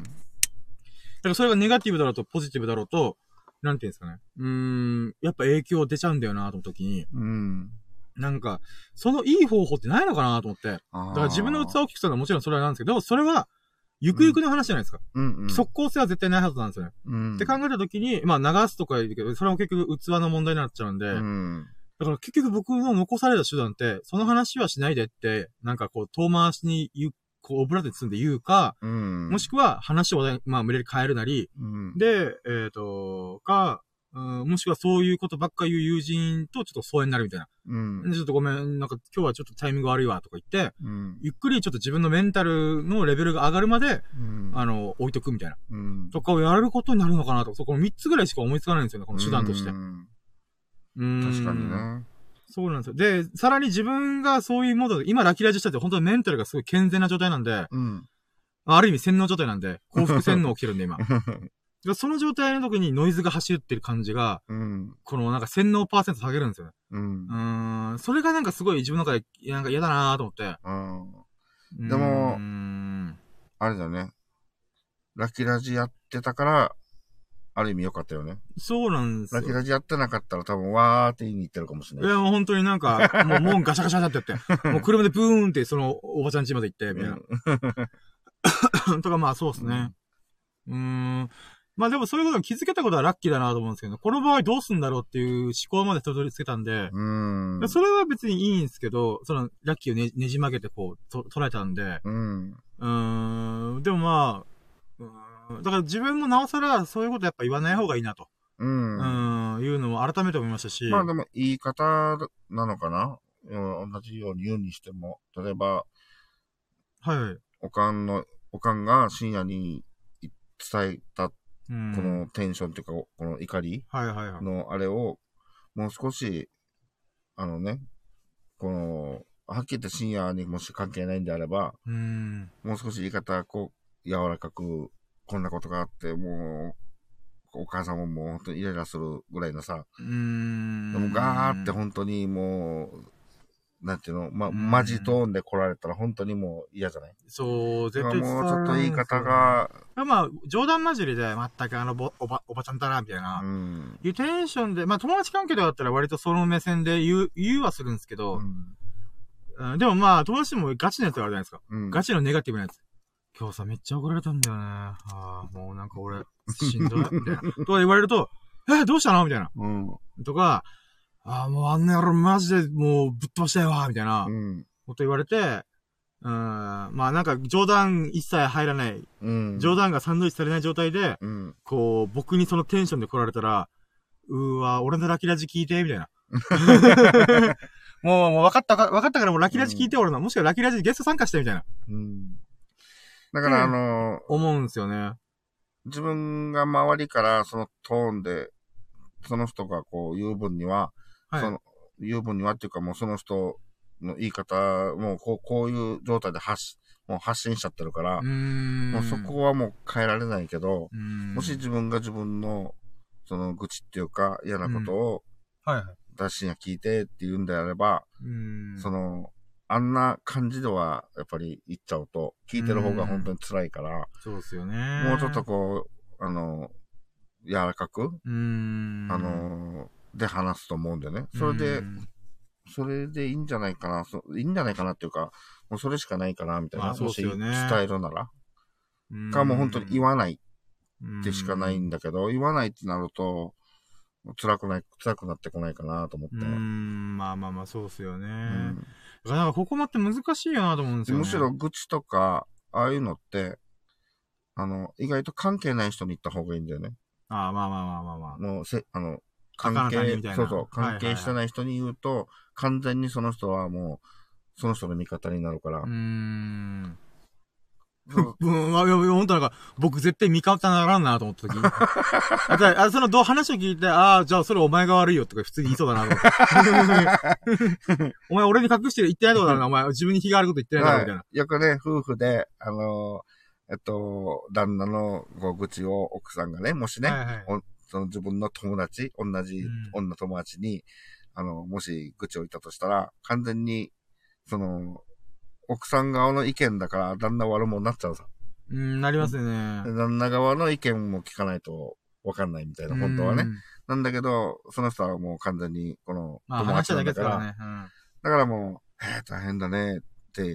だからそれがネガティブだろうとポジティブだろうと、なんていうんですかね。うーん、やっぱ影響出ちゃうんだよなと思った時に、うん、なんか、そのいい方法ってないのかなと思って。だから自分の器を大きくするのはもちろんそれはなんですけど、それは、ゆくゆくの話じゃないですか。うんうんうん、即効性は絶対ないはずなんですよね。うん、って考えた時に、まあ流すとか言うけど、それも結局器の問題になっちゃうんで、うん、だから結局僕の残された手段って、その話はしないでって、なんかこう遠回しに言う、こうオブラートに包んで言うか、うん、もしくは話をまあ無理やり変えるなり、うん、で、えっと、か、うん、もしくはそういうことばっか言う友人とちょっと疎遠になるみたいな。うん、ちょっとごめん、なんか今日はちょっとタイミング悪いわとか言って、うん、ゆっくりちょっと自分のメンタルのレベルが上がるまで、うん、あの、置いとくみたいな。うん、とかをやることになるのかなと。そこのみっつぐらいしか思いつかないんですよね、この手段として。うん。 うん確かにね。 そうなんですよ。で、さらに自分がそういうモードで、今ラッキーラジしたって本当にメンタルがすごい健全な状態なんで、うん。ある意味洗脳状態なんで、幸福洗脳起きてるんで今。その状態の時にノイズが走ってる感じが、うん、このなんか洗脳パーセント下げるんですよね。うん。うーん。それがなんかすごい自分の中でなんか嫌だなーと思って。 うん。でも、あれだよね。ラッキーラジやってたから、ある意味良かったよね。 そうなんですよ。 ラッキーラジやってなかったら多分わーって言いに行ってるかもしれない。 いやもう本当になんか、もう門ガシャガシャってやって、もう車でブーンってそのおばちゃん家まで行って、みたいな。とかまあそうですね。うん。うーんまあでもそういうことに気づけたことはラッキーだなと思うんですけど、この場合どうすんだろうっていう思考までたどり着けたんで、うんそれは別にいいんですけど、そのラッキーを ね, ねじ曲げてこうと捉えたんで、うん。うーんでもまあ、うん、だから自分もなおさらそういうことやっぱ言わない方がいいなと。うん。うん、いうのも改めて思いましたし。 まあでも言い方なのかな、同じように言うにしても、例えば、はい。おかんの、おかんが深夜に伝えたこのテンションというか、この怒りのあれを、もう少し、あのね、この、はっきり言って深夜にもし関係ないんであれば、うんもう少し言い方、こう、柔らかく、こんなことがあって、もう、お母さんももう本当にイライラするぐらいのさ、うんでもガーって本当にもう、なんていうの、ま、マジトーンで来られたら本当にもう嫌じゃない？ そう、絶対もうちょっと言い方が。 まあ、冗談交じりで、全くあのぼ、おば、おばちゃんだな、みたいな。うん。いうテンションで、まあ友達関係でだったら割とその目線で言う、言うはするんですけど、うん、でもまあ友達でもガチなやつがあるじゃないですか。うん、ガチのネガティブなやつ。今日さ、めっちゃ怒られたんだよね。ああ、もうなんか俺、しんどいみたいな。とか言われると、え、どうしたのみたいな。うん。とか、ああ、もうあんな野郎マジでもうぶっ飛ばしたいわ、みたいな、こと言われて、うん、まあなんか冗談一切入らない、うん、冗談がサンドイッチされない状態で、うん、こう、僕にそのテンションで来られたら、うーわ、俺のラキラジ聞いて、みたいな。もう、もう分かったか、分かったからもうラキラジ聞いて、俺の。もしくはラキラジゲスト参加して、みたいな。うん、 だから、あのー、 思うんですよね。 自分が周りからそのトーンで、その人がこう言う分には、はい、その、言う分にはっていうかもうその人の言い方、もうこう、こういう状態で発、もう発信しちゃってるから、もうそこはもう変えられないけど、もし自分が自分の、その愚痴っていうか嫌なことを、はいはい。出しに聞いてって言うんであれば、その、あんな感じではやっぱり言っちゃうと、聞いてる方が本当に辛いから、 そうですよね。 もうちょっとこう、あの、柔らかく、あの、で話すと思うんでね。それで、それでいいんじゃないかな、そいいんじゃないかなっていうか、もうそれしかないかな、みたいな。まあ、そうですよね。もし伝えるなら。か、もう本当に言わないってしかないんだけど、言わないってなると、辛くない、辛くなってこないかなと思って。うーん、まあまあまあ、そうですよね。うん、だからなんかここまって難しいよなと思うんですよね。 むしろ愚痴とか、ああいうのって、あの、意外と関係ない人に言った方がいいんだよね。 ああ、まあまあまあまあまあ。 もう、せ、あの、関係、そうそう、関係してない人に言うと、はいはいはい、完全にその人はもう、その人の味方になるから。うーん。 うん、あ、いや、本当なんか、僕絶対味方ならんなと思った時に。あ、あそのどう話を聞いて、ああ、じゃあそれお前が悪いよとか普通に言いそうだなと思って。お前俺に隠して言ってないとこだな、お前自分に非があること言ってないだろ、みたいな。 よくね、夫婦で、あのー、えっと、旦那のご愚痴を奥さんがね、もしね、はいはい、その自分の友達、同じ女友達に、うん、あの、もし愚痴を言ったとしたら、完全に、その、奥さん側の意見だから旦那悪者になっちゃうさ。 うん、なりますよね。 旦那側の意見も聞かないと分かんないみたいな、本当はね。なんだけど、その人はもう完全にこの友達なんだから、まあ、話だけですからね。うん、だからもう、えー、大変だねって、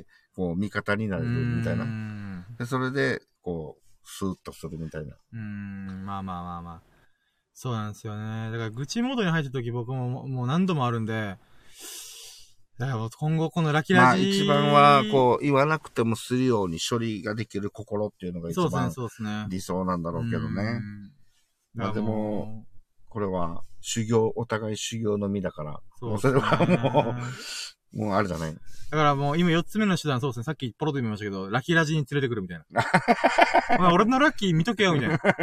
こう味方になれるみたいな。で、それで、こう、スーッとするみたいな。 うーん、まあまあまあまあ。そうなんですよね。だから愚痴モードに入った時僕ももう何度もあるんで、だから今後このラキラジ。 まあ一番は、こう、言わなくてもするように処理ができる心っていうのが一番理想なんだろうけどね。まあでも、これは修行、お互い修行の身だから、そうもうそれはもう、もうあれじゃない。 だからもう今四つ目の手段、そうですね。さっきポロと言いましたけど、ラキラジに連れてくるみたいな。お前俺のラッキー見とけよ、みたいな。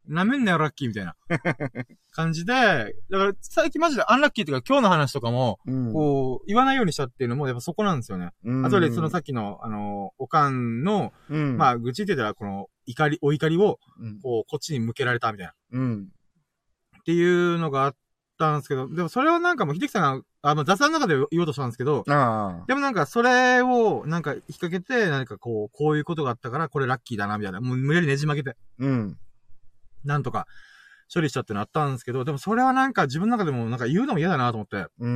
舐めんなよ、ラッキーみたいな感じで、だから最近マジでアンラッキーっていうか今日の話とかも、うん、こう、言わないようにしたっていうのもやっぱそこなんですよね。あとでそのさっきの、あの、おかんの、うん、まあ、愚痴ってたらこの怒り、お怒りを、こう、こっちに向けられたみたいな。うん、っていうのがあったんですけど、でもそれはなんかもう秀樹さんが、あ、まあ、雑談の中で言おうとしたんですけど、あでもなんかそれをなんか引っ掛けて、何かこう、こういうことがあったからこれラッキーだなみたいな。もう無理やりねじ曲げて。うん。なんとか処理しちゃってのあったんですけど、でもそれはなんか自分の中でもなんか言うのも嫌だなと思って。うん。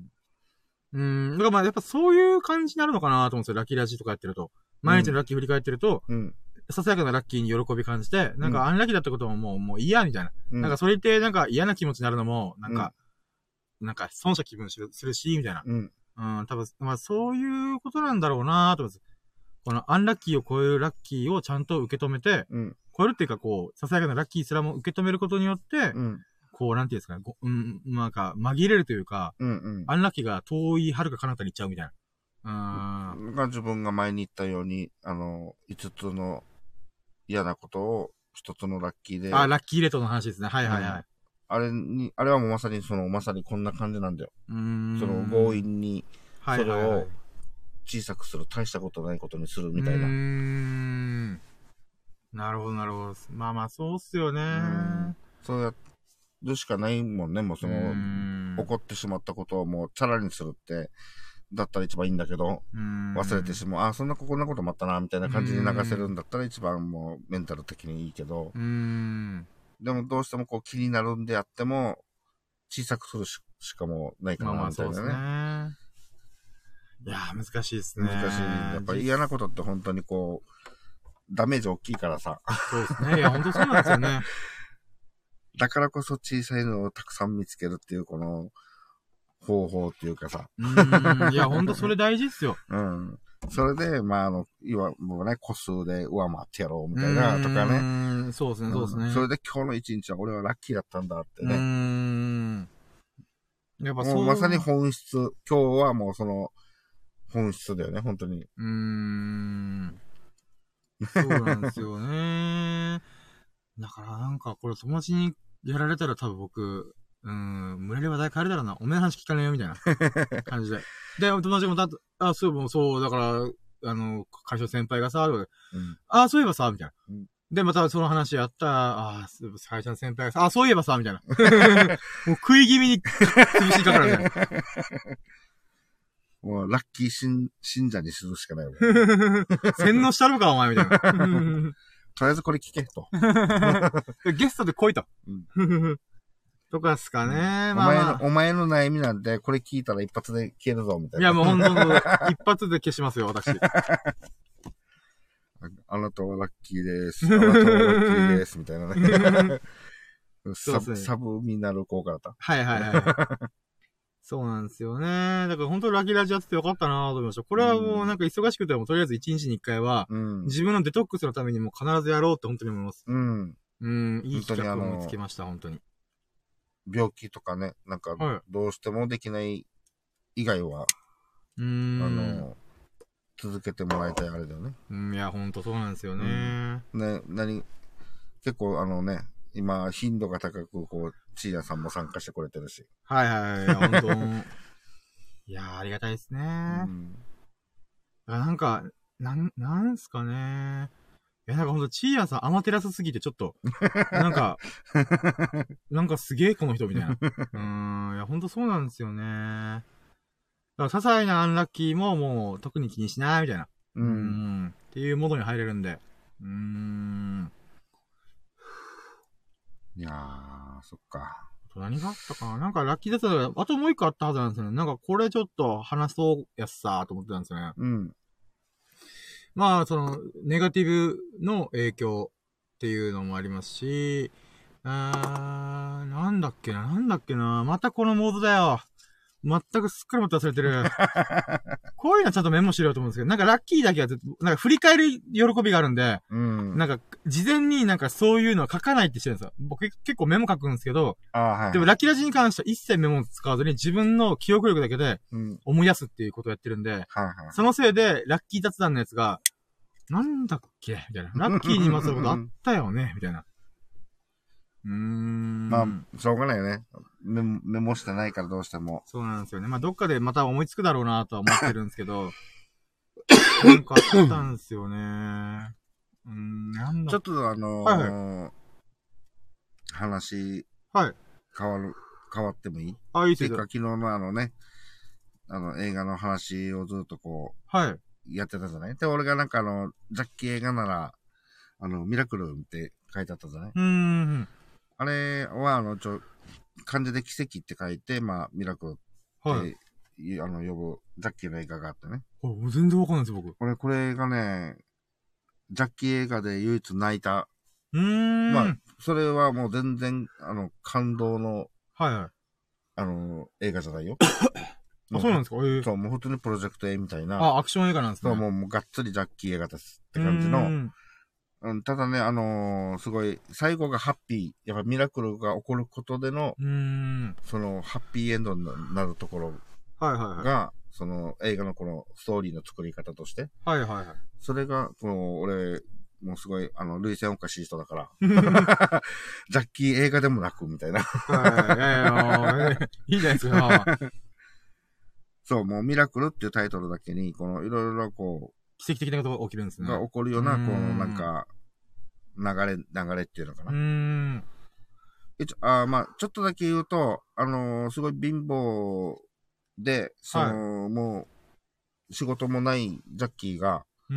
うん。だからまあやっぱそういう感じになるのかなと思うんですよ。ラッキーラジとかやってると。毎日のラッキー振り返ってると、うん。ささやかなラッキーに喜び感じて、なんかアンラッキーだったことももう、もう嫌みたいな。うん。なんかそれってなんか嫌な気持ちになるのも、なんか、うん、なんか損した気分するし、みたいな。うん。うん、多分、まあそういうことなんだろうなと思って。このアンラッキーを超えるラッキーをちゃんと受け止めて、うん、超えるっていうかこう、ささやかなラッキーすらも受け止めることによって、うん、こう、なんていうんですかね、うん、なんか、紛れるというか、うんうん、アンラッキーが遠い遥か彼方に行っちゃうみたいな。 うん。が自分が前に言ったように、あの、五つの嫌なことを一つのラッキーで。 あ、ラッキーレートの話ですね。はいはいはい。うん、 あれに、あれはもうまさにその、まさにこんな感じなんだよ。うーんその強引に、それを、はいはいはい小さくする、大したことないことにするみたいな。うーん。 なるほど、なるほど。まあまあ、そうっすよね。 そうやるしかないもんね、もうその、起こってしまったことをもうチャラにするって、だったら一番いいんだけど、忘れてしまう。あ、そんなこんなこともあったな、みたいな感じに流せるんだったら一番もうメンタル的にいいけど、うんでもどうしてもこう気になるんであっても、小さくするしかもないかな、みたいなね。まあまあそうですね。 いやー、難しいですね。 難しい。やっぱり嫌なことって本当にこう、ダメージ大きいからさ。 そうですね。いや、本当そうなんですよね。 だからこそ小さいのをたくさん見つけるっていうこの方法っていうかさ。 うーん。いや、本当それ大事っすよ。 うん。それで、まあ、あの、いわ、もうね、個数で上回ってやろうみたいなとかね。 うん。そうですね、そうですね、うん。 それで今日の一日は俺はラッキーだったんだってね。うーん。やっぱそう。もうまさに本質。今日はもうその、本質だよね、本当に。うーん。 そうなんですよね。だからなんか、これ友達にやられたら多分僕、うーん、無理やり話題変えるだろうな。お前の話聞かねえよ、みたいな感じで。で、友達もだと、あ、そう、そう、だから、あの、会社先輩がさ、うん、あ、そういえばさ、みたいな。うん、で、またその話やったら、あ、会社の先輩がさ、あ、そういえばさ、みたいな。もう食い気味に潰しかかるみたいな。 もう、ラッキー信信者にするしかないよ。 洗脳したろか、お前、みたいな。とりあえずこれ聞け、と。 ゲストで来いと。うん、とかっすかね。 うん、まあ、まあ、お前の、お前の悩みなんて、これ聞いたら一発で消えるぞ、みたいな。 いや、もうほんと、一発で消しますよ、私。 あなたはラッキーです。あなたはラッキーです。みたいなね。サブ、サブミナル効果だった。 はいはいはい。そうなんですよね。だから本当にラッキーラジやっててよかったなと思いました。これはもうなんか忙しくてもとりあえず一日に一回は、うん、自分のデトックスのためにも必ずやろうって本当に思います。うん。うん、いい企画を見つけました、本当に。 病気とかね、なんか、どうしてもできない以外は、うん、あの、続けてもらいたいあれだよね。 うん、いや、本当そうなんですよね。 うん、ね、何、結構あのね、今、頻度が高く、こう、チーヤさんも参加してくれてるし。 はいはいはい、本当いやー、ありがたいですね。うん、なんか、なん、なんすかね。いや、なんかほんと、チーヤさん、アマテラスすぎて、ちょっと、なんか、なんかすげえ、この人、みたいな。うーん、いや、ほんとそうなんですよね。だから、些細なアンラッキーも、もう、特に気にしない、みたいな。うん。うんっていうモードに入れるんで。うーん。 いやー、そっか。 何があったかななんかラッキーだったら、あともう一個あったはずなんですよね。なんかこれちょっと話そうやっさーと思ってたんですよね。うん。まあ、その、ネガティブの影響っていうのもありますし、あー、なんだっけな、なんだっけな、またこのモードだよ。全くすっかりまた忘れてる。こういうのはちゃんとメモしろよと思うんですけど、なんかラッキーだけは、なんか振り返る喜びがあるんで、うん、なんか事前になんかそういうのは書かないってしてるんですよ。僕結構メモ書くんですけど、あ、はい、でもラッキーラジに関しては一切メモ使わずに自分の記憶力だけで思い出すっていうことをやってるんで、うんはいはい、そのせいでラッキー雑談のやつが、なんだっけみたいな。ラッキーにまつわることあったよねみたいな。 うーん。 まあ、しょうがないよね。メモ、メモしてないからどうしても。 そうなんですよね。まあ、どっかでまた思いつくだろうなとは思ってるんですけど、なんかあったんですよね。うーん、なんだちょっとあのーはいはい、話、はい。変わる、変わってもいい？あ、いいですよ。ていうか昨日のあのね、あの映画の話をずっとこう、はい。やってたじゃない？で、俺がなんかあの、ジャッキー映画なら、あの、ミラクルって書いてあったじゃない？うーん。あれは、あの、ちょ、漢字で奇跡って書いて、まあ、ミラクルって、はい、あの、呼ぶ、ジャッキーの映画があってね。 全然わかんないです、僕。 これ、これがね、ジャッキー映画で唯一泣いた。うーん。まあ、それはもう全然、あの、感動の、はいはい。あの、映画じゃないよ。 あ、そうなんですか？えー、 そう、もう本当にプロジェクト A みたいな。 あ、アクション映画なんですね。 そう、もう、もうがっつりジャッキー映画ですって感じの。うんうん、ただね、あのー、すごい、最後がハッピー、やっぱミラクルが起こることでの、うん、その、ハッピーエンドになるところが、はいはいはい、その、映画のこの、ストーリーの作り方として、はいはいはい。それが、この、俺、もうすごい、あの、類線おかしい人だから、ジャッキー映画でもなく、みたいな。はい、いやいや、いいじゃないですか。そう、もうミラクルっていうタイトルだけに、この、いろいろこう、 奇跡的なことが起きるんですね。 が起こるような、このなんか、流れ、流れっていうのかな。うーん。一応、あまあ、ちょっとだけ言うと、あのー、すごい貧乏で、その、はい、もう、仕事もないジャッキーが、うん。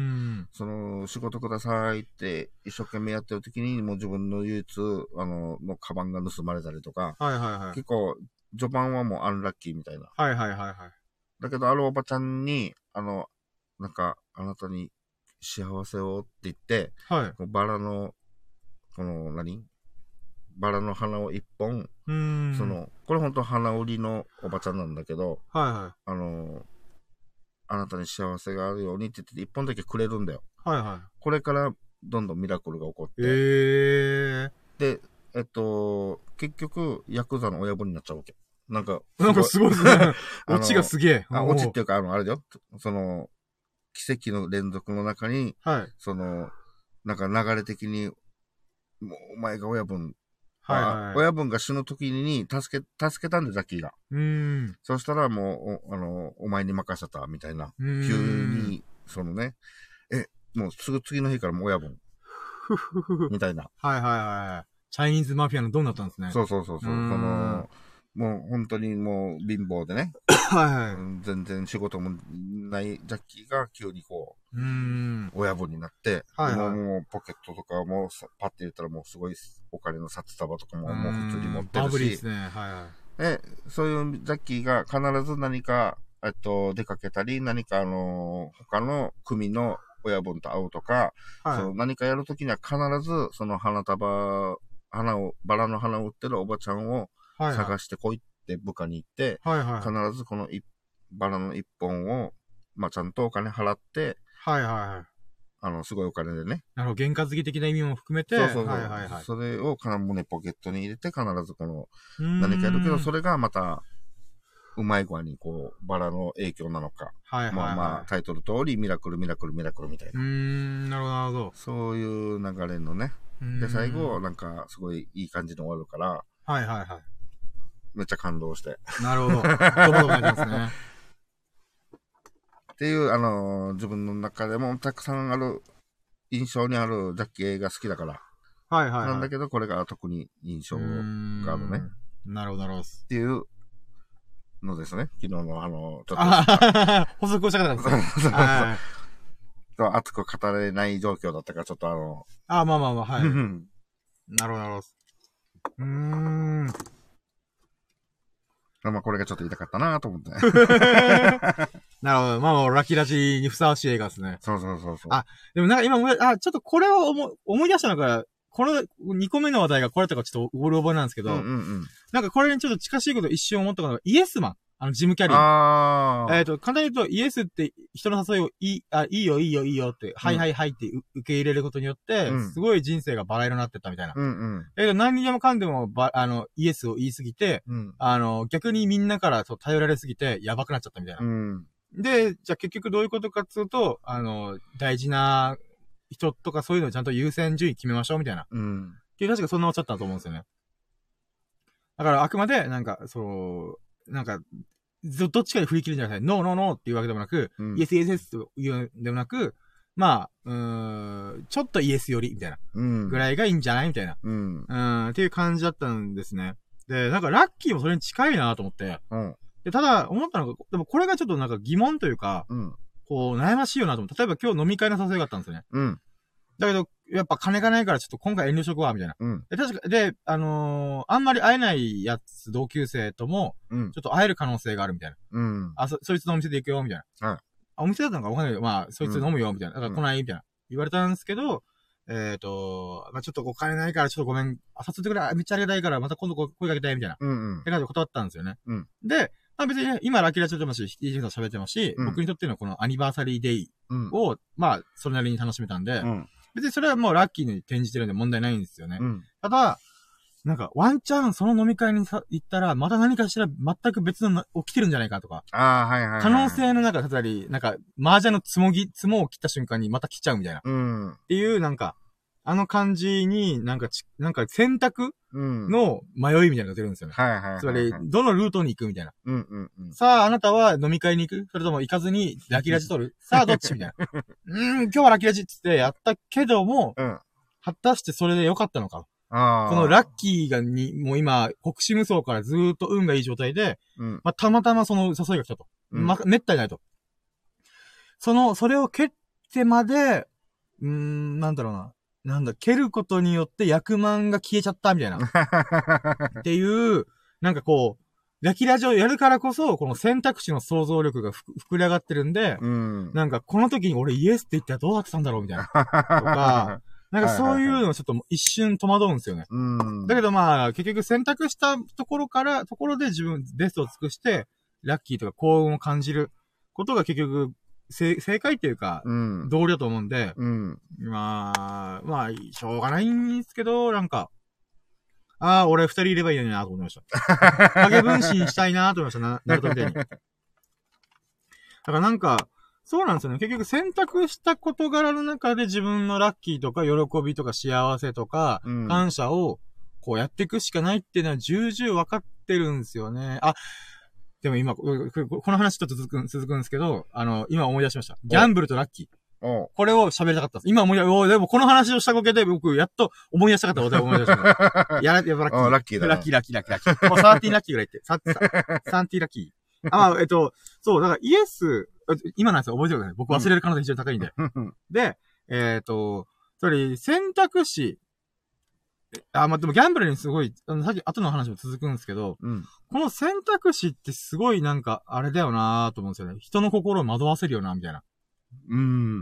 その、仕事くださいって一生懸命やってる時に、もう自分の唯一、あの、のカバンが盗まれたりとか、はいはいはい。結構、序盤はもうアンラッキーみたいな。はいはいはいはい。だけど、あるおばちゃんに、あの、なんか、あなたに幸せをって言って、はい。バラの、この何、バラの花を一本、うん。その、これ本当花売りのおばちゃんなんだけど、はいはい。あの、あなたに幸せがあるようにって言って一本だけくれるんだよ。はいはい。これからどんどんミラクルが起こって。へー。で、えっと、結局、ヤクザの親分になっちゃうわけ。なんか、 なんかすごいですね。オチがすげえ。 あ、オチっていうか、あの、あれだよ。その、奇跡の連続の中に、はい。その、なんか流れ的に、もうお前が親分、はいはい、親分が死ぬ時に助け、助けたんで、ザッキーが。うん。そしたらもう、お、あの、お前に任せた、みたいな。急に、そのね、え、もうすぐ次の日からもう親分。みたいな。 はいはいはい。チャイニーズマフィアのドンだったんですね。 そうそうそうそう。その、もう本当にもう貧乏でね。はいはい。全然仕事もないジャッキーが急にこう、うん親分になって、はいはい、もうポケットとかもパッて入れたらもうすごいお金の札束とかももう普通に持ってるし。 バブリーですね。はいはい。 で、そういうジャッキーが必ず何か、えっと、出かけたり、何かあの、他の組の親分と会うとか、はい、その何かやるときには必ずその花束、花を、バラの花を売ってるおばちゃんを探してこいって部下に言って、はいはい、必ずこのバラの一本を、まあ、ちゃんとお金払って、はいはいはい。あの、すごいお金でね。 なるほど、原価付き的な意味も含めて、 そうそうそう。 はいはいはい。 それを金胸ポケットに入れて必ずこの、何かやるけど、それがまた、うまい具合にこう、バラの影響なのか。はいはいはい。まあまあ、タイトル通り、ミラクル、ミラクル、ミラクルみたいな。 うーん、なるほど、なるほど。 そういう流れのね。で、最後、なんか、すごいいい感じに終わるから。 はいはいはい。 めっちゃ感動して。 なるほど。どうもどうもありますね。 っていう、あのー、自分の中でもたくさんある、印象にあるジャッキー映画好きだから。はいはい、はい。なんだけど、これが特に印象があるね。 なるほど、なるほど。 っていうのですね。昨日のあの、ちょっと。 補足をしたかったんですね。そうそうそう。熱く語れない状況だったから、ちょっとあの。 あ、まあまあまあ、はい。なるほど、なるほど。うーん。 まあ、これがちょっと言いたかったなと思って。 なるほど。まあまあ、ラッキーラジにふさわしい映画ですね。 そうそうそうそう。 あ、でもなんか今、あ、ちょっとこれを思思い出したのが、このにこめの話題がこれとかちょっとおる覚えなんですけど、うんうんうん、なんかこれにちょっと近しいこと一瞬思ったのが、イエスマン。あの、ジムキャリー。あえっ、ー、と、簡単に言うと、イエスって人の誘いをいい、あ、いいよいいよいいよって、うん、はいはいはいって受け入れることによって、うん、すごい人生がバラ色になってったみたいな。うんうん、えっと、何にでもかんでもば、あの、イエスを言いすぎて、うん、あの、逆にみんなからそう頼られすぎて、やばくなっちゃったみたいな。うん、で、じゃあ結局どういうことかっつうと、あの、大事な人とかそういうのをちゃんと優先順位決めましょうみたいな。うん、 結局確かそんなおっしゃったと思うんですよね。だからあくまで、なんか、そう、なんか、どっちかで振り切るんじゃなくて、ノーノーノーっていうわけでもなく、うん、イエスイエスイエスと言うんでもなく、まあ、うーん、ちょっとイエスより、みたいな。うん。ぐらいがいいんじゃないみたいな。うん。うん、っていう感じだったんですね。で、なんかラッキーもそれに近いなと思って。うん。で、ただ、思ったのが、でもこれがちょっとなんか疑問というか、うん。こう、悩ましいよなと思って。例えば今日飲み会の誘いがあったんですよね。うん。だけど、やっぱ金がないからちょっと今回遠慮しとくわ、みたいな。うん。で、確か、で、あのー、あんまり会えないやつ、同級生とも、うん。ちょっと会える可能性があるみたいな。うん。あ、そ、そいつのお店で行くよ、みたいな。はい。あ、お店だったのかわかんないけど、まあ、そいつ飲むよ、みたいな。だから来ないみたいな。言われたんですけど、えっと、まあ、ちょっとお金ないからちょっとごめん、誘ってくれ、めっちゃありがたいからまた今度声かけて、みたいな。うんうん。って感じで断ったんですよね。うん。で、まあ別にね、今ラッキーラジオでもし、イージーと喋ってますし、うん、僕にとってのこのアニバーサリーデイを、うん、まあ、それなりに楽しめたんで、うん、別にそれはもうラッキーに転じてるんで問題ないんですよね。うん、ただ、なんか、ワンチャンその飲み会にさ行ったら、また何かしら全く別の起きてるんじゃないかとか。ああ、はいはい、はい。可能性の中だったり、なんか、麻雀のつもぎ、つもを切った瞬間にまた来ちゃうみたいな。うん。っていう、なんか、あの感じになんかち、なんか選択の迷いみたいなのが出るんですよね。はいはいはい、はい。つまり、どのルートに行くみたいな。うんうんうん。さあ、あなたは飲み会に行く？それとも行かずにラッキーラジ取る？さあ、どっちみたいな。うーん、今日はラッキーラジって言ってやったけども、うん、果たしてそれで良かったのか。あこのラッキーがに、もう今、国士無双からずーっと運がいい状態で、うん、まあ、たまたまその誘いが来たと。うん、ま、めったにないと。その、それを蹴ってまで、うーん、なんだろうな。なんだ、蹴ることによって役満が消えちゃったみたいな。っていう、なんかこう、ラキラジオやるからこそ、この選択肢の想像力が膨れ上がってるんで、うん、なんかこの時に俺イエスって言ったらどうなってたんだろうみたいな。とか、なんかそういうのをちょっと一瞬戸惑うんですよね。うん、だけどまあ、結局選択したところから、ところで自分ベストを尽くして、ラッキーとか幸運を感じることが結局、正解っていうか、うん、道理だと思うんで、うん、まあ、まあ、しょうがないんですけど、なんか、ああ、俺二人いればいいのになと思いました。影分身したいなと思いました。な、ナルトみたいに。だからなんか、そうなんですよね。結局選択した事柄の中で自分のラッキーとか喜びとか幸せとか、感謝をこうやっていくしかないっていうのは重々分かってるんですよね。あ、でも今、この話ちょっと続く、続くんですけど、あの、今思い出しました。ギャンブルとラッキー。これを喋りたかったです。今思い出、おでもこの話をしたおかげで僕、やっと思い出したかったことを思い出した。やら、やっぱラッキー。ラッキーだ。ラッキー、ラッキー、ラッキー、ラッキー。もうサーティーラッキーぐらい言って。サーティー、サーティーラッキー。あ、まあ、えっと、そう、だからイエス、今なんですよ、覚えてください。僕忘れる可能性非常に高いんで。うん、で、えっと、つまり、選択肢、あ、まあ、でもギャンブルにすごい、あの、さっき後の話も続くんですけど、うん、この選択肢ってすごいなんか、あれだよなーと思うんですよね。人の心を惑わせるよな、みたいな。うん。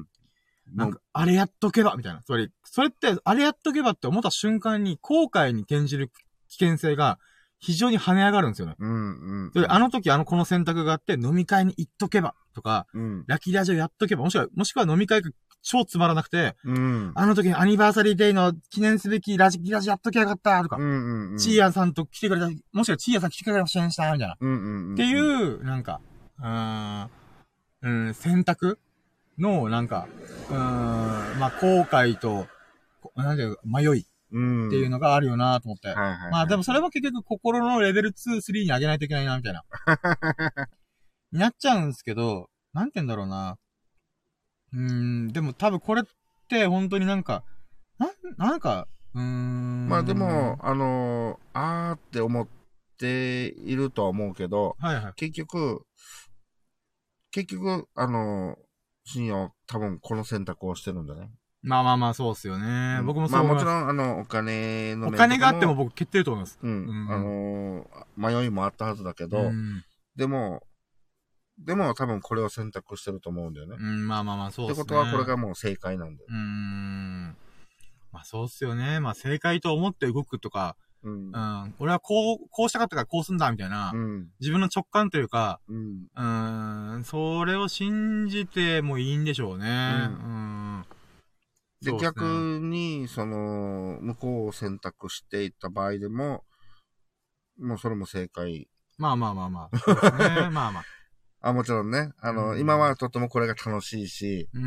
なんか、あれやっとけば、みたいな。つまり、それって、あれやっとけばって思った瞬間に、後悔に転じる危険性が非常に跳ね上がるんですよね。うんうん、で、あの時、あの、この選択があって、飲み会に行っとけば、とか、うん、ラッキーラジオやっとけば、もしくは、もしくは飲み会が超つまらなくて、うん、あの時にアニバーサリーデイの記念すべきラジキラジやっときゃよかった、とか、うんうんうん、チーヤさんと来てくれた、もしくはチーヤさん来てくれませんした、みたいな、うんうんうん。っていう、なんか、うーん、うん、選択の、なんか、うーん、まあ、後悔と、なんていうか、迷いっていうのがあるよなと思って。はいはいはい、まあ、でもそれも結局心のレベルに、さんに上げないといけないな、みたいな。になっちゃうんですけど、なんて言うんだろうな。うーん、でも多分これって本当になんか、なん、なんか、うーん。 まあでも、あのー、あーって思っているとは思うけど、はいはい、結局、結局、あのー、深夜は多分この選択をしてるんだね。 まあまあまあ、そうっすよね。うん、僕もそう思います。まあもちろん、あの、お金の面とかも。 お金があっても僕決定ると思います。 うん。うん、あのー、迷いもあったはずだけど、うん、でも、でも多分これを選択してると思うんだよね。 うん、まあまあまあ、そうっすね。 ってことはこれがもう正解なんだよ。 うーん。まあそうっすよね。まあ正解と思って動くとか、うん。うん、俺はこう、こうしたかったからこうすんだ、みたいな、うん。自分の直感というか、うん。うーん、それを信じてもいいんでしょうね。うん。うんで、でね、逆に、その、向こうを選択していった場合でも、もうそれも正解。 まあまあまあまあ。そうですね。まあまあ。 あ、もちろんね。あの、うん、今はとてもこれが楽しいし、 うん。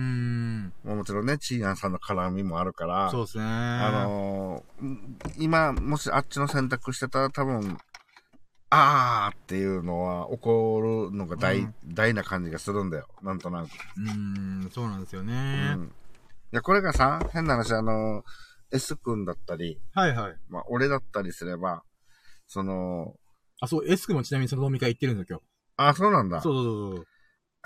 もちろんね、チーアンさんの絡みもあるから、 そうですね。 あのー、今、もしあっちの選択してたら多分、あーっていうのは起こるのが大、うん、大な感じがするんだよ。なんとなく。 うーん、そうなんですよね。うん。いや、これがさ、変な話、あのー、S 君だったり、 はいはい。 まあ、俺だったりすれば、その、 あ、そう、S 君もちなみにその飲み会行ってるんだよ、今日。 あ、そうなんだ。 そうそうそう。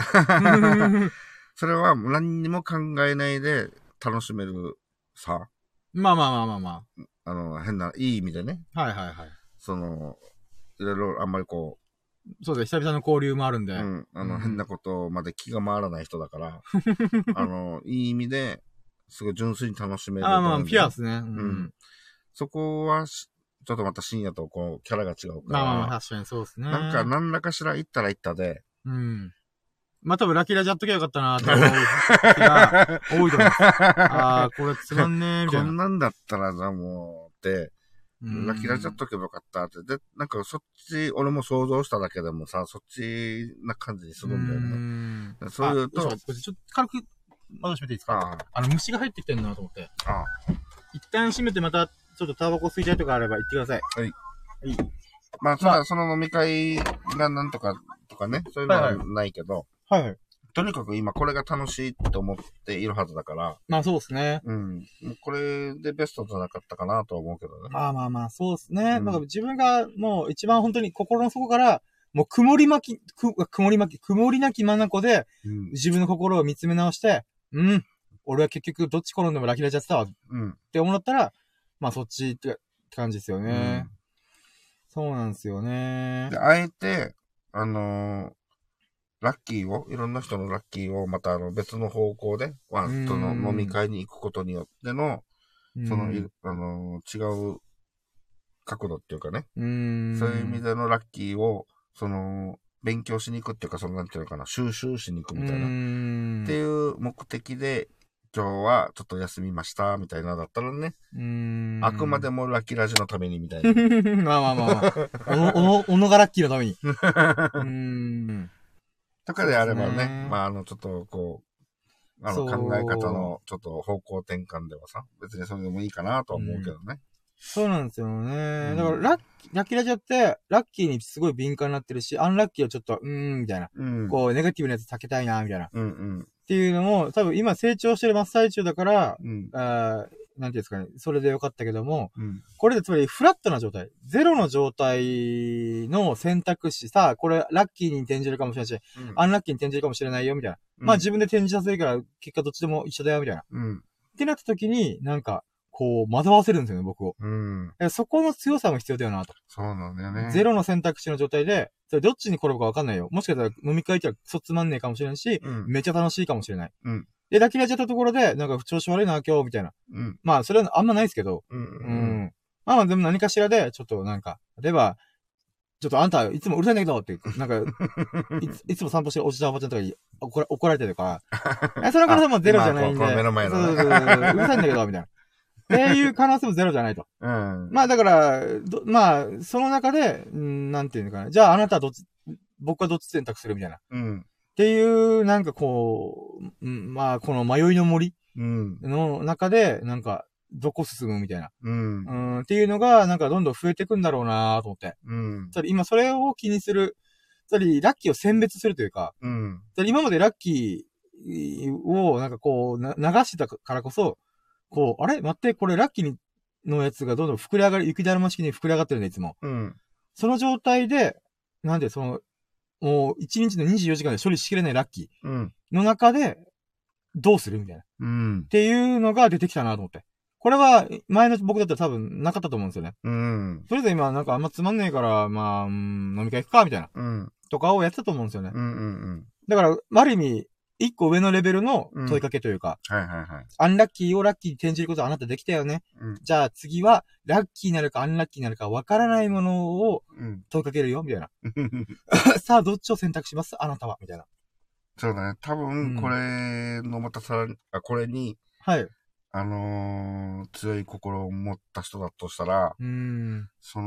それは何にも考えないで楽しめるさ。 まあまあまあまあまあ。あの、変な、いい意味でね。 はいはいはい。 その、いろいろあんまりこう。そうです。久々の交流もあるんで。 うん。あの、うん、変なことまで気が回らない人だから、あの、いい意味で、すごい純粋に楽しめると思うんで。 ああまあ、ピュアですね。うん。 うん、そこは、ちょっとまた深夜とこう、キャラが違うから。 まあまあ、確かにそうですね。 なんか、何らかしら行ったら行ったで。 うん。まあ、多分ラキラジやっときゃよかったなと思う時が多いと思います。ああ、これつまんねえ、みたいな。 こんなんだったら、じゃあもう、って、ラキラジやっとけばよかったって。で、なんかそっち、俺も想像しただけでもさ、そっちな感じにするんだよね。うんそういうと。ちょっと軽く、窓閉めていいですか？あ, あの、虫が入ってきてるなと思って。ああ一旦閉めてまた、ちょっとタバコ吸いたいとかあれば言ってください。 はい。はい。まあ、そ, まあ、その飲み会がなんとか、とかね、そういうのはないけど。 はいはい。 とにかく今これが楽しいと思っているはずだから。 まあそうですね。 うん。これでベストじゃなかったかなと思うけどね。 まあまあまあ、そうですね。うん、だから自分がもう一番本当に心の底から、もう曇り巻き、く、曇り巻き、曇りなき眼で、うん、自分の心を見つめ直して、うん、俺は結局どっち転んでもラキラジやってたわ、うん、って思ったら、まあそっちって感じですよね。うん、そうなんですよね。 で、あえて、あのー、ラッキーを、いろんな人のラッキーをまたあの別の方向で、まあ、その飲み会に行くことによっての、その、あのー、違う角度っていうかね。そういう意味でのラッキーを、その、勉強しに行くっていうか、その、なんていうのかな、収集しに行くみたいな。っていう目的で、今日はちょっと休みました、みたいなだったらね。うーんあくまでもラッキーラジのために、みたいな。 まあまあまあまあ。おの、おの、おのがラッキーのために。うーん。 とかであればね、ねまあ、あの、ちょっと、こう、あの、考え方の、ちょっと方向転換ではさ、別にそれでもいいかなとは思うけどね。 そうなんですよね。だからラッキー、ラッキーラジオって、ラッキーにすごい敏感になってるし、アンラッキーはちょっと、うーん、みたいな。うん、こう、ネガティブなやつ避けたいな、みたいな。うんうん、っていうのも、多分今成長してる真っ最中だから、うん、あなんていうんですかね、それでよかったけども、うん、これでつまりフラットな状態、ゼロの状態の選択肢さ、これラッキーに転じるかもしれないし、うん、アンラッキーに転じるかもしれないよ、みたいな。うん、まあ自分で転じさせるから、結果どっちでも一緒だよ、みたいな。うん、ってなった時に、なんか、こう、惑わせるんですよね、僕を。うん。そこの強さも必要だよなと。 そうなんだよね。 ゼロの選択肢の状態で、それどっちに転ぶか分かんないよ。もしかしたら飲み会行ったらクソつまんねえかもしれないし、うん、めっちゃ楽しいかもしれない。うん。で、ラキラジやったところで、なんか調子悪いな、今日、みたいな。うん。まあ、それはあんまないですけど。うん、うん。うん。まあまあ、でも何かしらで、ちょっとなんか、例えば、ちょっとあんた、いつもうるさいんだけど、って、なんかいつ、いつも散歩してるおじちゃんおばちゃんとかに怒ら怒られてるとか、その可能性もゼロじゃないんで。 目の前の、ね。 そうそうそう、うるさいんだけど、みたいな。っていう可能性もゼロじゃないと。うん。まあだから、まあ、その中で、んなんていうのかな。じゃああなたはどっち、僕はどっち選択するみたいな。うん。っていう、なんかこう、うん、まあ、この迷いの森の中で、なんか、どこ進むみたいな。うん。うん。っていうのが、なんかどんどん増えていくんだろうなと思って。うん。つまり今それを気にする、つまりラッキーを選別するというか、うん。つまり今までラッキーをなんかこう、流してたからこそ、こう、あれ待って、これラッキーのやつがどんどん膨れ上がる、雪だるま式に膨れ上がってるね、いつも。うん。その状態で、なんでその、もういちにちのにじゅうよじかんで処理しきれないラッキーの中で、どうするみたいな。うん。っていうのが出てきたなと思って。これは、前の僕だったら多分なかったと思うんですよね。うん。それで今なんかあんまつまんねえから、まあ、うん、飲み会行くかみたいな。うん。とかをやってたと思うんですよね。うんうんうん。だから、ある意味、一個上のレベルの問いかけというか、うん、はいはいはい。アンラッキーをラッキーに転じることはあなたできたよね。うん、じゃあ次は、ラッキーになるかアンラッキーになるかわからないものを問いかけるよ、みたいな。さあ、どっちを選択しますあなたはみたいな。 そうだね。多分、これのまたさらに、あ、これに、はい。あのー、強い心を持った人だとしたら、うん。その、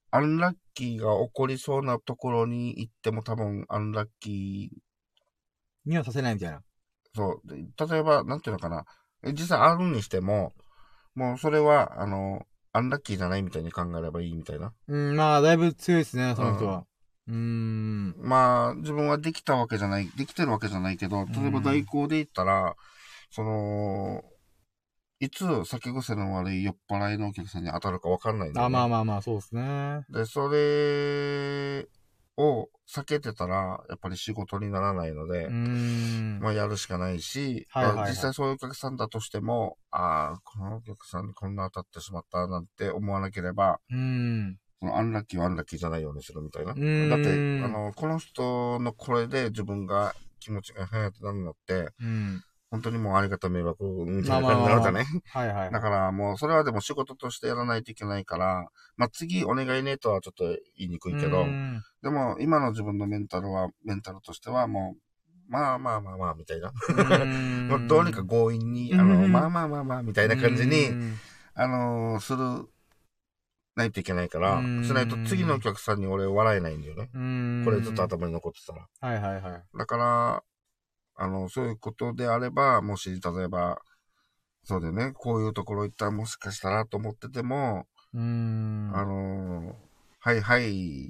アンラッキーが起こりそうなところに行っても多分アンラッキーにはさせないみたいな。 そう。例えば、なんていうのかな。実際あるにしても、もうそれは、あの、アンラッキーじゃないみたいに考えればいいみたいな。 うん、まあ、だいぶ強いですね、その人は。うん。うーんまあ、自分はできたわけじゃない、できてるわけじゃないけど、例えば代行で言ったら、その、いつ酒癖の悪い酔っ払いのお客さんに当たるかわかんないんだよね。 あ、まあまあまあ、そうですね。 で、それを避けてたら、やっぱり仕事にならないので、 うーん。 まあやるしかないし、 はいはいはい実際そういうお客さんだとしても、ああ、このお客さんにこんな当たってしまったなんて思わなければ、 うーん。 そのアンラッキーはアンラッキーじゃないようにするみたいな。 うーんだって、あの、この人のこれで自分が気持ちが早くなるのって、 うん。 本当にもうありがた迷惑みたいな感じになるじゃね。 はいはい、はい。 だからもうそれはでも仕事としてやらないといけないから、まあ、次お願いねとはちょっと言いにくいけど、でも今の自分のメンタルは、メンタルとしてはもう、まあまあまあまあみたいな。もうどうにか強引に、あの、まあまあまあまあみたいな感じに、あのー、する、ないといけないから、しないと次のお客さんに俺笑えないんだよね。これずっと頭に残ってたら。 はいはいはい。 だから、あの、そういうことであれば、もし、例えば、そうだよね、こういうところ行ったらもしかしたらと思ってても、 うーんあのー、はいはい、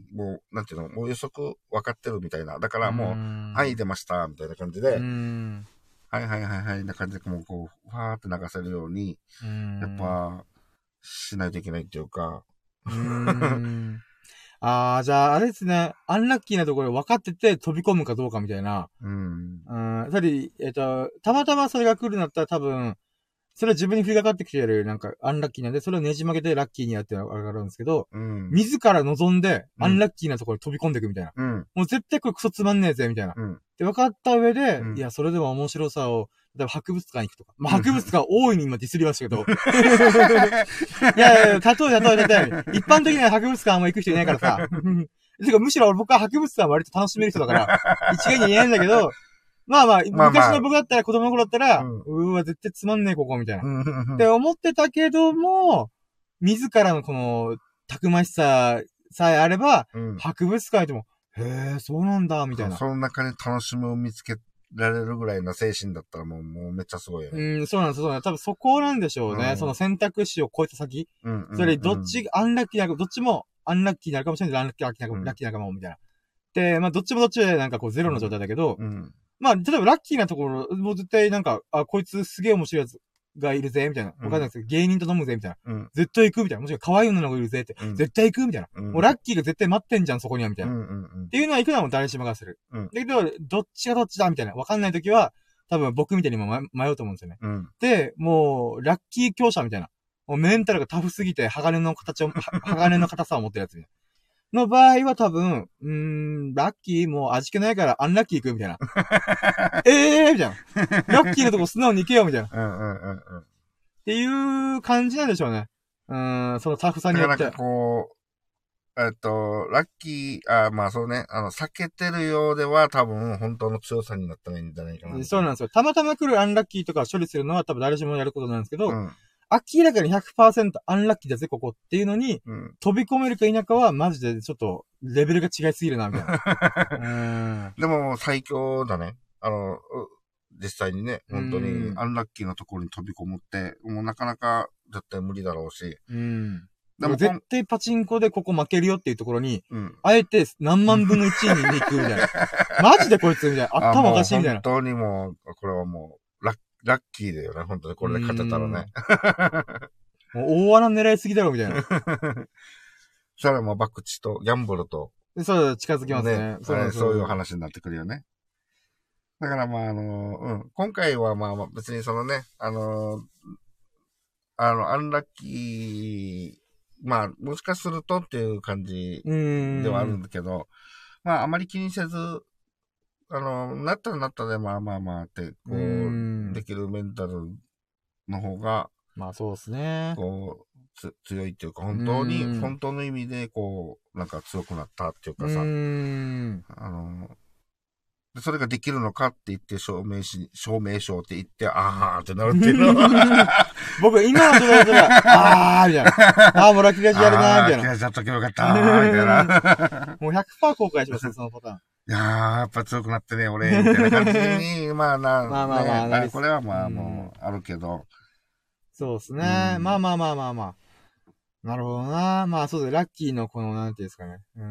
もう、なんていうの、もう予測分かってるみたいな。だからもう、はい、出ました、みたいな感じで、はいはいはいはい、な感じで、もうこう、ファーって流せるように、やっぱ、しないといけないっていうか。 うーんああ、じゃあ、あれですね。アンラッキーなところ分かってて飛び込むかどうかみたいな。 うん。 うん。やはり、えっと、たまたまそれが来るんだったら多分、それは自分に降りかかってきてる、なんか、アンラッキーなんで、それをねじ曲げてラッキーにやってるのがわかるんですけど、うん、自ら望んで、アンラッキーなところに飛び込んでいくみたいな。うん、もう絶対これクソつまんねえぜ、みたいな。うん、で、分かった上で、うん、いや、それでも面白さを、例えば博物館行くとか。まあ、博物館大いに今ディスりましたけど。いやいや、例え例え例え。一般的には博物館あんま行く人いないからさ。てか、むしろ僕は博物館割と楽しめる人だから、一概に言えないんだけど、まあまあ、まあまあ、昔の僕だったら、子供の頃だったら、うん、うーわ、絶対つまんねえ、ここ、みたいな。って思ってたけども、自らのこの、たくましささえあれば、うん、博物館でも、へえ、そうなんだ、みたいな。 その中に楽しみを見つけられるぐらいの精神だったらもう、もうめっちゃすごいよね。 うん、そうなんです、そうなんです。多分そこなんでしょうね。うん、その選択肢を超えた先。うん、それ、どっち、アンラッキーな、どっちも、アンラッキーになるかもしれないけど、アンラッキー、ラッキーな、うん、ラッキーなかも、みたいな。で、まあ、どっちもどっちで、なんかこう、ゼロの状態だけど、うんうんまあ、例えばラッキーなところ、もう絶対なんか、あ、こいつすげえ面白いやつがいるぜ、みたいな。わかんないですけど、芸人と飲むぜ、みたいな。うん、絶対行く、みたいな。もしくは可愛い女の子いるぜ、って。うん、絶対行く、みたいな、うん。もうラッキーが絶対待ってんじゃん、そこには、みたいな。うんうんうん、っていうのは行くのはもう誰しもがする。うん、だけど、どっちがどっちだ、みたいな。わかんないときは、多分僕みたいにも迷うと思うんですよね。うん、で、もう、ラッキー強者みたいな。もうメンタルがタフすぎて、鋼の形を、鋼の硬さを持ってるやつみたいな。の場合は多分、うーん、ラッキーもう味気ないからアンラッキー行くみたいな。ええーみたいな。ラッキーのとこ素直に行けよみたいな。うんうんうんうん。っていう感じなんでしょうね。うーん、そのタフさによって。 なんかこう、えっと、ラッキー、あまあそうね、あの、避けてるようでは多分本当の強さになったらいいんじゃないかな。 そうなんですよ。たまたま来るアンラッキーとかを処理するのは多分誰しもやることなんですけど、うん明らかに ひゃくパーセント アンラッキーだぜ、ここっていうのに、うん、飛び込めるか否かは、マジでちょっと、レベルが違いすぎるな、みたいな。 でも、最強だね。あの、実際にね、本当に、アンラッキーなところに飛び込むって、もうなかなか絶対無理だろうし。 うん、でも、絶対パチンコでここ負けるよっていうところに、うん、あえて何万分のいちに行くみたいな。マジでこいつみたいな。頭おかしいみたいな。 本当にもう、これはもう、ラッラッキーだよね、本当にこれで勝てたらね。 もう大穴狙いすぎだろ、みたいな。 それはもうバクチとギャンブルと。 そう、近づきますね。ねそうそういう話になってくるよね。だからまあ、あの、うん。今回はまあ別にそのね、あの、あの、アンラッキー、まあ、もしかするとっていう感じではあるんだけど、まあ、あまり気にせず、あの、なったらなったで、まあまあまあって、こう、できるメンタルの方が、 まあそうですね。 こう、つ、強いっていうか、本当に、本当の意味で、こう、なんか強くなったっていうかさ、あの、 それができるのかって言って、証明し、証明書って言って、あーってなるっていうの。 僕、今の状態だったら、あーみたいな。あー、もうラッキーラジやるなーみたいな。ラッキーラジやっとけばよかったーみたいな。 もう ひゃくパーセント 後悔しますね、そのパターン。 いやー、やっぱ強くなってね、俺、みたいな感じに、まあな、 まあまあまあ、 ね、あこれはまあもう、あるけど。 そうですね。まあまあまあまあまあ。なるほどな。まあそうです。ラッキーのこの、なんていうんですかね。うん、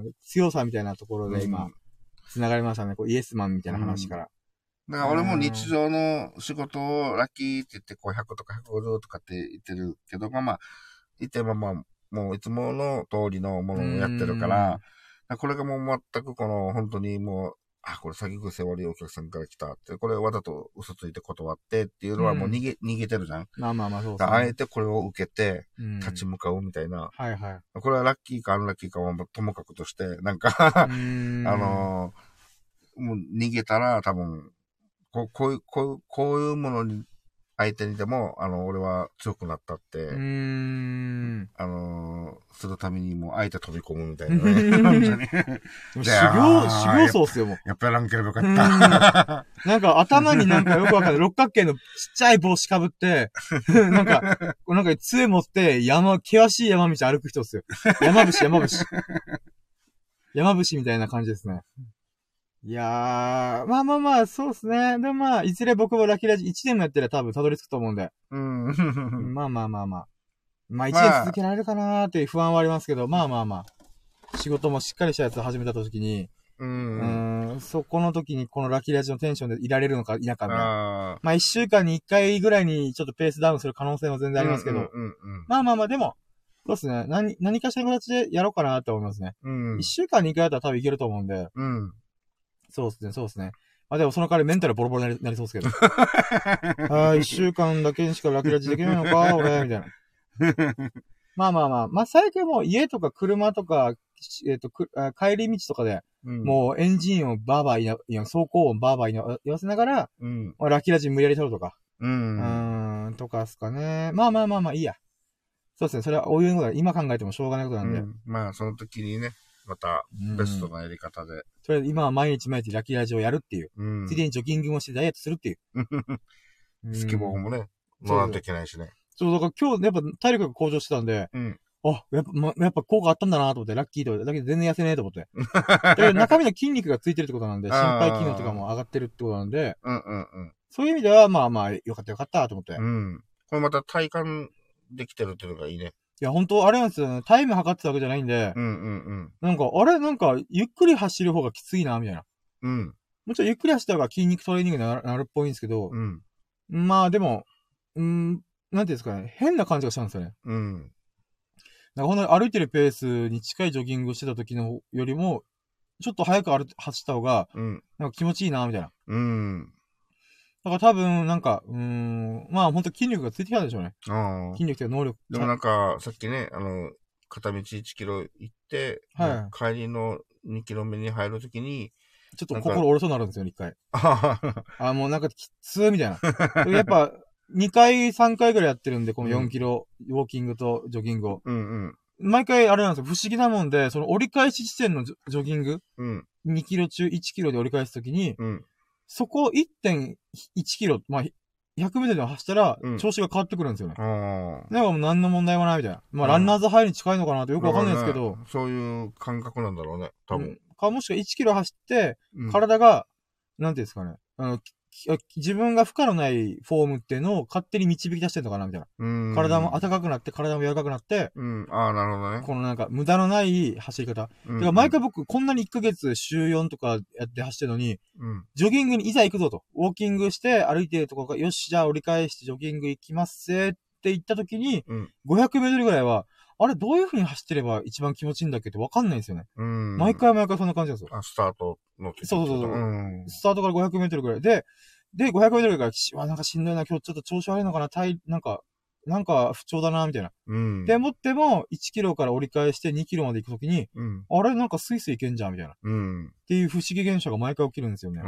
強さみたいなところで今、繋がりましたね。こうイエスマンみたいな話から。 うん、だから俺も日常の仕事をラッキーって言って、こうひゃくとかひゃくごじゅうとかって言ってるけど、まあまあ、言ってもまあ、もういつもの通りのものをやってるから、これがもう全くこの本当にもう、あ、これ詐欺癖悪いお客さんから来たって、これわざと嘘ついて断ってっていうのはもう逃げ、うん、逃げてるじゃん。 まあまあまあそうですね。 あえてこれを受けて、立ち向かうみたいな。うん、 はいはい。 これはラッキーかアンラッキーかはともかくとして、なんかあのー、もう逃げたら多分、こう、こういう、こういう、こういうものに、相手にでも、あの、俺は強くなったって、うーんあのー、するためにもう相手飛び込むみたいなね。本当に。 修行、修行層っすよ、もう。 やっぱやらんければよかった。 なんか頭になんかよくわかんない六角形のちっちゃい帽子かぶって、なんか、なんか杖持って山、険しい山道歩く人っすよ。山伏、山伏。山伏みたいな感じですね。いやー、まあまあまあ、そうですね。でもまあ、いずれ僕もラッキーラジいちねんもやったら多分たどり着くと思うんで。うん。まあまあまあまあ。まあいちねん続けられるかなーっていう不安はありますけど、まあまあまあ。仕事もしっかりしたやつを始めた時に、うん。うん、そこの時にこのラッキーラジのテンションでいられるのか否かみたいな。まあいっしゅうかんにいっかいぐらいにちょっとペースダウンする可能性も全然ありますけど。うんうんうんうん、まあまあまあ、でも、そうですね。何、何かしらの形でやろうかなって思いますね。うん。いっしゅうかんにいっかいだったら多分いけると思うんで。うん。そうですね、そうですね。まあでもその代わりメンタルボロボロになり、なりそうですけど。ああ、一週間だけにしかラッキーラジできないのか、俺、みたいな。まあまあまあ、まあ最近もう家とか車とか、えっ、ー、とくあ、帰り道とかで、うん、もうエンジン音バーバー言いな、走行音バーバー言わせながら、うん、まあ、ラッキーラジ無理やり撮るとか。うん。うーん、とかですかね。まあまあまあまあ、いいや。そうですね、それはおいおいのことだ。今考えてもしょうがないことなんで。うん、 まあその時にね。また、ベストなやり方で。 とりあえず今は毎日毎日ラッキーラジオをやるっていう。うん。ついでにジョギングもしてダイエットするっていう。 スケボーもね、乗らんといけないしね。 そう、だから今日やっぱ体力が向上してたんで、うん。あ、やっぱ、ま、やっぱ効果あったんだなと思って、ラッキーと思って。だけど全然痩せねえと思って。だけど中身の筋肉がついてるってことなんで、心肺機能とかも上がってるってことなんで、うんうんうん。そういう意味では、まあまあ、よかったよかったと思って。うん。これまた体感できてるっていうのがいいね。 いや、本当あれなんですよね。タイム測ってたわけじゃないんで。うんうんうん。なんか、あれなんか、ゆっくり走る方がきついな、みたいな。うん。もちろんゆっくり走った方が筋肉トレーニングになる、なるっぽいんですけど。うん。まあでも、うん、なんていうんですかね。変な感じがしたんですよね。うん。なんかほんとに歩いてるペースに近いジョギングをしてた時のよりも、ちょっと早く歩走った方が、うん。なんか気持ちいいな、みたいな。うん。だから多分、なんか、うーん、まあ本当筋力がついてきたんでしょうね。ああ。筋力というか能力。 でもなんか、さっきね、あの、片道いちキロ行って、はい、帰りのにキロ目に入るときに、 ちょっと心折れそうになるんですよ、一回。あ、もうなんかきつーみたいな。やっぱ、にかい、さんかいぐらいやってるんで、このよんキロ、うん、ウォーキングとジョギングを。うんうん。毎回あれなんですよ、不思議なもんで、その折り返し地点のジョジョギング、うん、にキロ中いちキロで折り返すときに、うん、そこ いってんいちキロ、まあ、ひゃくメートルで走ったら、調子が変わってくるんですよね。うん、なんかもう何の問題もないみたいな。まあ、ランナーズハイに近いのかなってよくわかんないですけど、 ね。そういう感覚なんだろうね、多分。うん、 か、もしくはいちキロ走って、体が、うん、なんていうんですかね、あの、自分が負荷のないフォームっていうのを勝手に導き出してるのかなみたいな。体も暖かくなって、体も柔らかくなって、 うん、ああ、なるほどね。 このなんか、無駄のない走り方。うん、だから毎回僕、こんなにいっかげつ週よんとかやって走ってるのに、うん、ジョギングにいざ行くぞと。ウォーキングして歩いてるところが、よし、じゃあ折り返してジョギング行きますぜって言った時に、うん、ごひゃくメートルぐらいは、あれ、どういう風に走ってれば一番気持ちいいんだっけってわかんないんですよね。うん、毎回毎回そんな感じなんですよ。 あ、スタートの時。 そうそうそう。うん、スタートからごひゃくメートルぐらいで、で、ごひゃくメートルから、わ、なんかしんどいな、今日ちょっと調子悪いのかな、体、なんか、なんか不調だな、みたいな。うん。で、もっても、いちキロから折り返してにキロまで行くときに、うん、あれ、なんかスイスイ行けんじゃん、みたいな。うん。っていう不思議現象が毎回起きるんですよね。うん。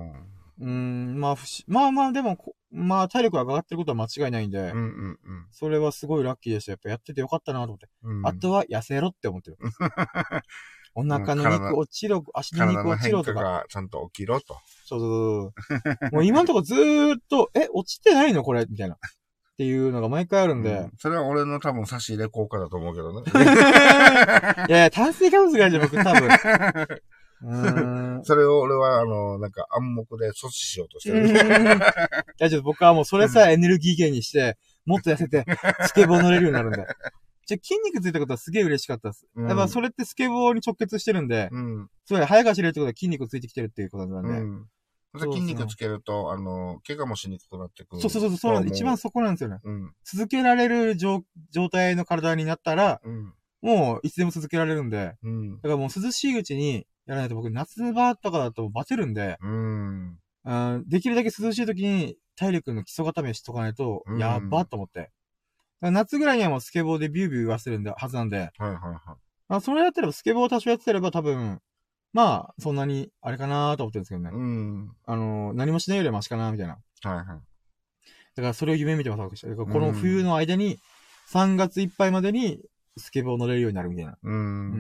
うーん、まあ、不思まあまあ、でも、まあ、体力が上がってることは間違いないんで、うんうんうん。それはすごいラッキーでした。やっぱやっててよかったなと思って。うん、あとは痩せろって思ってる。 お腹の肉落ちろ、足の肉落ちろとか。 体の変化がちゃんと起きろと。 そうそうそう。もう今のところずーっと、え、落ちてないのこれみたいな。っていうのが毎回あるんで。うん、 それは俺の多分差し入れ効果だと思うけどね。 いやいや、炭水化物があるじゃん、僕多分。うーんそれを俺は、あの、なんか暗黙で阻止しようとしてる。 いや、ちょっと僕はもうそれさえエネルギー源にして、もっと痩せて、スケボー乗れるようになるんで。じゃ、筋肉ついたことはすげえ嬉しかったです。うん、やっぱそれってスケボーに直結してるんで、うん、すごい早走れるってことは筋肉ついてきてるっていうことなんで。うん、 筋肉つけると、あの、怪我もしにくくなってくる。 そうそうそう、そうなんです。一番そこなんですよね。うん、続けられる状態の体になったら、うん、もういつでも続けられるんで、うん、だからもう涼しいうちにやらないと僕夏場とかだとバテるんで、うん、あできるだけ涼しい時に体力の基礎固めしとかないと、やばっと思って。夏ぐらいにはもうスケボーでビュービュー言わせるんで、はずなんで。はいはいはい。まあ、それやってれば、スケボーを多少やってれば多分、まあ、そんなに、あれかなーと思ってるんですけどね。うん。あのー、何もしないよりはマシかなーみたいな。はいはい。だからそれを夢見てますわけですよ。この冬の間に、さんがついっぱいまでに、スケボー乗れるようになるみたいな。うん。うん。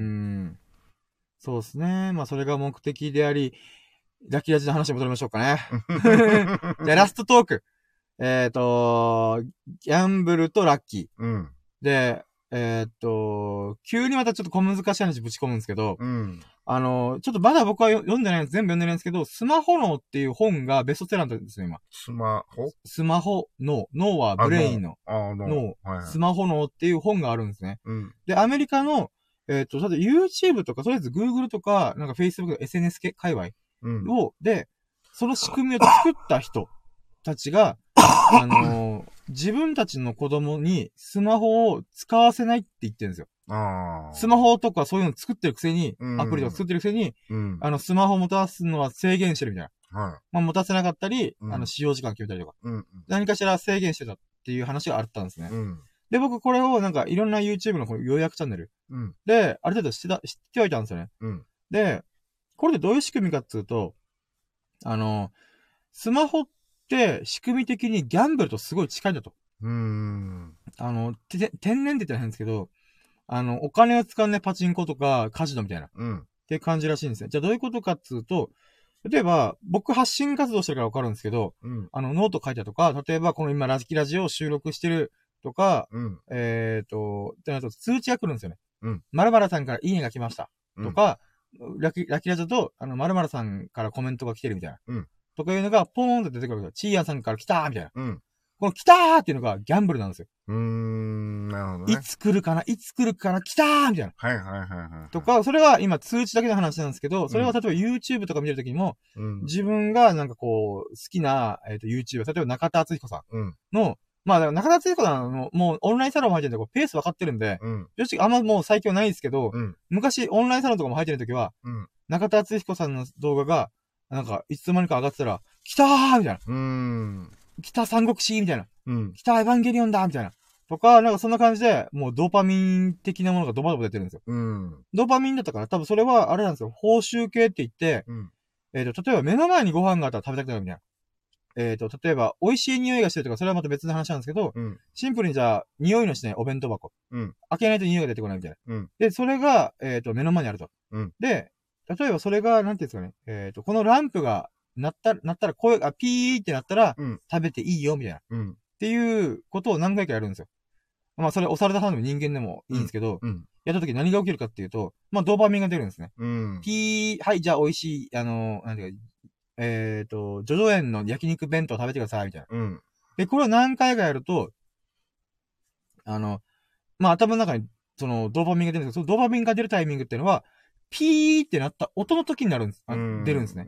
そうですね。まあ、それが目的であり、ラッキーラジの話に戻りましょうかね。じゃあ、ラストトーク。えっ、ー、と、ギャンブルとラッキー。うん、で、えっ、ー、と、急にまたちょっと小難しい話ぶち込むんですけど、うん、あの、ちょっとまだ僕は読んでないんです、全部読んでないんですけど、スマホ脳っていう本がベストセラーなんですよ、今。 スマホスマホ脳。脳はブレインの。脳。はいはい、スマホ脳っていう本があるんですね。うん、で、アメリカの、えっ、ー、と、例えば YouTube とか、とりあえず Google とか、なんか Facebook とか エスエヌエス 界隈を、うん、で、その仕組みを作った人たちが、あのー、自分たちの子供にスマホを使わせないって言ってるんですよ。あスマホとかそういうの作ってるくせに、うん、アプリとか作ってるくせに、うん、あの、スマホを持たすのは制限してるみたいな。はい、まあ、持たせなかったり、うん、あの、使用時間決めたりとか、うん。何かしら制限してたっていう話があったんですね。うん、で、僕これをなんかいろんな YouTube のこの要約チャンネル、うん、で、ある程度知ってた、知ってはいたんですよね。うん、で、これでどういう仕組みかっていうと、あの、スマホってで、仕組み的にギャンブルとすごい近いんだと。うーん。あの、て、天然って言ったら変ですけど、あの、お金を使うね、パチンコとかカジノみたいな。うん。って感じらしいんですね。じゃあどういうことかっつうと、例えば、僕発信活動してるからわかるんですけど、うん。あの、ノート書いたとか、例えばこの今ラジキラジを収録してるとか、うん。えっ、ー、と、ってなると通知が来るんですよね。うん。〇〇さんからいいねが来ました。とか、うん、ラキ、ラキラジだと、あの、〇〇さんからコメントが来てるみたいな。うん。とかいうのが、ポーンと出てくるわけですよ。チーヤンさんから来たーみたいな。うん。この来たーっていうのがギャンブルなんですよ。うーん、なるほどね。いつ来るかないつ来るかな来たーみたいな。はいはいはいはい。とか、それは今通知だけの話なんですけど、それは例えば YouTube とか見るときにも、うん、自分がなんかこう、好きな、えっ、ー、と YouTuber、例えば中田敦彦さんの、うん、まあ、だから中田敦彦さんの、もうオンラインサロンも入ってるんで、こうペース分かってるんで、うん、正直あんまもう最強ないんですけど、うん、昔オンラインサロンとかも入ってるときは、うん、中田敦彦さんの動画が、なんか、いつの間にか上がってたら、来たーみたいな。うーん。来た三国志みたいな。うん。来たエヴァンゲリオンだみたいな。とか、なんかそんな感じで、もうドーパミン的なものがドバドバ出てるんですよ。うん。ドーパミンだったから、多分それは、あれなんですよ。報酬系って言って、うん。えっ、ー、と、例えば目の前にご飯があったら食べたくなるみたいな。えっ、ー、と、例えば、美味しい匂いがしてるとか、それはまた別の話なんですけど、うん。シンプルにじゃあ、匂いのしないお弁当箱。うん。開けないと匂いが出てこないみたいな。うん。で、それが、えっ、ー、と、目の前にあると。うん。で、例えばそれが、なんていうんですかね。えっ、と、このランプが、なったら、なったら声が、ピーってなったら、うん、食べていいよ、みたいな。うん。っていうことを何回かやるんですよ。まあ、それ、お猿田さんでも人間でもいいんですけど、うん。うん、やった時何が起きるかっていうと、まあ、ドーパミンが出るんですね。うん。ピー、はい、じゃあ美味しい、あの、なんていうか、えっ、ー、と、ジョジョ園の焼肉弁当食べてください、みたいな。うん。で、これを何回かやると、あの、まあ、頭の中に、その、ドーパミンが出るんですけど、そのドーパミンが出るタイミングっていうのは、ピーってなった音の時になるんです。あ出るんですね。うん、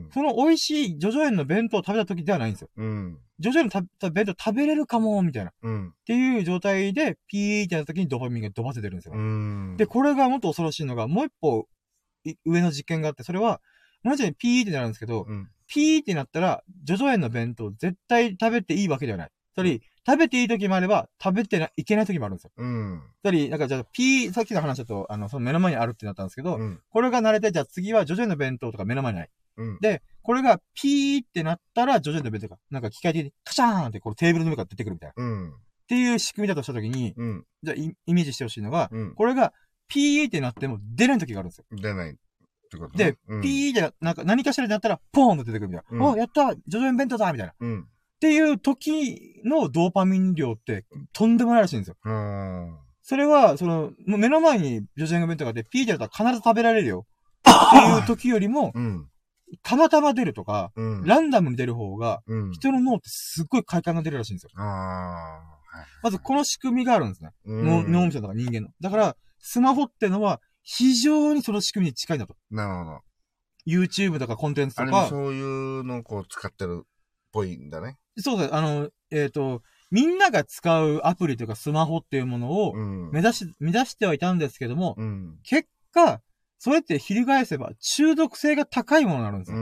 その美味しいジョジョ園の弁当を食べた時ではないんですよ。うん、ジョジョ園の弁当食べれるかも、みたいな、うん。っていう状態で、ピーってなった時にドーパミンがドバって出るんですよ。うん、で、これがもっと恐ろしいのが、もう一歩上の実験があって、それは、同じようにピーってなるんですけど、うん、ピーってなったら、ジョジョ園の弁当絶対食べていいわけではない。つまり、食べていい時もあれば、食べてない、いけない時もあるんですよ。うん。つまり、なんかじゃあ、ピー、さっきの話だと、あの、その目の前にあるってなったんですけど、うん、これが慣れて、じゃあ次はジョジョの弁当とか目の前にない。うん、で、これがピーってなったら、ジョジョの弁当が、なんか機械的にカシャーンって、このテーブルの上から出てくるみたいな。うん。っていう仕組みだとした時に、うん、じゃあイ、イメージしてほしいのが、うん、これが、 ピーってなっても出ない時があるんですよ。 出ないってことね。 で、うん、ピーで、なんか何かしらでなったら、ポーンと出てくるみたいな。うん、お、やったジョジョ園弁当だみたいな。うん。っていう時のドーパミン量ってとんでもないらしいんですよ。うん。それは、その、もう目の前にジョジョ園弁当があって、ピーでやったら必ず食べられるよ。っていう時よりも、うん、たまたま出るとか、うん、ランダムに出る方が、うん、人の脳ってすっごい快感が出るらしいんですよ。あはい、まずこの仕組みがあるんですね。脳みそとか人間の。だから、スマホってのは非常にその仕組みに近いんだと。なるほど。YouTube とかコンテンツとか。 あれそういうのをこう使ってるっぽいんだね。 そうだ、あの、えっと、みんなが使うアプリというかスマホっていうものを目指し、うん、目指してはいたんですけども、うん、結果、それって翻せば中毒性が高いものになるんですよ。うん、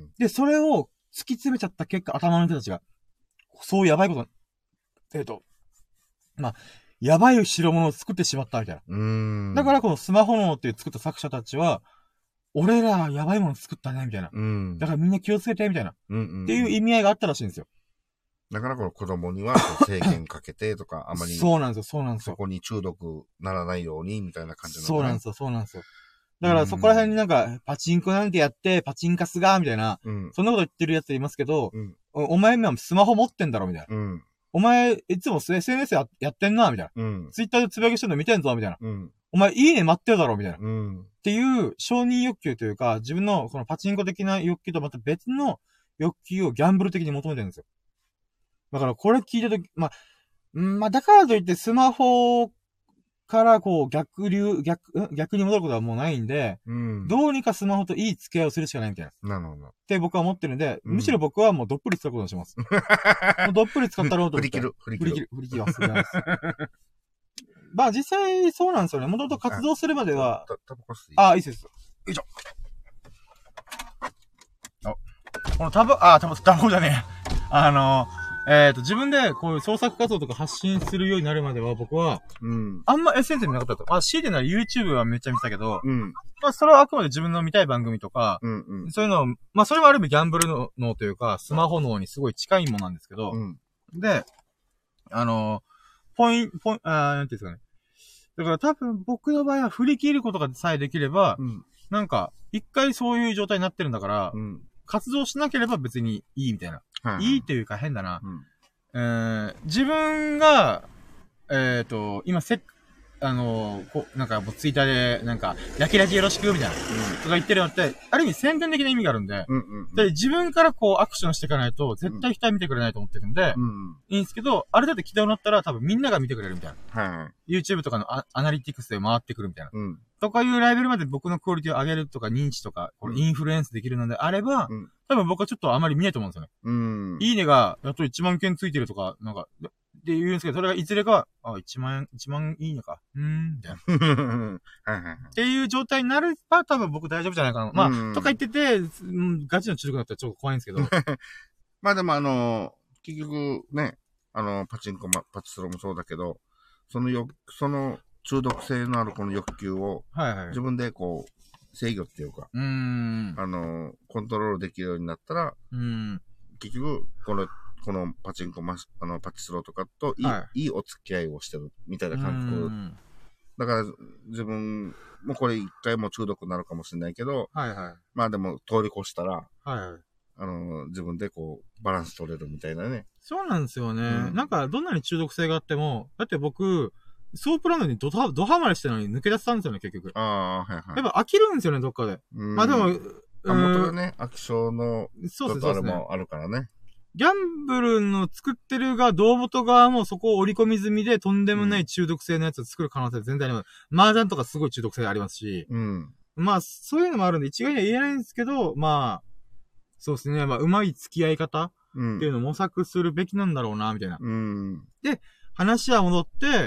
で、それを突き詰めちゃった結果、頭の人たちが、そうやばいこと、えっと、まあ、やばい代物を作ってしまったみたいな。うん、だからこのスマホ脳っていう作った作者たちは、俺らやばいもの作ったね、みたいな。うん、だからみんな気をつけて、みたいな、うんうん。っていう意味合いがあったらしいんですよ。 だからこの子供には制限かけてとか、あまり。 そうなんですよ、そうなんですよ。 そこに中毒ならないように、みたいな感じなんだ、ね、そうなんですよ、そうなんですよ。だからそこら辺になんか、パチンコなんてやって、パチンカスが、みたいな、うん、そんなこと言ってるやついますけど、うん、お, お前今スマホ持ってんだろ、みたいな。うん、お前、いつも エスエヌエス や, やってんな、みたいな。うん、ツイッターでつぶやきしてるの見てんぞ、みたいな。うん、お前、いいね待ってるだろ、みたいな。うん、っていう承認欲求というか、自分のこのパチンコ的な欲求とまた別の欲求をギャンブル的に求めてるんですよ。だからこれ聞いたとき、まあ、まあ、だからといってスマホからこう逆流、逆、逆に戻ることはもうないんで、うん、どうにかスマホといい付き合いをするしかないみたいな。なるほど。って僕は思ってるんで、うん、むしろ僕はもうどっぷり使うことにします。もうどっぷり使ったろうと思って。振り切る。振り切る。振り切る。振り切る。忘れます。まあ実際そうなんですよね。もともと活動するまでは。タバコ吸い。あ、いいです。よいしょ。あ、このタバ、あ、タバコ、タバコじゃねえ。あの、えっと、自分でこういう創作活動とか発信するようになるまでは僕は、うん。あんまエッセンスになかったと。あ、強いてなら YouTube はめっちゃ見てたけど、うん。まあそれはあくまで自分の見たい番組とか、うんうん。そういうのを、まあそれもある意味ギャンブルの脳というか、スマホ脳にすごい近いものなんですけど、うん。で、あの、ポイント、ポイント、あー、なんていうんですかね。だから多分僕の場合は振り切ることがさえできれば、うん、なんか、一回そういう状態になってるんだから、うん、活動しなければ別にいいみたいな。はいはい、いいというか変だな。うんえー、自分が、えっ、ー、と、今せ、あのー、こなんかもうツイッターで、なんか、ラキラキよろしくみたいな、うん、とか言ってるのって、ある意味宣伝的な意味があるんで、うんうんうん、で自分からこうアクションしていかないと、絶対人は見てくれないと思ってるんで、うんうん、いいんですけど、ある程度軌道になったら多分みんなが見てくれるみたいな。はいはい、YouTube とかの ア, アナリティクスで回ってくるみたいな。うん、とかいうレベルまで僕のクオリティを上げるとか認知とか、これインフルエンスできるのであれば、うん、多分僕はちょっとあまり見ないと思うんですよね。うん、いいねが、やっといちまん件ついてるとか、なんか、って言うんですけど、それがいずれか、あ、いちまん、いちまんいいねか。うーん、みたいな。っていう状態になれば、多分僕大丈夫じゃないかな。まあ、とか言ってて、うん、ガチの中毒だったらちょっと怖いんですけど。 まあでもあのー、結局ね、あのー、パチンコ、パチスロもそうだけど、そのよ、その中毒性のあるこの欲求を、はいはい、自分でこう、制御っていうか、うーんあのー、コントロールできるようになったら、うん結局、この、このパチンコマス、あの、パチスロとかといい、はい、いいお付き合いをしてるみたいな感覚。だから、自分もこれ一回も中毒になるかもしれないけど、はいはい、まあでも通り越したら、はいはい、あの、自分でこう、バランス取れるみたいなね。 そうなんですよね。うん、なんか、どんなに中毒性があっても、だって僕、ソープランドにドハ、ドハマりしてたのに抜け出したんですよね、結局。ああ、はいはい。やっぱ飽きるんですよね、どっかで。まあでも、 あ、元がね、飽き性の、そうですね。あれもあるからね。 ギャンブルの作ってるが、胴元側もそこを織り込み済みでとんでもない中毒性のやつを作る可能性全然あります。麻雀とかすごい中毒性ありますし。うん。まあ、そういうのもあるんで一概には言えないんですけど、まあ、そうですね。まあ、うまい付き合い方っていうのを模索するべきなんだろうな、みたいな。うん。で、話は戻って、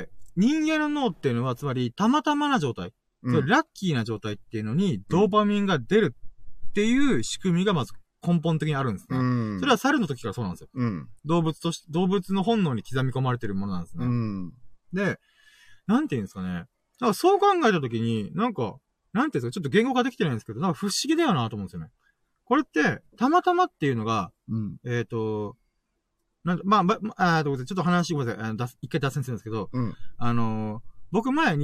人間の脳っていうのは、つまり、たまたまな状態。うん、ラッキーな状態っていうのに、ドーパミンが出るっていう仕組みがまず、根本的にあるんですね。うん、それは猿の時からそうなんですよ。うん、動物とし、動物の本能に刻み込まれてるものなんですね。うん、で、なんて言うんですかね。だからそう考えた時に、なんか、なんて言うんですか、ちょっと言語化できてないんですけど、なんか不思議だよなと思うんですよね。これって、たまたまっていうのが、うん、えっ、ー、と、なんまあ、まあ、ちょっと話ごめんなさい。あの一回脱線するんですけど、うん、あのー、僕前に、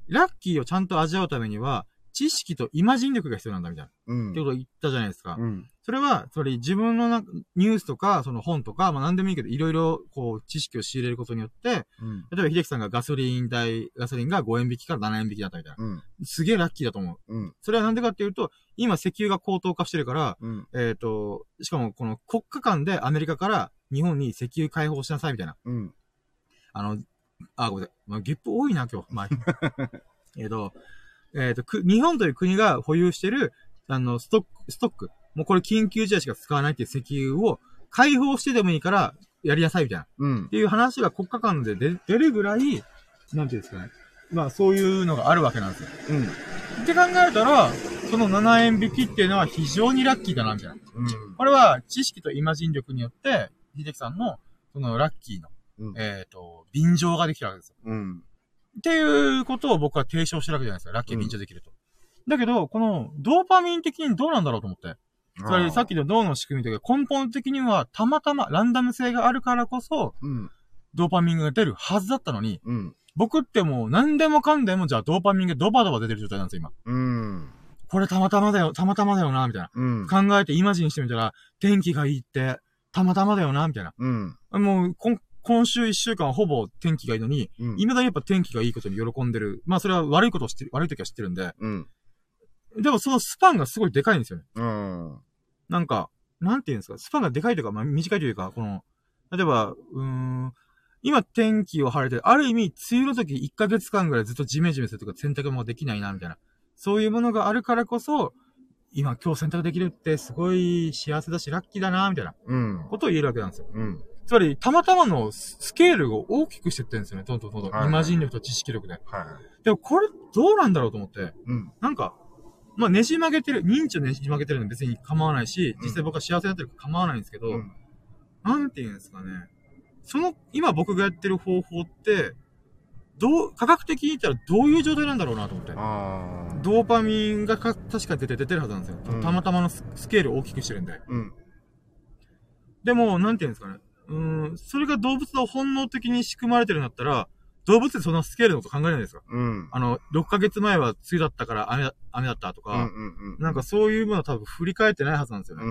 ラッキーをちゃんと味わうためには、知識とイマジン力が必要なんだみたいな。うん。ってことを言ったじゃないですか。うん。それは、つまり自分のなニュースとか、その本とか、まあ何でもいいけど、いろいろこう知識を仕入れることによって、うん、例えば秀樹さんがガソリン代、ガソリンがごえん引きからななえん引きだったみたいな。うん。すげえラッキーだと思う。うん。それはなんでかっていうと、今石油が高騰化してるから、うん、えっ、ー、と、しかもこの国家間でアメリカから日本に石油開放しなさいみたいな。うん。あの、あ、ごめんなさい。まあ、ゲップ多いな、今日。まあ、えっと、えっ、ー、と、日本という国が保有してる、あの、ストック、ストック。もうこれ緊急時代しか使わないっていう石油を開放してでもいいからやりなさいみたいな。うん。っていう話が国家間で出るぐらい、なんていうんですかね。まあそういうのがあるわけなんですよ。うん。って考えたら、そのななえん引きっていうのは非常にラッキーだな、みたいな。うん。これは知識とイマジン力によって、秀樹さんの、そのラッキーの、うん、えっ、ー、と、便乗ができたわけですよ。うん。っていうことを僕は提唱してるわけじゃないですか。ラッキー便乗できると。うん、だけど、このドーパミン的にどうなんだろうと思って。つまりさっきの脳の仕組みというか根本的にはたまたまランダム性があるからこそ、うん、ドーパミンが出るはずだったのに、うん、僕ってもう何でもかんでもじゃあドーパミンがドバドバ出てる状態なんですよ、今。うん、これたまたまだよ、たまたまだよな、みたいな。うん、考えてイマジンしてみたら、天気がいいって、たまたまだよな、みたいな。うん、もうこ、今週一週間はほぼ天気がいいのに、うん、未だにやっぱ天気がいいことに喜んでる。まあそれは悪いことを知ってる、悪い時は知ってるんで、うん、でもそのスパンがすごいでかいんですよね。うんなんか、なんていうんですか、スパンがでかいというか、まあ、短いというか、この、例えば、うーん、今天気を晴れて、ある意味、梅雨の時いっかげつかんぐらいずっとジメジメするとか洗濯もできないな、みたいな。そういうものがあるからこそ、今今日洗濯できるってすごい幸せだし、ラッキーだな、みたいな。うん。ことを言えるわけなんですよ。うん。つまり、たまたまのスケールを大きくしてってるんですよね、どんどんどんどん。はいはい、イマジン力と知識力で。はい。でもこれ、どうなんだろうと思って。うん。なんか、まあ、ねじ曲げてる、認知をねじ曲げてるの別に構わないし、実際僕は幸せになってるから構わないんですけど、うん、なんて言うんですかね。その、今僕がやってる方法って、どう、科学的に言ったらどういう状態なんだろうなと思って。ドーパミンがか確かに出て出てるはずなんですよ。うん、たまたまのスケールを大きくしてるんで。うん、でも、なんて言うんですかね。うーん、それが動物の本能的に仕組まれてるんだったら、動物ってそのスケールのこと考えないんですか？うん。あの、ろっかげつまえは梅雨だったから雨、雨だったとか、うんうんうん、なんかそういうものは多分振り返ってないはずなんですよね。うんうん。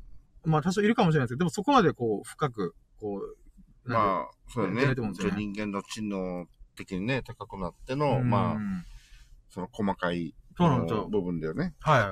まあ多少いるかもしれないですけど、でもそこまでこう、深く、こう、まあ、そうだね。ね人間の知能的にね、高くなっての、まあ、その細かい、そうなんですよ。部分だよね。 はい。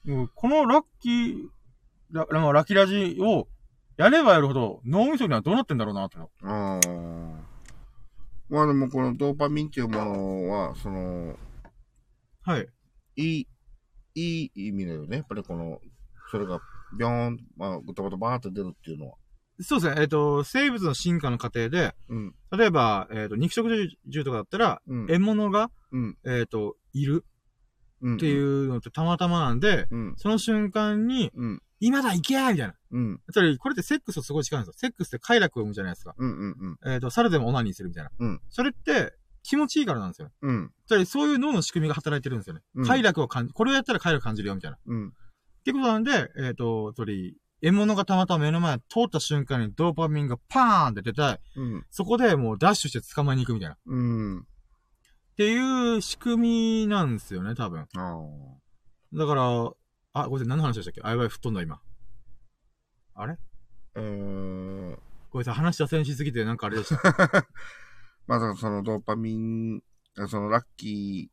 このラッキー、ラ, ラッキーラジをやればやるほど脳みそにはどうなってんだろうなと。ああ。 まあでもこのドーパミンっていうものは、その、はい。いい、いい意味だよね。やっぱりこの、それが、ビョーン、まあ、ぐたぐたバーって出るっていうのは。 そうですね。えっ、ー、と、生物の進化の過程で、うん、例えば、えっ、ー、と、肉食獣とかだったら、うん、獲物が、うん、えっ、ー、と、いるっていうのってたまたまなんで、うん、その瞬間に、うん、今だ行けーみたいな。うん。つまり、これってセックスとすごい近いんですよ。セックスって快楽を生むじゃないですか。うんうんうん。えっ、ー、と、猿でもオナニーするみたいな。うん。それって、気持ちいいからなんですよ。うん。つまり、そういう脳の仕組みが働いてるんですよね。うん。快楽を感じ、これをやったら快楽感じるよ、みたいな。うん。ってことなんで、えっ、ー、と、つまり、獲物がたまたま目の前通った瞬間にドーパミンがパーンって出て、うん。そこでもうダッシュして捕まえに行くみたいな。うん。っていう仕組みなんですよね、多分。ああ。だから、あ、ごめんなさい、何の話でしたっけ？あやばい、吹っ飛んだ、今。あれえー。ごめんなさい、話脱線しすぎてなんかあれでした。 まずそのドーパミン、そのラッキ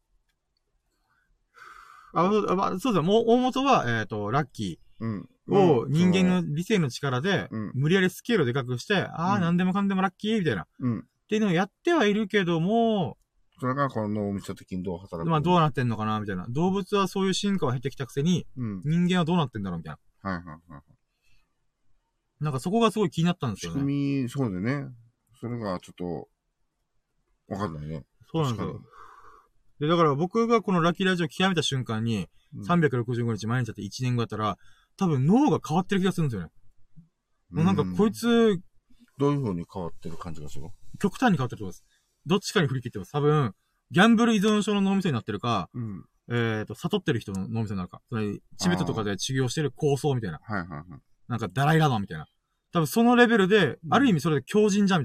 ー。あ、そうまあ、そうですね。もう、大元は、えっ、ー、と、ラッキーを人間の理性の力で、無理やりスケールをでかくして、うん、ああ、なんでもかんでもラッキーみたいな。うん。っていうのをやってはいるけども、 それがこの脳みそ的にどう働くまあどうなってんのかなみたいな。動物はそういう進化を経てきたくせに、うん、人間はどうなってんだろうみたいな。はいはいはい。なんかそこがすごい気になったんですよね。 仕組み、そうだね。それがちょっと、わかんないね。 そうなんですよ。で、だから僕がこのラッキーラジオを極めた瞬間に、うん、さんびゃくろくじゅうごにち毎日やっていちねんごやったら、多分脳が変わってる気がするんですよね。もうなんかこいつ、 どういう風に変わってる感じがする？ 極端に変わってると思います。どっちかに振り切ってます。多分、ギャンブル依存症の脳みそになってるか、うん、えっと、悟ってる人の脳みそになるか。つまり、チベットとかで修行してる構想みたいな。はいはいはい。なんか、ダライラマンみたいな。多分そのレベルで、うん、ある意味それで強靭じゃんみたいな。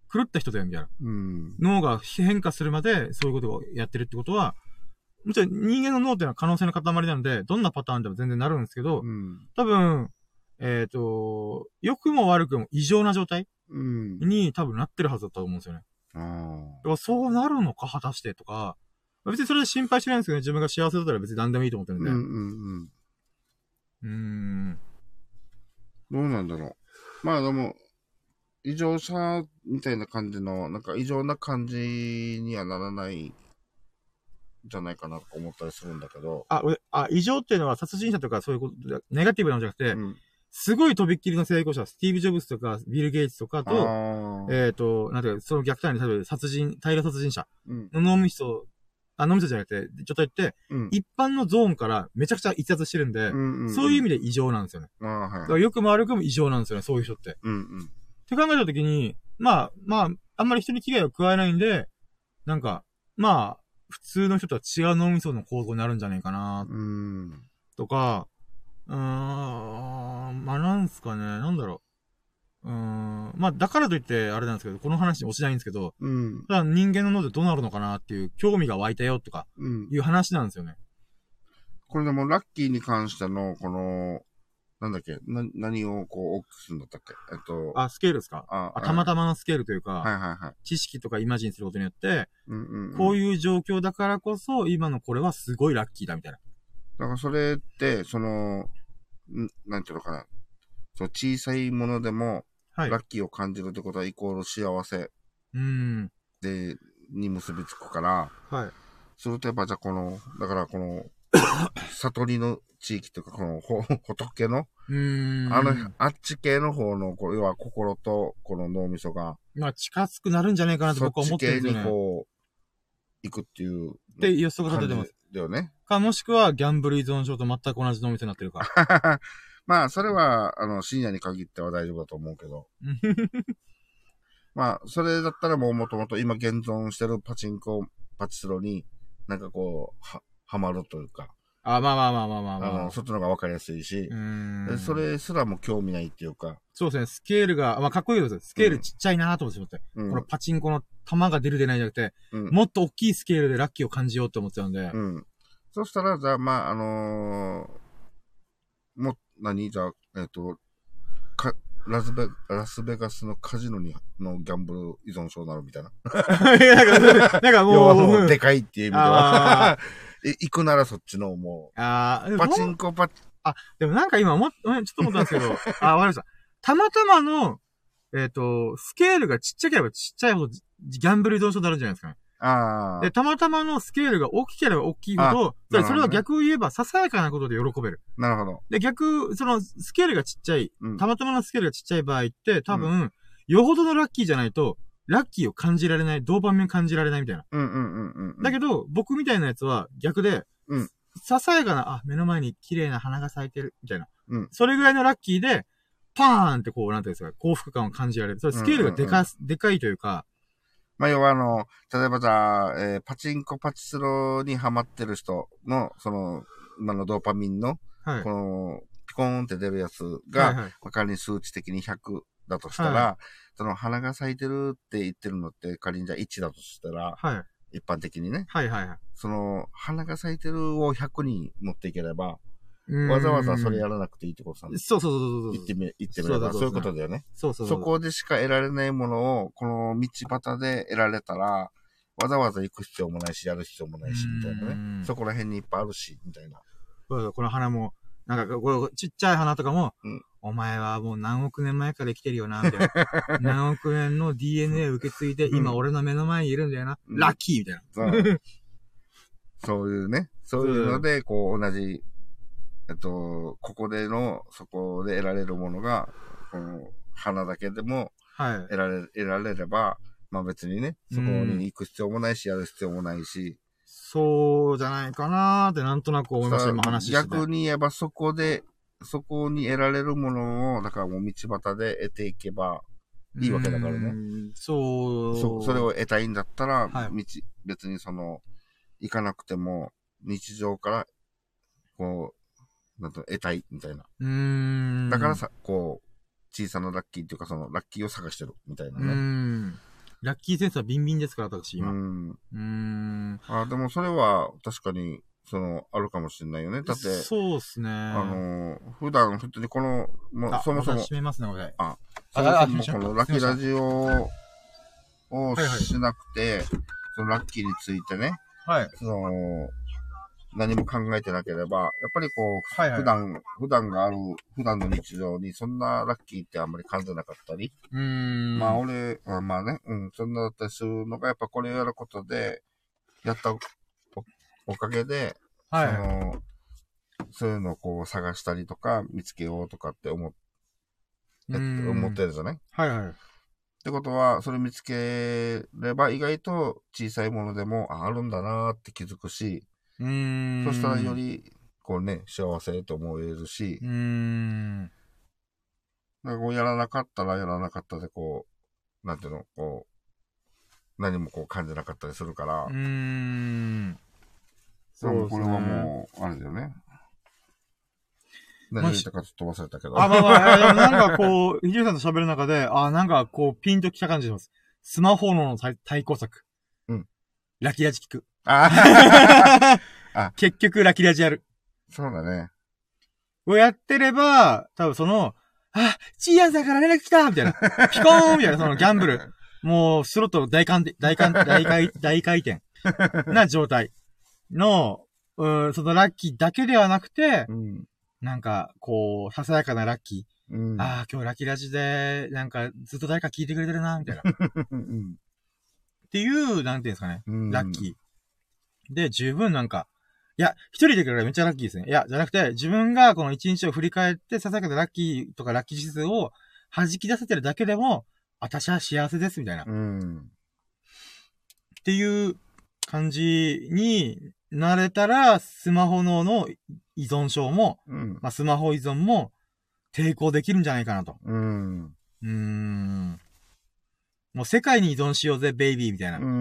狂った人だよ、みたいな。 うん。 脳が変化するまで、そういうことをやってるってことは、もちろん人間の脳っていうのは可能性の塊なので、どんなパターンでも全然なるんですけど、 うん、 多分、えっ、ー、と、良くも悪くも異常な状態に多分なってるはずだと思うんですよね。 うん、 だからそうなるのか、果たしてとか、別にそれで心配してないんですけどね、自分が幸せだったら別に何でもいいと思ってるんで。うんうんうん。うーん。 どうなんだろう。まあでも、異常者みたいな感じの、なんか異常な感じにはならないじゃないかなと思ったりするんだけど。 あ、俺、あ、異常っていうのは殺人者とかそういうこと、ネガティブなんじゃなくて、うん、すごいとびっきりの成功者、スティーブ・ジョブズとか、ビル・ゲイツとかと、えっ、ー、と、なんていうか、その逆端に例えば殺人、大量殺人者の脳みそ、あ、脳みそじゃなくて、ちょっと言って、うん、一般のゾーンからめちゃくちゃ逸脱してるんで、うんうんうん、そういう意味で異常なんですよね。あ、はい、だからよくも悪くも異常なんですよね、そういう人って。うんうん、って考えたときに、まあ、まあ、あんまり人に危害を加えないんで、なんか、まあ、普通の人とは違う脳みその構造になるんじゃないかな、とか、うーん、まあなんすかね、なんだろう。うーん、まあだからといってあれなんですけど、この話に落ちないんですけど、うん、ただ人間の脳でどうなるのかなっていう興味が湧いたよとか、いう話なんですよね。 うん、これでもラッキーに関しての、この、なんだっけな、何をこう大きくするんだったっけえっと。 あ、スケールですかああたまたまのスケールというか、 はいはいはい。 知識とかイマジンすることによって、うんうんうん、こういう状況だからこそ、今のこれはすごいラッキーだみたいな。 だからそれって、その、んなんていうのかな。そう小さいものでも、はい、ラッキーを感じるってことはイコール幸せで、に結びつくから、はい。それとやっぱじゃあこの、だからこの、悟りの地域というか、この仏の、あの、あっち系の方の、こう要は心とこの脳みそが、 まあ近づくなるんじゃないかなと僕は思ってるんですよね。 そっち系にこう、行くっていう。 って予測が立ててます。 だよね。 か、もしくはギャンブル依存症と全く同じ脳みそになってるか。 まあ、それは、あの、深夜に限っては大丈夫だと思うけど。まあ、それだったらもうもともと今現存してるパチンコ、パチスロに、なんかこう、は、はまるというか。 あ、まあまあまあまあまあまあ。 あの、そっちの方が分かりやすいし、それすらも興味ないっていうか。 そうですね、スケールが、まあかっこいいです。スケールちっちゃいなーと思って、うん、このパチンコの玉が出る出ないじゃなくて、うん、もっと大きいスケールでラッキーを感じようって思ってたんで。 うん。そしたら、じゃあ、まあ、あのー、も、何じゃあ、えっ、ー、と、か、ラスベ、ラスベガスのカジノに、のギャンブル依存症になるみたいな。いや、なんか、なんかもう、もうでかいっていう意味では。行くならそっちのもう。あパチンコパチ、 あ、でもなんか今思っ、ちょっと思ったんですけど、あ、わかりました。たまたまの、えっ、ー、と、スケールがちっちゃければちっちゃいほどギャンブル依存症になるんじゃないですかね。ああ。で、たまたまのスケールが大きければ大きいほど、それ、それは逆を言えば、ささやかなことで喜べる。 なるほど。 で、逆、その、スケールがちっちゃい、うん、たまたまのスケールがちっちゃい場合って、多分、うん、よほどのラッキーじゃないと、ラッキーを感じられない、ドーパミンを感じられないみたいな。うんうんうんうん、うん。だけど、僕みたいなやつは逆で、うん、ささやかな、あ、目の前に綺麗な花が咲いてる、みたいな。うん、それぐらいのラッキーで、パーンってこう、なんていうんですか、幸福感を感じられる。それスケールがでか、うんうんうん、でかいというか、 まあ、要はあの、例えばじゃあ、えー、パチンコパチスロにハマってる人の、その、今のドーパミンの、はい、この、ピコーンって出るやつが、はいはい、仮に数値的にひゃくだとしたら、はい、その花が咲いてるって言ってるのって仮にじゃあいちだとしたら、はい、一般的にね、はいはいはい、その、花が咲いてるをひゃくに持っていければ、わざわざそれやらなくていいってことさ。 そうそうそうそう。 言ってみ、言ってみれば。そういうことだよね。そうそうそう。そこでしか得られないものを、この道端で得られたら、わざわざ行く必要もないし、やる必要もないし、みたいなね。そこら辺にいっぱいあるし、みたいな。 この花も、なんか、これちっちゃい花とかも、うん、お前はもう何億年前から生きてるよな、みたいな。何億年の ディーエヌエー を受け継いで、今俺の目の前にいるんだよな。うん、ラッキーみたいな。そう。 そういうね。そういうので、こう、同じ、えっと、ここでの、そこで得られるものが、この、花だけでも、はい。得られ、得られれば、まあ別にね、そこに行く必要もないし、やる必要もないし。 そうじゃないかなーってなんとなく思いました、今話してて。 逆に言えばそこで、そこに得られるものを、だからもう道端で得ていけばいいわけだからね。そう。そ、それを得たいんだったら、はい、道、別にその、行かなくても、日常から、こう、なんと得たいみたいな。うーん。だからさ、こう、小さなラッキーっていうか、そのラッキーを探してるみたいなね。うーん。 ラッキーセンスはビンビンですから、私、今。うん。うーん。 あ、でもそれは、確かに、その、あるかもしれないよね。だって、 そうっすね。 あの、普段、普通にこの、もうそもそも。 閉めますね、これ。 あ、そもそもこのラッキーラジオをしなくて、はいはい、そのラッキーについてね。はい。その、何も考えてなければ、やっぱりこう、はいはい、普段、普段がある、普段の日常にそんなラッキーってあんまり感じなかったり。うーん。まあ俺、まあね、うん、そんなだったりするのが、やっぱこれをやることで、やったお、おかげで、はい、その、そういうのをこう探したりとか、見つけようとかって思って、思ってるじゃないはいはい。ってことは、それ見つければ意外と小さいものでも、あ、あるんだなーって気づくし、うーんそしたらより、こうね、幸せと思えるし、うーんだからこうやらなかったらやらなかったで、こう、なんていうの、こう、何もこう感じなかったりするから、うーんそうですね。これはもう、あれだよね。何言ったかちょっと忘れたけど。 あ、まあまあ、でもなんかこう、ひじゅうさんと喋る中で、あ、なんかこう、ピンときた感じします。スマホの対抗策。うん。ラキラジ聞く。ああ。結局ラキラジやる。 そうだね。 をやってれば、多分その、あ、チーヤンさんから連絡来たみたいな。ピコーンみたいな、そのギャンブル。もう、スロット大回転、大回転、大回大回転な状態の、うん、そのラッキーだけではなくて、うん、なんか、こう、ささやかなラッキー。うん、ああ、今日ラッキーラジで、なんか、ずっと誰か聞いてくれてるな、みたいな。うん、っていう、なんていうんですかね、うん、ラッキー。で、十分なんか、いや、一人でくれたらめっちゃラッキーですね。いや、じゃなくて、自分がこの一日を振り返って、ささやかなラッキーとかラッキー指数を弾き出せてるだけでも、私は幸せです、みたいな。うん、っていう感じになれたら、スマホ脳の依存症も、うん、まあ、スマホ依存も抵抗できるんじゃないかなと。うん。うーん。もう世界に依存しようぜ、ベイビーみたいな。うん、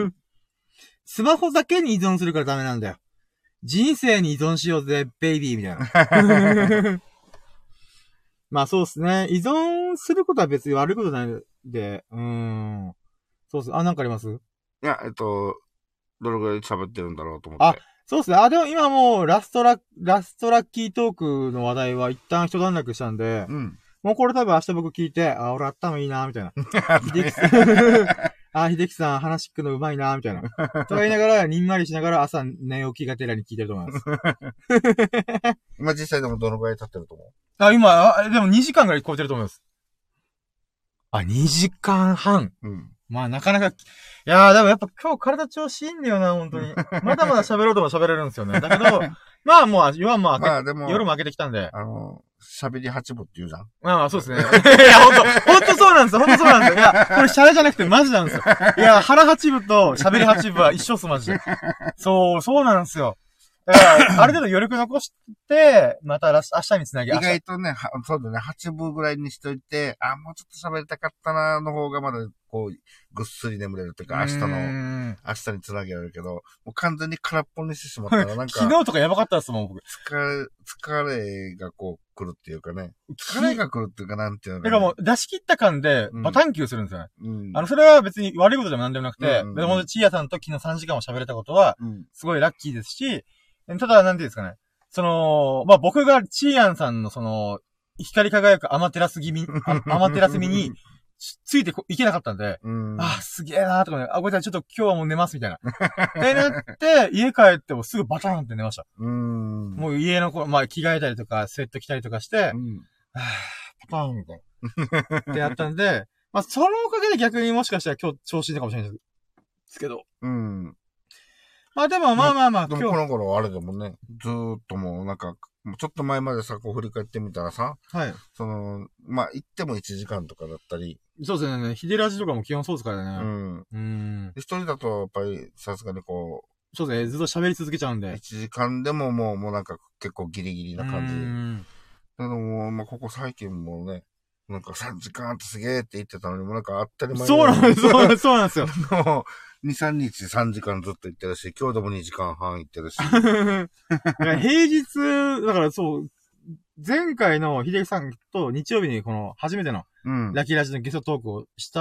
スマホだけに依存するからダメなんだよ。人生に依存しようぜ、ベイビーみたいな。まあそうっすね。依存することは別に悪いことないんで、うーん。そうっす。あ、なんかあります？ いや、えっと、どれぐらい喋ってるんだろうと思って。あ、 そうっすね。あ、でも今もうラストラ、ラストラッキートークの話題は一旦一段落したんで、うん、もうこれ多分明日僕聞いて、あ、俺頭いいなみたいな。秀樹さん、あ、秀樹さん話聞くのうまいなみたいな。とか言いながら、にんまりしながら朝寝起きがてらに聞いてると思います。 今実際でもどのぐらい経ってると思う？ あ、今、あ、でもにじかんぐらい超えてると思います。あ、にじかんはん。うん。まあなかなか、いやーでもやっぱ今日体調子いいんだよな、本当に。まだまだ喋ろうとも喋れるんですよね。だけど、まあもう夜も明け、まあでも夜も明けてきたんで。 あの、喋り八分って言うじゃん。 まあまあそうですね。いや、ほんと、ほんとそうなんですよ。ほんとそうなんですよ。いや、これシャレじゃなくてマジなんですよ。いや、腹八分と喋り八分は一緒っす、マジで。そう、そうなんですよ。だから、ある程度余力残して、また明日につなげ。 意外とね、そうだね、八分ぐらいにしといて、あ、もうちょっと喋りたかったな、の方がまだ、こう、ぐっすり眠れるというか、明日の、明日につなげられるけど、もう完全に空っぽにしてしまったら、なんか。昨日とかやばかったですもん、僕。 疲れ、疲れがこう、来るっていうかね。疲れが来るっていうか、なんていうのか、 ね。だからもう、出し切った感で、バタンキューするんですよね。うん、あの、それは別に悪いことでもなんでもなくて、うんうん、でも、チーヤさんと昨日さんじかんも喋れたことは、すごいラッキーですし、ただ、なんていうんですかね。その、まあ、僕がチーヤンさんのその、光り輝くアマテラス気味、アマテラス味についていけなかったんで、うんあ、すげえなーとかね、あ、ごめんなさい、ちょっと今日はもう寝ますみたいな。で、なって、家帰ってもすぐバターンって寝ました。うんもう家のこ、まあ、着替えたりとか、スウェット着たりとかして、うん、はぁ、パターンみたいな。ってやったんで、まあ、そのおかげで逆にもしかしたら今日調子いいのかもしれないですけど。うん。まあでもまあまあまあ、 でもこの頃あれでもね、ずーっともうなんか、ちょっと前までさ、こう振り返ってみたらさ、はい。その、まあ行ってもいちじかんとかだったり。 そうですね、ヒデラジとかも基本そうですからね。うん。 うん。一人だとやっぱりさすがにこう、そうですね、ずっと喋り続けちゃうんで。 いちじかんでももう、もうなんか結構ギリギリな感じ。うん。でも、まあここ最近もね、なんかさんじかんってすげーって言ってたのにもなんか当たり前そうなんです、そうなんです、そうなんですよ。 に、さんにちさんじかんずっと行ってるし、今日でもにじかんはん行ってるし。 平日、だからそう、前回の秀樹さんと日曜日にこの初めてのラッキーラジのゲストトークをした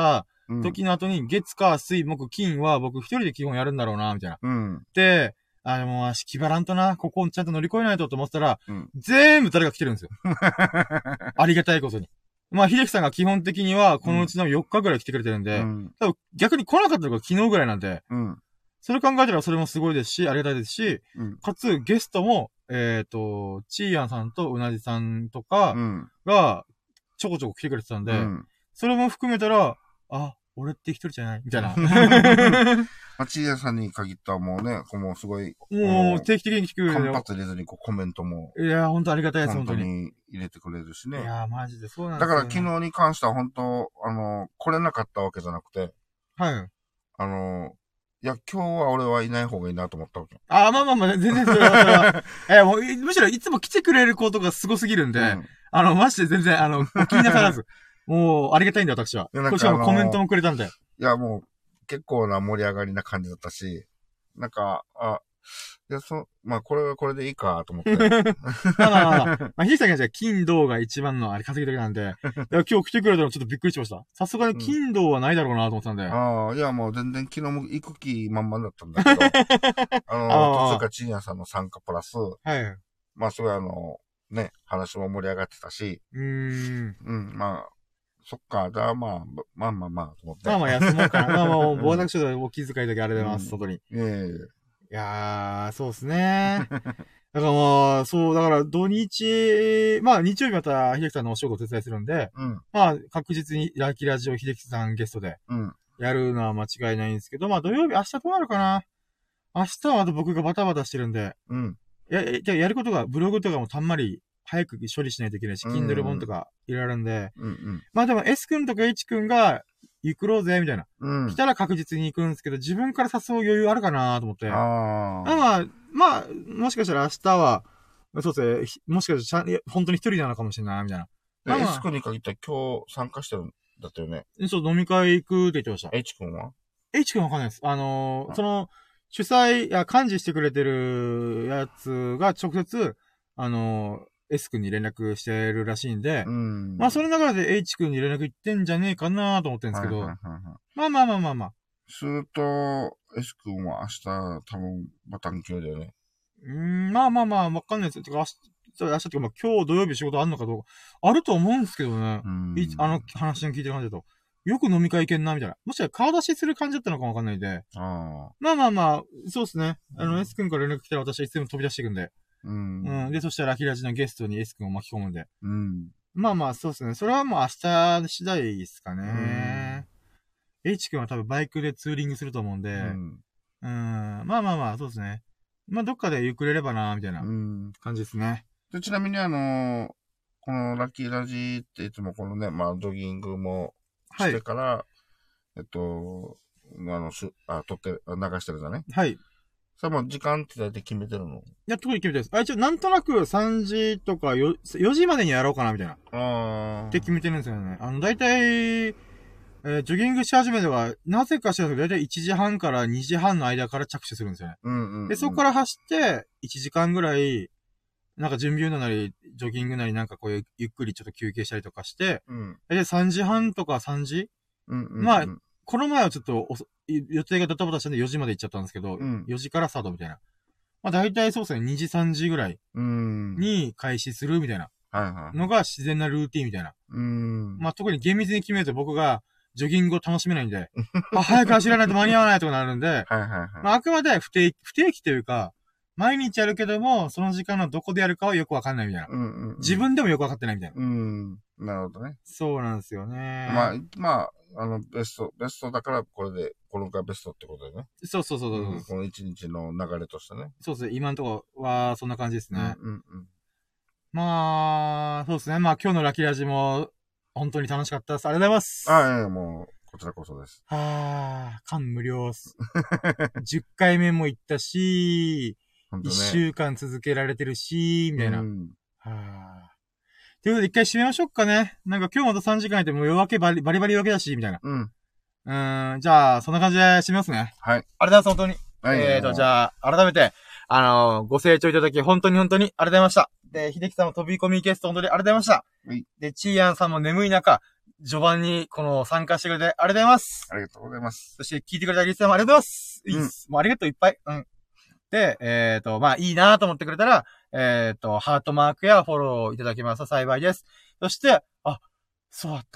時の後に、月、火、水、木、金は僕一人で基本やるんだろうな、みたいな。 うん。 で、あの、もう、気張らんとな、ここをちゃんと乗り越えないとと思ったら、うん、全部誰か来てるんですよ。ありがたいことに。まあ、秀樹さんが基本的には、このうちのよっかぐらい来てくれてるんで、うん、多分逆に来なかったのが昨日ぐらいなんで、うん、それ考えたらそれもすごいですし、ありがたいですし、うん、かつゲストも、えっ、ー、と、チーヤンさんとうなじさんとかが、ちょこちょこ来てくれてたんで、うん、それも含めたら、あ、俺って一人じゃないみたいな。 チーヤンさんに限ったもうね、もうすごい。 もう定期的に聞く。 間髪入れずにこうコメントも。 いや、本当ありがたいです、本当に。 本当に入れてくれるしね。 いや、マジでそうなんですよ、ね。だから昨日に関しては本当、あの、来れなかったわけじゃなくて。 はい。 あの、いや、今日は俺はいない方がいいなと思ったわけ。 あ、まあまあまあ、全然それは、それは。え、もう、むしろいつも来てくれることがすごすぎるんで、うん、あの、マジで全然、あの、お気になさらず。もう、ありがたいんだよ、私は。こちらもコメントもくれたんで。 いや、もう、結構な盛り上がりな感じだったし、なんか、あ、いや、そ、まあ、これはこれでいいか、と思って。まあまあまあ、まあ、ひできさんがじゃあ、金銅が一番のあれ稼ぎ時なんで、いや、今日来てくれたのちょっとびっくりしました。さすがに金銅はないだろうなと思ってたんで。うん、 ああ、いや、もう全然昨日も行く気満々だったんだけど、あの、途中からチーヤンさんの参加プラス、はい。まあ、すごいあの、ね、話も盛り上がってたし、うーん。うん、まあ、そっか、じゃあまあ、まあまあまあ、と思って。 まあまあ休もうかな。まあまあ、私はお気遣いだけあれでます、外に。 ええいやー、そうですね。だからまあ、そう、だから土日、まあ日曜日また秀樹さんのお仕事を手伝いするんで、うん、まあ確実にラキラジオ秀樹さんゲストで、やるのは間違いないんですけど、まあ土曜日明日どうなるかな。明日はまた僕がバタバタしてるんで、うん、や、じゃやることがブログとかもたんまり早く処理しないといけないし、Kindle 本とかいろいろあるんで、うんうん、まあでも S 君とか H 君が行くろうぜ、みたいな、うん。来たら確実に行くんですけど、自分から誘う余裕あるかなと思って。あまあ、まあ、もしかしたら明日は、そうですね、もしかしたら本当に一人なのかもしれない、みたいな。 まあまあ、S 君に限って今日参加してるんだったよね。 そう、飲み会行くって言ってました。 H 君は ?H 君わかんないです。あのー、その、主催、や、幹事してくれてるやつが直接、あのー、S 君に連絡してるらしいんで、うん、まあその流れで H 君に連絡行ってんじゃねえかなと思ってるんですけど、はいはいはいはい、まあまあまあまあまあ。 すると、S 君は明日多分バタン級だよね。 うーん、まあまあまあ、わかんないですよ。てか明日、明日ってかまあ今日土曜日仕事あんのかどうか、あると思うんですけどね。いあの話の聞いてる感じだと。よく飲み会行けんな、みたいな。もしかしたら顔出しする感じだったのかもわかんないんで。あまあまあまあ、そうですね。あの、S 君から連絡来たら私はいつでも飛び出していくんで。うん。うん。で、そしたらラキラジのゲストに S 君を巻き込むんで。うん。まあまあ、そうですね。それはもう明日次第ですかね。うん。H 君は多分バイクでツーリングすると思うんで。うん。うん。まあまあまあ、そうですね。まあ、どっかでゆっくれればな、みたいな感じですね。 で、ちなみにあのー、このラッキーラジっていつもこのね、まあ、ジョギングもしてから、はい、えっと、あの、しあ、撮って、流してるじゃね。はい。さあもう時間って大体決めてるの？いや、特に決めてるです。あ、一応なんとなくさんじとか よ, よじまでにやろうかな、みたいな。ああ。って決めてるんですよね。あの、大体、えー、ジョギングし始めては、なぜか知らないけど、大体いちじはんからにじはんの間から着手するんですよね。うんうん、うん。で、そこから走って、いちじかんぐらい、なんか準備運動なり、ジョギングなりなんかこうゆっくりちょっと休憩したりとかして、うん。で、さんじはんとかさんじ、うんうんうん、まあ、この前はちょっと予定がドタバタしたんでよじまで行っちゃったんですけど、うん、よじからスタートみたいな。まあ大体そうですね、にじさんじぐらいに開始するみたいなのが自然なルーティンみたいな。うん、まあ特に厳密に決めると僕がジョギングを楽しめないんで、あ早く走らないと間に合わないとかなるんで、はいはいはい、まああくまで不定期、不定期というか、毎日やるけども、その時間のどこでやるかはよくわかんないみたいな。うんうんうん、自分でもよくわかってないみたいな。 うん。なるほどね。 そうなんですよね。 まあ、まあ、あの、ベスト、ベストだからこれで、このがベストってことだよね。 そうそうそうそう、 うん。この一日の流れとしてね。 そうですね。今のところはそんな感じですね。うんうんうん。まあ、そうですね。まあ今日のラキラジも本当に楽しかったです。ありがとうございます。 ああ、いやもう、こちらこそです。 はあ、感無量っす。じゅっかいめも行ったし、一、ね、週間続けられてるし、みたいな。うん、はあ。ということで一回締めましょうかね。なんか今日またさんじかんやってもう夜明けバリバリバリ夜明けだし、みたいな。うん。うーん、じゃあ、そんな感じで締めますね。はい。ありがとうございます、本当に。はい。えーと、じゃあ、改めて、あのー、ご清聴いただき、本当に本当にありがとうございました。で、秀樹さんも飛び込みゲスト本当にありがとうございました。はい。で、チーヤンさんも眠い中、 序盤にこの参加してくれてありがとうございます。 ありがとうございます。 そして聞いてくれたリスナーもありがとうございます。うん、いいっす。もうありがとういっぱい。うん。で、えっ、ー、と、まあいいなと思ってくれたら、えっ、ー、と、ハートマークやフォローいただけますと幸いです。そして、あ、そうだった。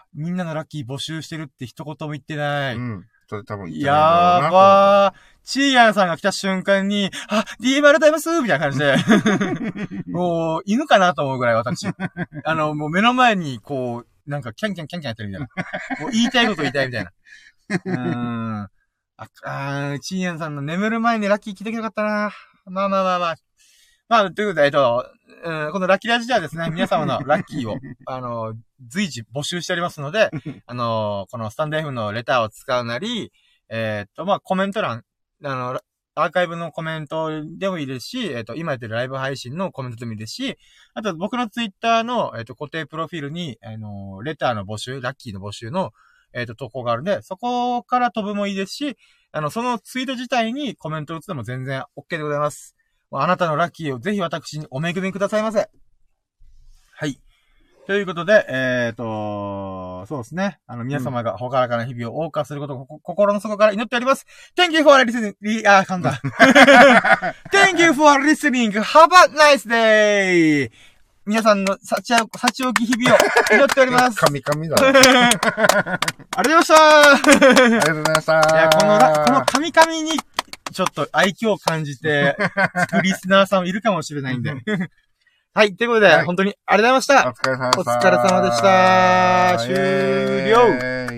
みんなのラッキー募集してるって一言も言ってない。 うん。それ多分言ってないんだろうな。やばー。チーヤンさんが来た瞬間に、あ、ディーエムアール タイムスみたいな感じで、もう、犬かなと思うぐらい私。あの、もう目の前に、こう、なんかキャンキャンキャンキャンやってるみたいな。もう言いたいこと言いたいみたいな。うーん。あ、あチーヤンさんの眠る前にラッキー聞いてきたかったな。まあまあまあまあ。まあ、ということで、えっと、うん、このラッキーラジではですね、皆様のラッキーを、あの、随時募集しておりますので、あの、このスタンド F のレターを使うなり、えー、っと、まあ、コメント欄、あの、アーカイブのコメントでもいいですし、えー、っと、今やってるライブ配信のコメントでもいいですし、あと僕のツイッターの、えー、っと、固定プロフィールに、あの、レターの募集、ラッキーの募集の、えー、っと、投稿があるんで、そこから飛ぶもいいですし、あの、そのツイート自体にコメントを打つのも全然 OK でございます。あなたのラッキーをぜひ私にお恵みくださいませ。はい。ということで、えっと、そうですね。あの、皆様がほからかな日々を謳歌することを、うん、心の底から祈っております。Thank you for listening. あ、噛んだ。Thank you for listening. Have a nice day. 皆さんの幸置き日々を祈っております。 神々だ。 ありがとうございました。 ありがとうございました。 いや、この、この神々に、ちょっと愛嬌を感じて、聞くリスナーさんもいるかもしれないんで。はい、ということで、はい、本当にありがとうございました。 お疲れ様でした。 お疲れ様でした。終了。